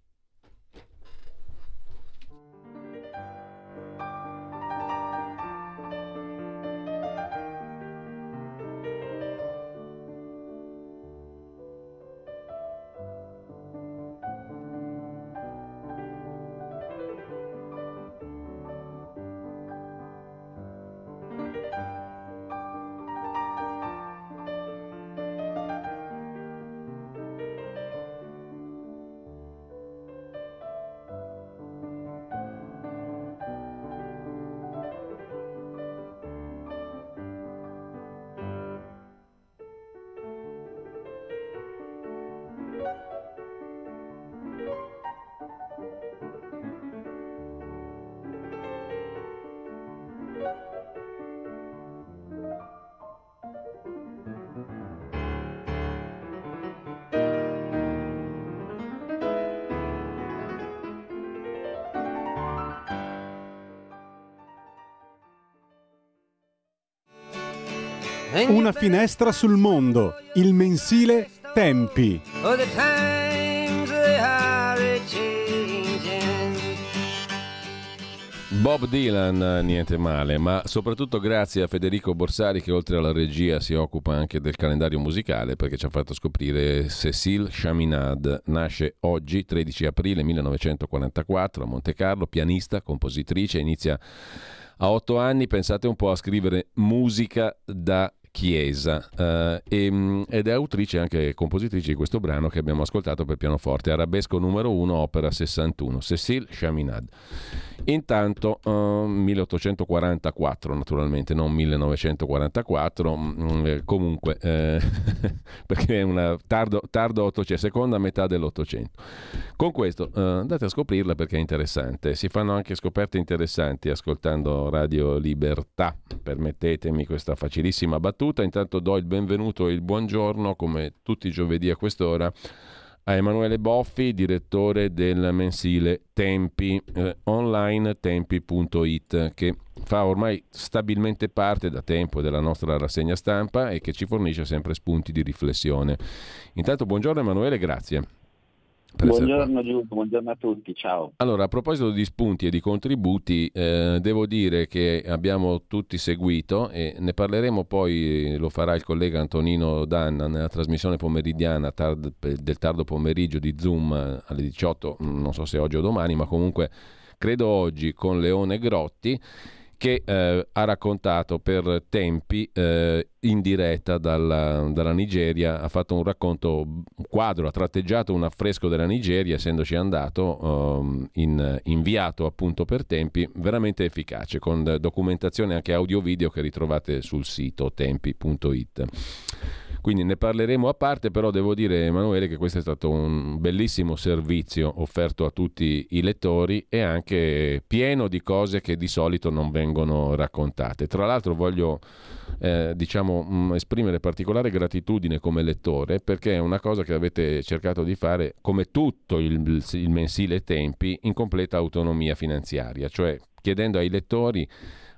Una finestra sul mondo, il mensile Tempi. Bob Dylan, niente male, ma soprattutto grazie a Federico Borsari che oltre alla regia si occupa anche del calendario musicale, perché ci ha fatto scoprire Cécile Chaminade. Nasce oggi, 13 aprile 1944, a Montecarlo, pianista, compositrice, inizia a 8 anni, pensate un po', a scrivere musica da chiesa ed è autrice e anche compositrice di questo brano che abbiamo ascoltato per pianoforte, Arabesco numero 1, opera 61, Cécile Chaminade. Intanto 1844 naturalmente, non 1944, comunque perché è una tardo 800, seconda metà dell'Ottocento. Con questo andate a scoprirla perché è interessante, si fanno anche scoperte interessanti ascoltando Radio Libertà, permettetemi questa facilissima battuta. Intanto do il benvenuto e il buongiorno, come tutti i giovedì a quest'ora, a Emanuele Boffi, direttore del mensile Tempi, online tempi.it, che fa ormai stabilmente parte da tempo della nostra rassegna stampa e che ci fornisce sempre spunti di riflessione. Intanto buongiorno Emanuele, grazie. Buongiorno Giulio, buongiorno a tutti, ciao. Allora, a proposito di spunti e di contributi, devo dire che abbiamo tutti seguito e ne parleremo poi, lo farà il collega Antonino Danna nella trasmissione pomeridiana del tardo pomeriggio di Zoom alle 18, non so se oggi o domani, ma comunque credo oggi, con Leone Grotti, che ha raccontato per Tempi in diretta dalla Nigeria, ha fatto un racconto, un quadro, ha tratteggiato un affresco della Nigeria, essendoci andato inviato appunto per Tempi, veramente efficace, con documentazione anche audio-video che ritrovate sul sito tempi.it. Quindi ne parleremo a parte, però devo dire, Emanuele, che questo è stato un bellissimo servizio offerto a tutti i lettori e anche pieno di cose che di solito non vengono raccontate. Tra l'altro voglio esprimere particolare gratitudine come lettore, perché è una cosa che avete cercato di fare, come tutto il mensile Tempi, in completa autonomia finanziaria, cioè chiedendo ai lettori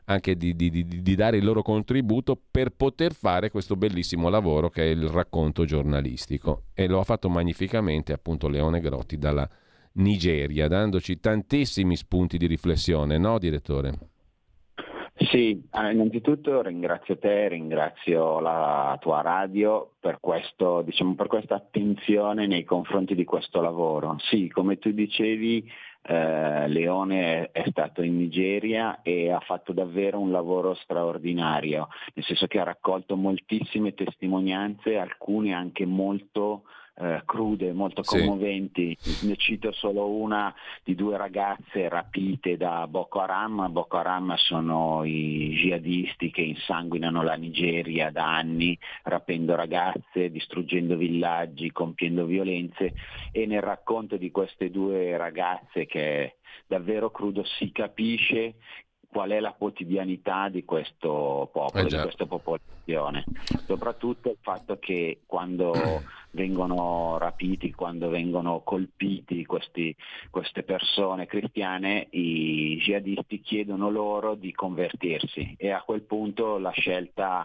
anche di dare il loro contributo per poter fare questo bellissimo lavoro che è il racconto giornalistico, e lo ha fatto magnificamente appunto Leone Grotti dalla Nigeria, dandoci tantissimi spunti di riflessione, no direttore? Sì, innanzitutto ringrazio te, ringrazio la tua radio per questo, per questa attenzione nei confronti di questo lavoro. Sì, come tu dicevi, Leone è stato in Nigeria e ha fatto davvero un lavoro straordinario, nel senso che ha raccolto moltissime testimonianze, alcune anche molto crude, molto commoventi. Ne cito solo una di 2 ragazze rapite da Boko Haram. Boko Haram sono i jihadisti che insanguinano la Nigeria da anni, rapendo ragazze, distruggendo villaggi, compiendo violenze, e nel racconto di queste 2 ragazze, che è davvero crudo, si capisce qual è la quotidianità di questo popolo, di questa popolazione. Soprattutto il fatto che quando vengono rapiti, quando vengono colpiti queste persone cristiane, i jihadisti chiedono loro di convertirsi, e a quel punto la scelta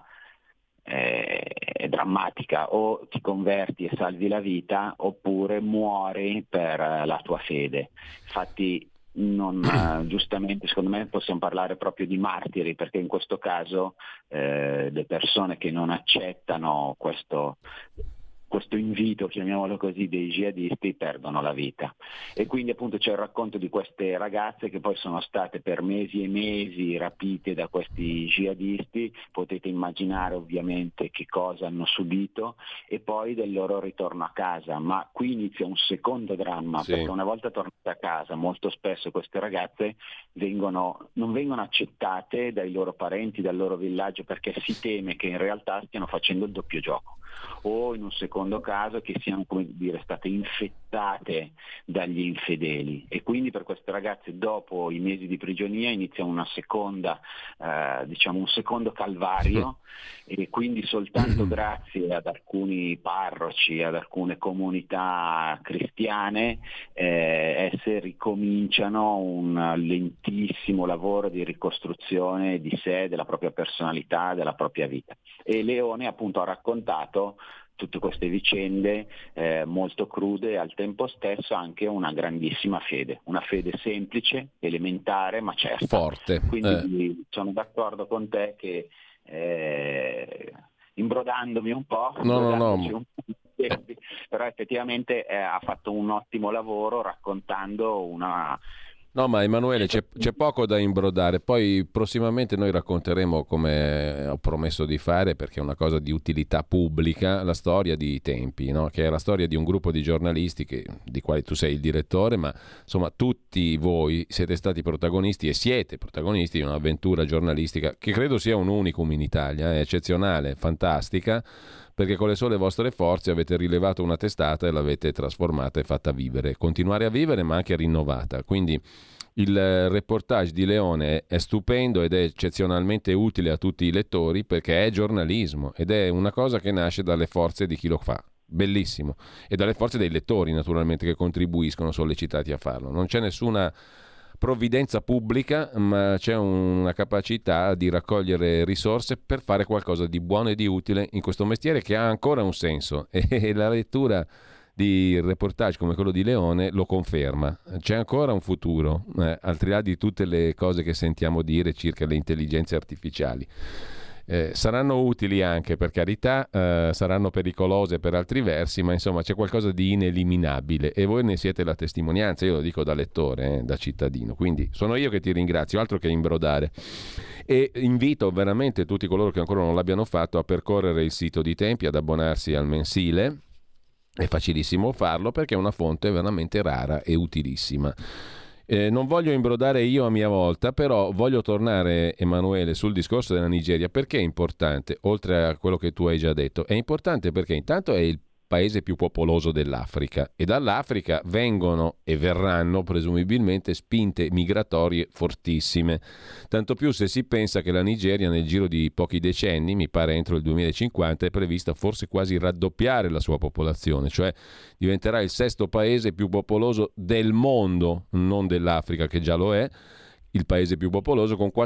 è drammatica: o ti converti e salvi la vita, oppure muori per la tua fede. Infatti giustamente secondo me possiamo parlare proprio di martiri, perché in questo caso le persone che non accettano questo invito, chiamiamolo così, dei jihadisti perdono la vita. E quindi appunto c'è il racconto di queste ragazze che poi sono state per mesi e mesi rapite da questi jihadisti, potete immaginare ovviamente che cosa hanno subito, e poi del loro ritorno a casa. Ma qui inizia un secondo dramma, perché una volta tornate a casa molto spesso queste ragazze non vengono accettate dai loro parenti, dal loro villaggio, perché si teme che in realtà stiano facendo il doppio gioco, o in un secondo caso che siano, state infettate dagli infedeli. E quindi per queste ragazze, dopo i mesi di prigionia, inizia una seconda, un secondo calvario, e quindi soltanto grazie ad alcuni parroci, ad alcune comunità cristiane, esse ricominciano un lentissimo lavoro di ricostruzione di sé, della propria personalità, della propria vita. E Leone appunto ha raccontato tutte queste vicende molto crude, e al tempo stesso anche una grandissima fede, una fede semplice, elementare, ma certa. Forte. Quindi sono d'accordo con te che imbrodandomi un po', però effettivamente ha fatto un ottimo lavoro raccontando una... No, ma Emanuele, c'è poco da imbrodare. Poi prossimamente noi racconteremo, come ho promesso di fare, perché è una cosa di utilità pubblica, la storia di Tempi, no? Che è la storia di un gruppo di giornalisti di quali tu sei il direttore, ma insomma tutti voi siete stati protagonisti e siete protagonisti di un'avventura giornalistica che credo sia un unicum in Italia, è eccezionale, fantastica, perché con le sole vostre forze avete rilevato una testata e l'avete trasformata e fatta vivere, continuare a vivere, ma anche rinnovata. Quindi il reportage di Leone è stupendo ed è eccezionalmente utile a tutti i lettori, perché è giornalismo ed è una cosa che nasce dalle forze di chi lo fa. Bellissimo. E dalle forze dei lettori, naturalmente, che contribuiscono, sollecitati a farlo. Non c'è nessuna provvidenza pubblica, ma c'è una capacità di raccogliere risorse per fare qualcosa di buono e di utile in questo mestiere che ha ancora un senso, e la lettura di reportage come quello di Leone lo conferma. C'è ancora un futuro, al di là di tutte le cose che sentiamo dire circa le intelligenze artificiali. Saranno utili anche, per carità, saranno pericolose per altri versi, ma insomma c'è qualcosa di ineliminabile e voi ne siete la testimonianza. Io lo dico da lettore, da cittadino, quindi sono io che ti ringrazio, altro che imbrodare, e invito veramente tutti coloro che ancora non l'abbiano fatto a percorrere il sito di Tempi, ad abbonarsi al mensile. È facilissimo farlo perché è una fonte veramente rara e utilissima. Non voglio imbrodare io a mia volta, però voglio tornare, Emanuele, sul discorso della Nigeria. Perché è importante, oltre a quello che tu hai già detto? È importante perché intanto è il paese più popoloso dell'Africa e dall'Africa vengono e verranno presumibilmente spinte migratorie fortissime, tanto più se si pensa che la Nigeria nel giro di pochi decenni, mi pare entro il 2050, è prevista forse quasi raddoppiare la sua popolazione, cioè diventerà il 6º paese più popoloso del mondo, non dell'Africa che già lo è, il paese più popoloso, con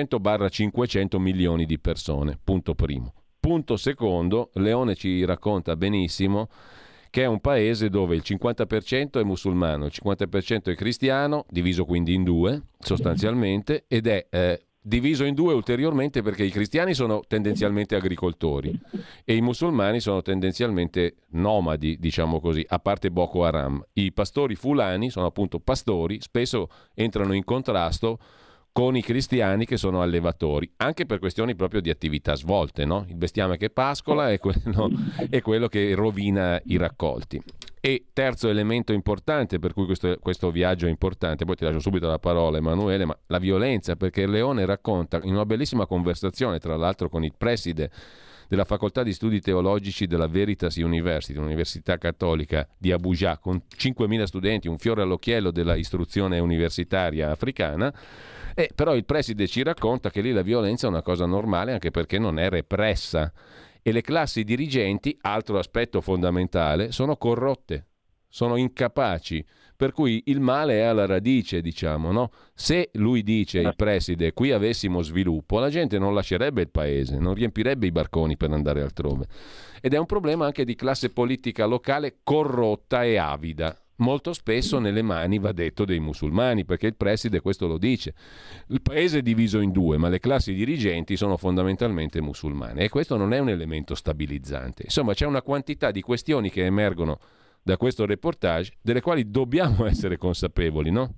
400-500 milioni di persone. Punto primo. Punto secondo, Leone ci racconta benissimo che è un paese dove il 50% è musulmano, il 50% è cristiano, diviso quindi in due sostanzialmente, ed è diviso in due ulteriormente perché i cristiani sono tendenzialmente agricoltori e i musulmani sono tendenzialmente nomadi, diciamo così, a parte Boko Haram. I pastori fulani sono appunto pastori, spesso entrano in contrasto con i cristiani che sono allevatori, anche per questioni proprio di attività svolte, no? Il bestiame che pascola è quello che rovina i raccolti. E terzo elemento importante per cui questo viaggio è importante, poi ti lascio subito la parola Emanuele, ma la violenza, perché Leone racconta in una bellissima conversazione, tra l'altro con il preside della facoltà di studi teologici della Veritas University, l'Università Cattolica di Abuja, con 5.000 studenti, un fiore all'occhiello della istruzione universitaria africana. Però il preside ci racconta che lì la violenza è una cosa normale, anche perché non è repressa, e le classi dirigenti, altro aspetto fondamentale, sono corrotte, sono incapaci, per cui il male è alla radice, diciamo, no? Se lui dice, il preside, qui avessimo sviluppo, la gente non lascerebbe il paese, non riempirebbe i barconi per andare altrove. Ed è un problema anche di classe politica locale corrotta e avida. Molto spesso nelle mani, va detto, dei musulmani, perché il preside questo lo dice. Il paese è diviso in due, ma le classi dirigenti sono fondamentalmente musulmane e questo non è un elemento stabilizzante. Insomma, c'è una quantità di questioni che emergono da questo reportage delle quali dobbiamo essere consapevoli, no?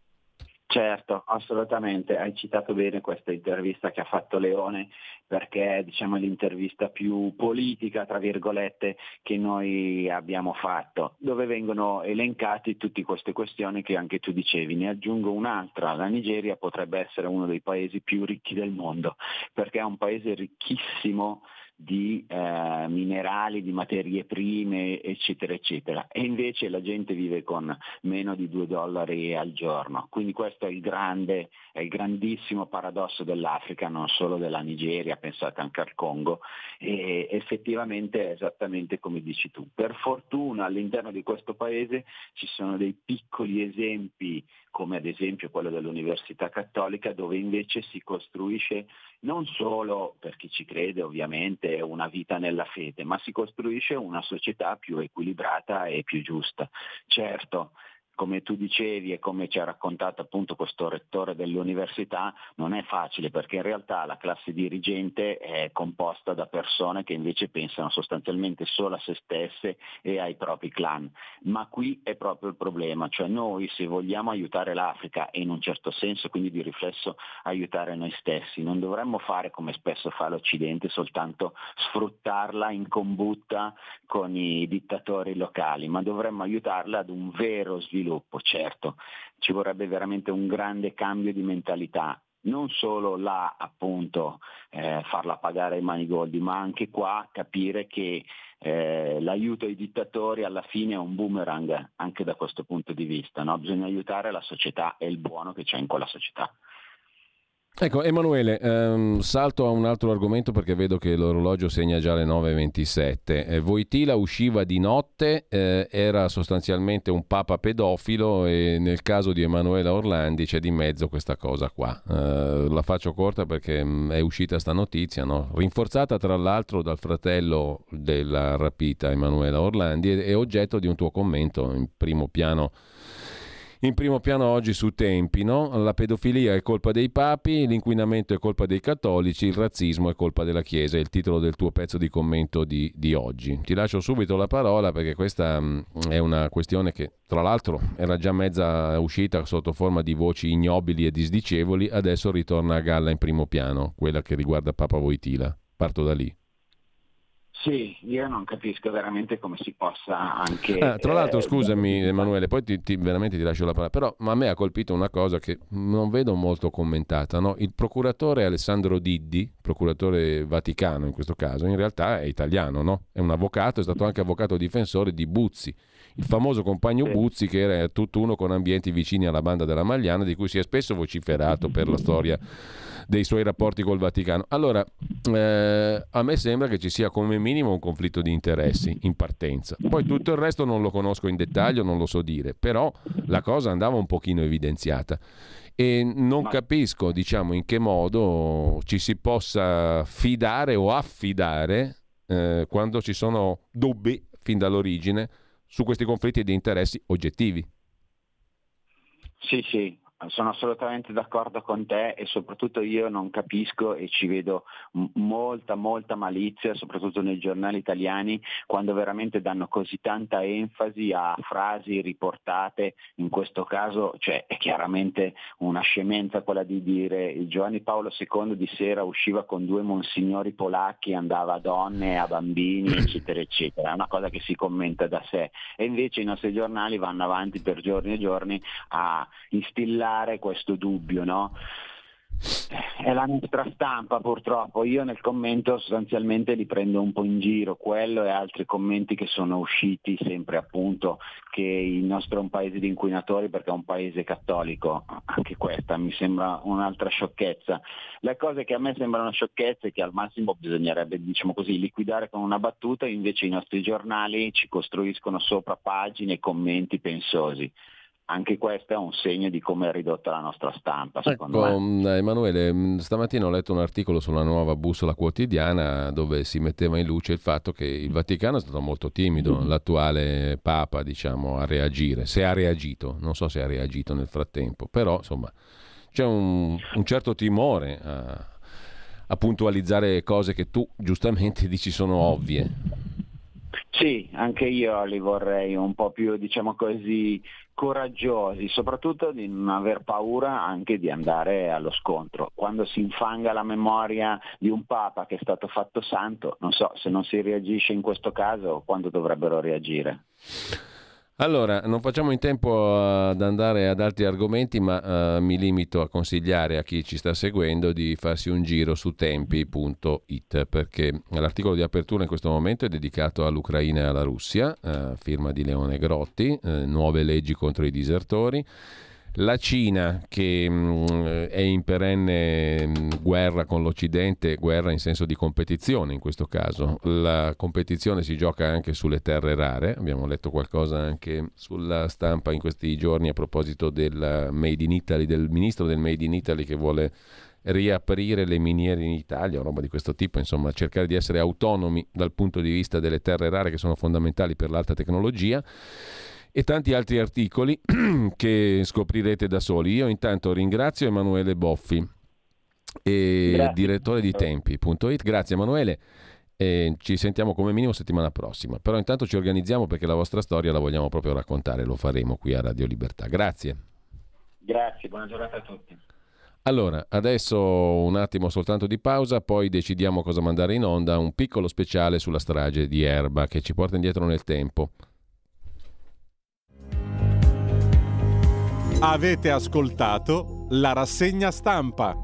Certo, assolutamente. Hai citato bene questa intervista che ha fatto Leone, perché diciamo è l'intervista più politica, tra virgolette, che noi abbiamo fatto, dove vengono elencati tutte queste questioni che anche tu dicevi. Ne aggiungo un'altra: la Nigeria potrebbe essere uno dei paesi più ricchi del mondo, perché è un paese ricchissimo di minerali, di materie prime, eccetera, eccetera, e invece la gente vive con meno di $2 al giorno. Quindi questo è il grandissimo paradosso dell'Africa, non solo della Nigeria, pensate anche al Congo, e effettivamente è esattamente come dici tu. Per fortuna all'interno di questo paese ci sono dei piccoli esempi, come ad esempio quello dell'Università Cattolica, dove invece si costruisce non solo, per chi ci crede ovviamente, una vita nella fede, ma si costruisce una società più equilibrata e più giusta. Certo, come tu dicevi e come ci ha raccontato appunto questo rettore dell'università, non è facile, perché in realtà la classe dirigente è composta da persone che invece pensano sostanzialmente solo a se stesse e ai propri clan. Ma qui è proprio il problema, cioè noi, se vogliamo aiutare l'Africa, e in un certo senso quindi di riflesso aiutare noi stessi, non dovremmo fare come spesso fa l'Occidente, soltanto sfruttarla in combutta con i dittatori locali, ma dovremmo aiutarla ad un vero sviluppo. Certo, ci vorrebbe veramente un grande cambio di mentalità, non solo là appunto farla pagare ai manigoldi, ma anche qua capire che l'aiuto ai dittatori alla fine è un boomerang anche da questo punto di vista, no? Bisogna aiutare la società e il buono che c'è in quella società. Ecco, Emanuele, salto a un altro argomento perché vedo che l'orologio segna già le 9:27. Wojtyła usciva di notte, era sostanzialmente un papa pedofilo, e nel caso di Emanuela Orlandi c'è di mezzo questa cosa qua. La faccio corta perché è uscita sta notizia, no? Rinforzata tra l'altro dal fratello della rapita Emanuela Orlandi, è oggetto di un tuo commento in primo piano oggi su Tempi, no? La pedofilia è colpa dei papi, l'inquinamento è colpa dei cattolici, il razzismo è colpa della Chiesa, è il titolo del tuo pezzo di commento di oggi. Ti lascio subito la parola perché questa è una questione che tra l'altro era già mezza uscita sotto forma di voci ignobili e disdicevoli, adesso ritorna a galla in primo piano, quella che riguarda Papa Wojtyła. Parto da lì. Sì, io non capisco veramente come si possa anche... tra l'altro, scusami Emanuele, poi veramente ti lascio la parola, però a me ha colpito una cosa che non vedo molto commentata, no? Il procuratore Alessandro Diddi, procuratore vaticano in questo caso, in realtà è italiano, no? È un avvocato, è stato anche avvocato difensore di Buzzi, il famoso compagno Buzzi, che era tutt'uno con ambienti vicini alla banda della Magliana, di cui si è spesso vociferato per la storia dei suoi rapporti col Vaticano. Allora, a me sembra che ci sia come minimo minimo un conflitto di interessi in partenza. Poi tutto il resto non lo conosco in dettaglio, non lo so dire, però la cosa andava un pochino evidenziata. E non capisco, diciamo, in che modo ci si possa fidare o affidare quando ci sono dubbi fin dall'origine su questi conflitti di interessi oggettivi. Sì, sono assolutamente d'accordo con te e soprattutto io non capisco e ci vedo molta malizia, soprattutto nei giornali italiani, quando veramente danno così tanta enfasi a frasi riportate. In questo caso, cioè, è chiaramente una scemenza quella di dire Giovanni Paolo II di sera usciva con 2 monsignori polacchi, andava a donne, a bambini, eccetera eccetera. È una cosa che si commenta da sé, e invece i nostri giornali vanno avanti per giorni e giorni a instillare questo dubbio, no? È la nostra stampa, purtroppo. Io nel commento sostanzialmente li prendo un po' in giro, quello e altri commenti che sono usciti sempre, appunto, che il nostro è un paese di inquinatori perché è un paese cattolico. Anche questa mi sembra un'altra sciocchezza. Le cose che a me sembrano sciocchezze che al massimo bisognerebbe, diciamo così, liquidare con una battuta, invece i nostri giornali ci costruiscono sopra pagine e commenti pensosi. Anche questo è un segno di come è ridotta la nostra stampa, secondo me. Emanuele, stamattina ho letto un articolo sulla Nuova Bussola Quotidiana dove si metteva in luce il fatto che il Vaticano è stato molto timido, l'attuale Papa, diciamo, a reagire. Se ha reagito, non so se ha reagito nel frattempo, però insomma c'è un certo timore a puntualizzare cose che tu giustamente dici sono ovvie. Sì, anche io li vorrei un po' più, diciamo così, coraggiosi, soprattutto di non aver paura anche di andare allo scontro. Quando si infanga la memoria di un Papa che è stato fatto santo, non so, se non si reagisce in questo caso, quando dovrebbero reagire? Allora, non facciamo in tempo ad andare ad altri argomenti, ma mi limito a consigliare a chi ci sta seguendo di farsi un giro su tempi.it, perché l'articolo di apertura in questo momento è dedicato all'Ucraina e alla Russia, firma di Leone Grotti, nuove leggi contro i disertori. La Cina, che è in perenne guerra con l'Occidente, guerra in senso di competizione in questo caso. La competizione si gioca anche sulle terre rare, abbiamo letto qualcosa anche sulla stampa in questi giorni a proposito del Made in Italy, del ministro del Made in Italy che vuole riaprire le miniere in Italia, roba di questo tipo, insomma cercare di essere autonomi dal punto di vista delle terre rare che sono fondamentali per l'alta tecnologia. E tanti altri articoli che scoprirete da soli. Io intanto ringrazio Emanuele Boffi, direttore di Tempi.it. Grazie Emanuele, ci sentiamo come minimo settimana prossima. Però intanto ci organizziamo perché la vostra storia la vogliamo proprio raccontare, lo faremo qui a Radio Libertà. Grazie. Grazie, buona giornata a tutti. Allora, adesso un attimo soltanto di pausa, poi decidiamo cosa mandare in onda, un piccolo speciale sulla strage di Erba che ci porta indietro nel tempo. Avete ascoltato la rassegna stampa.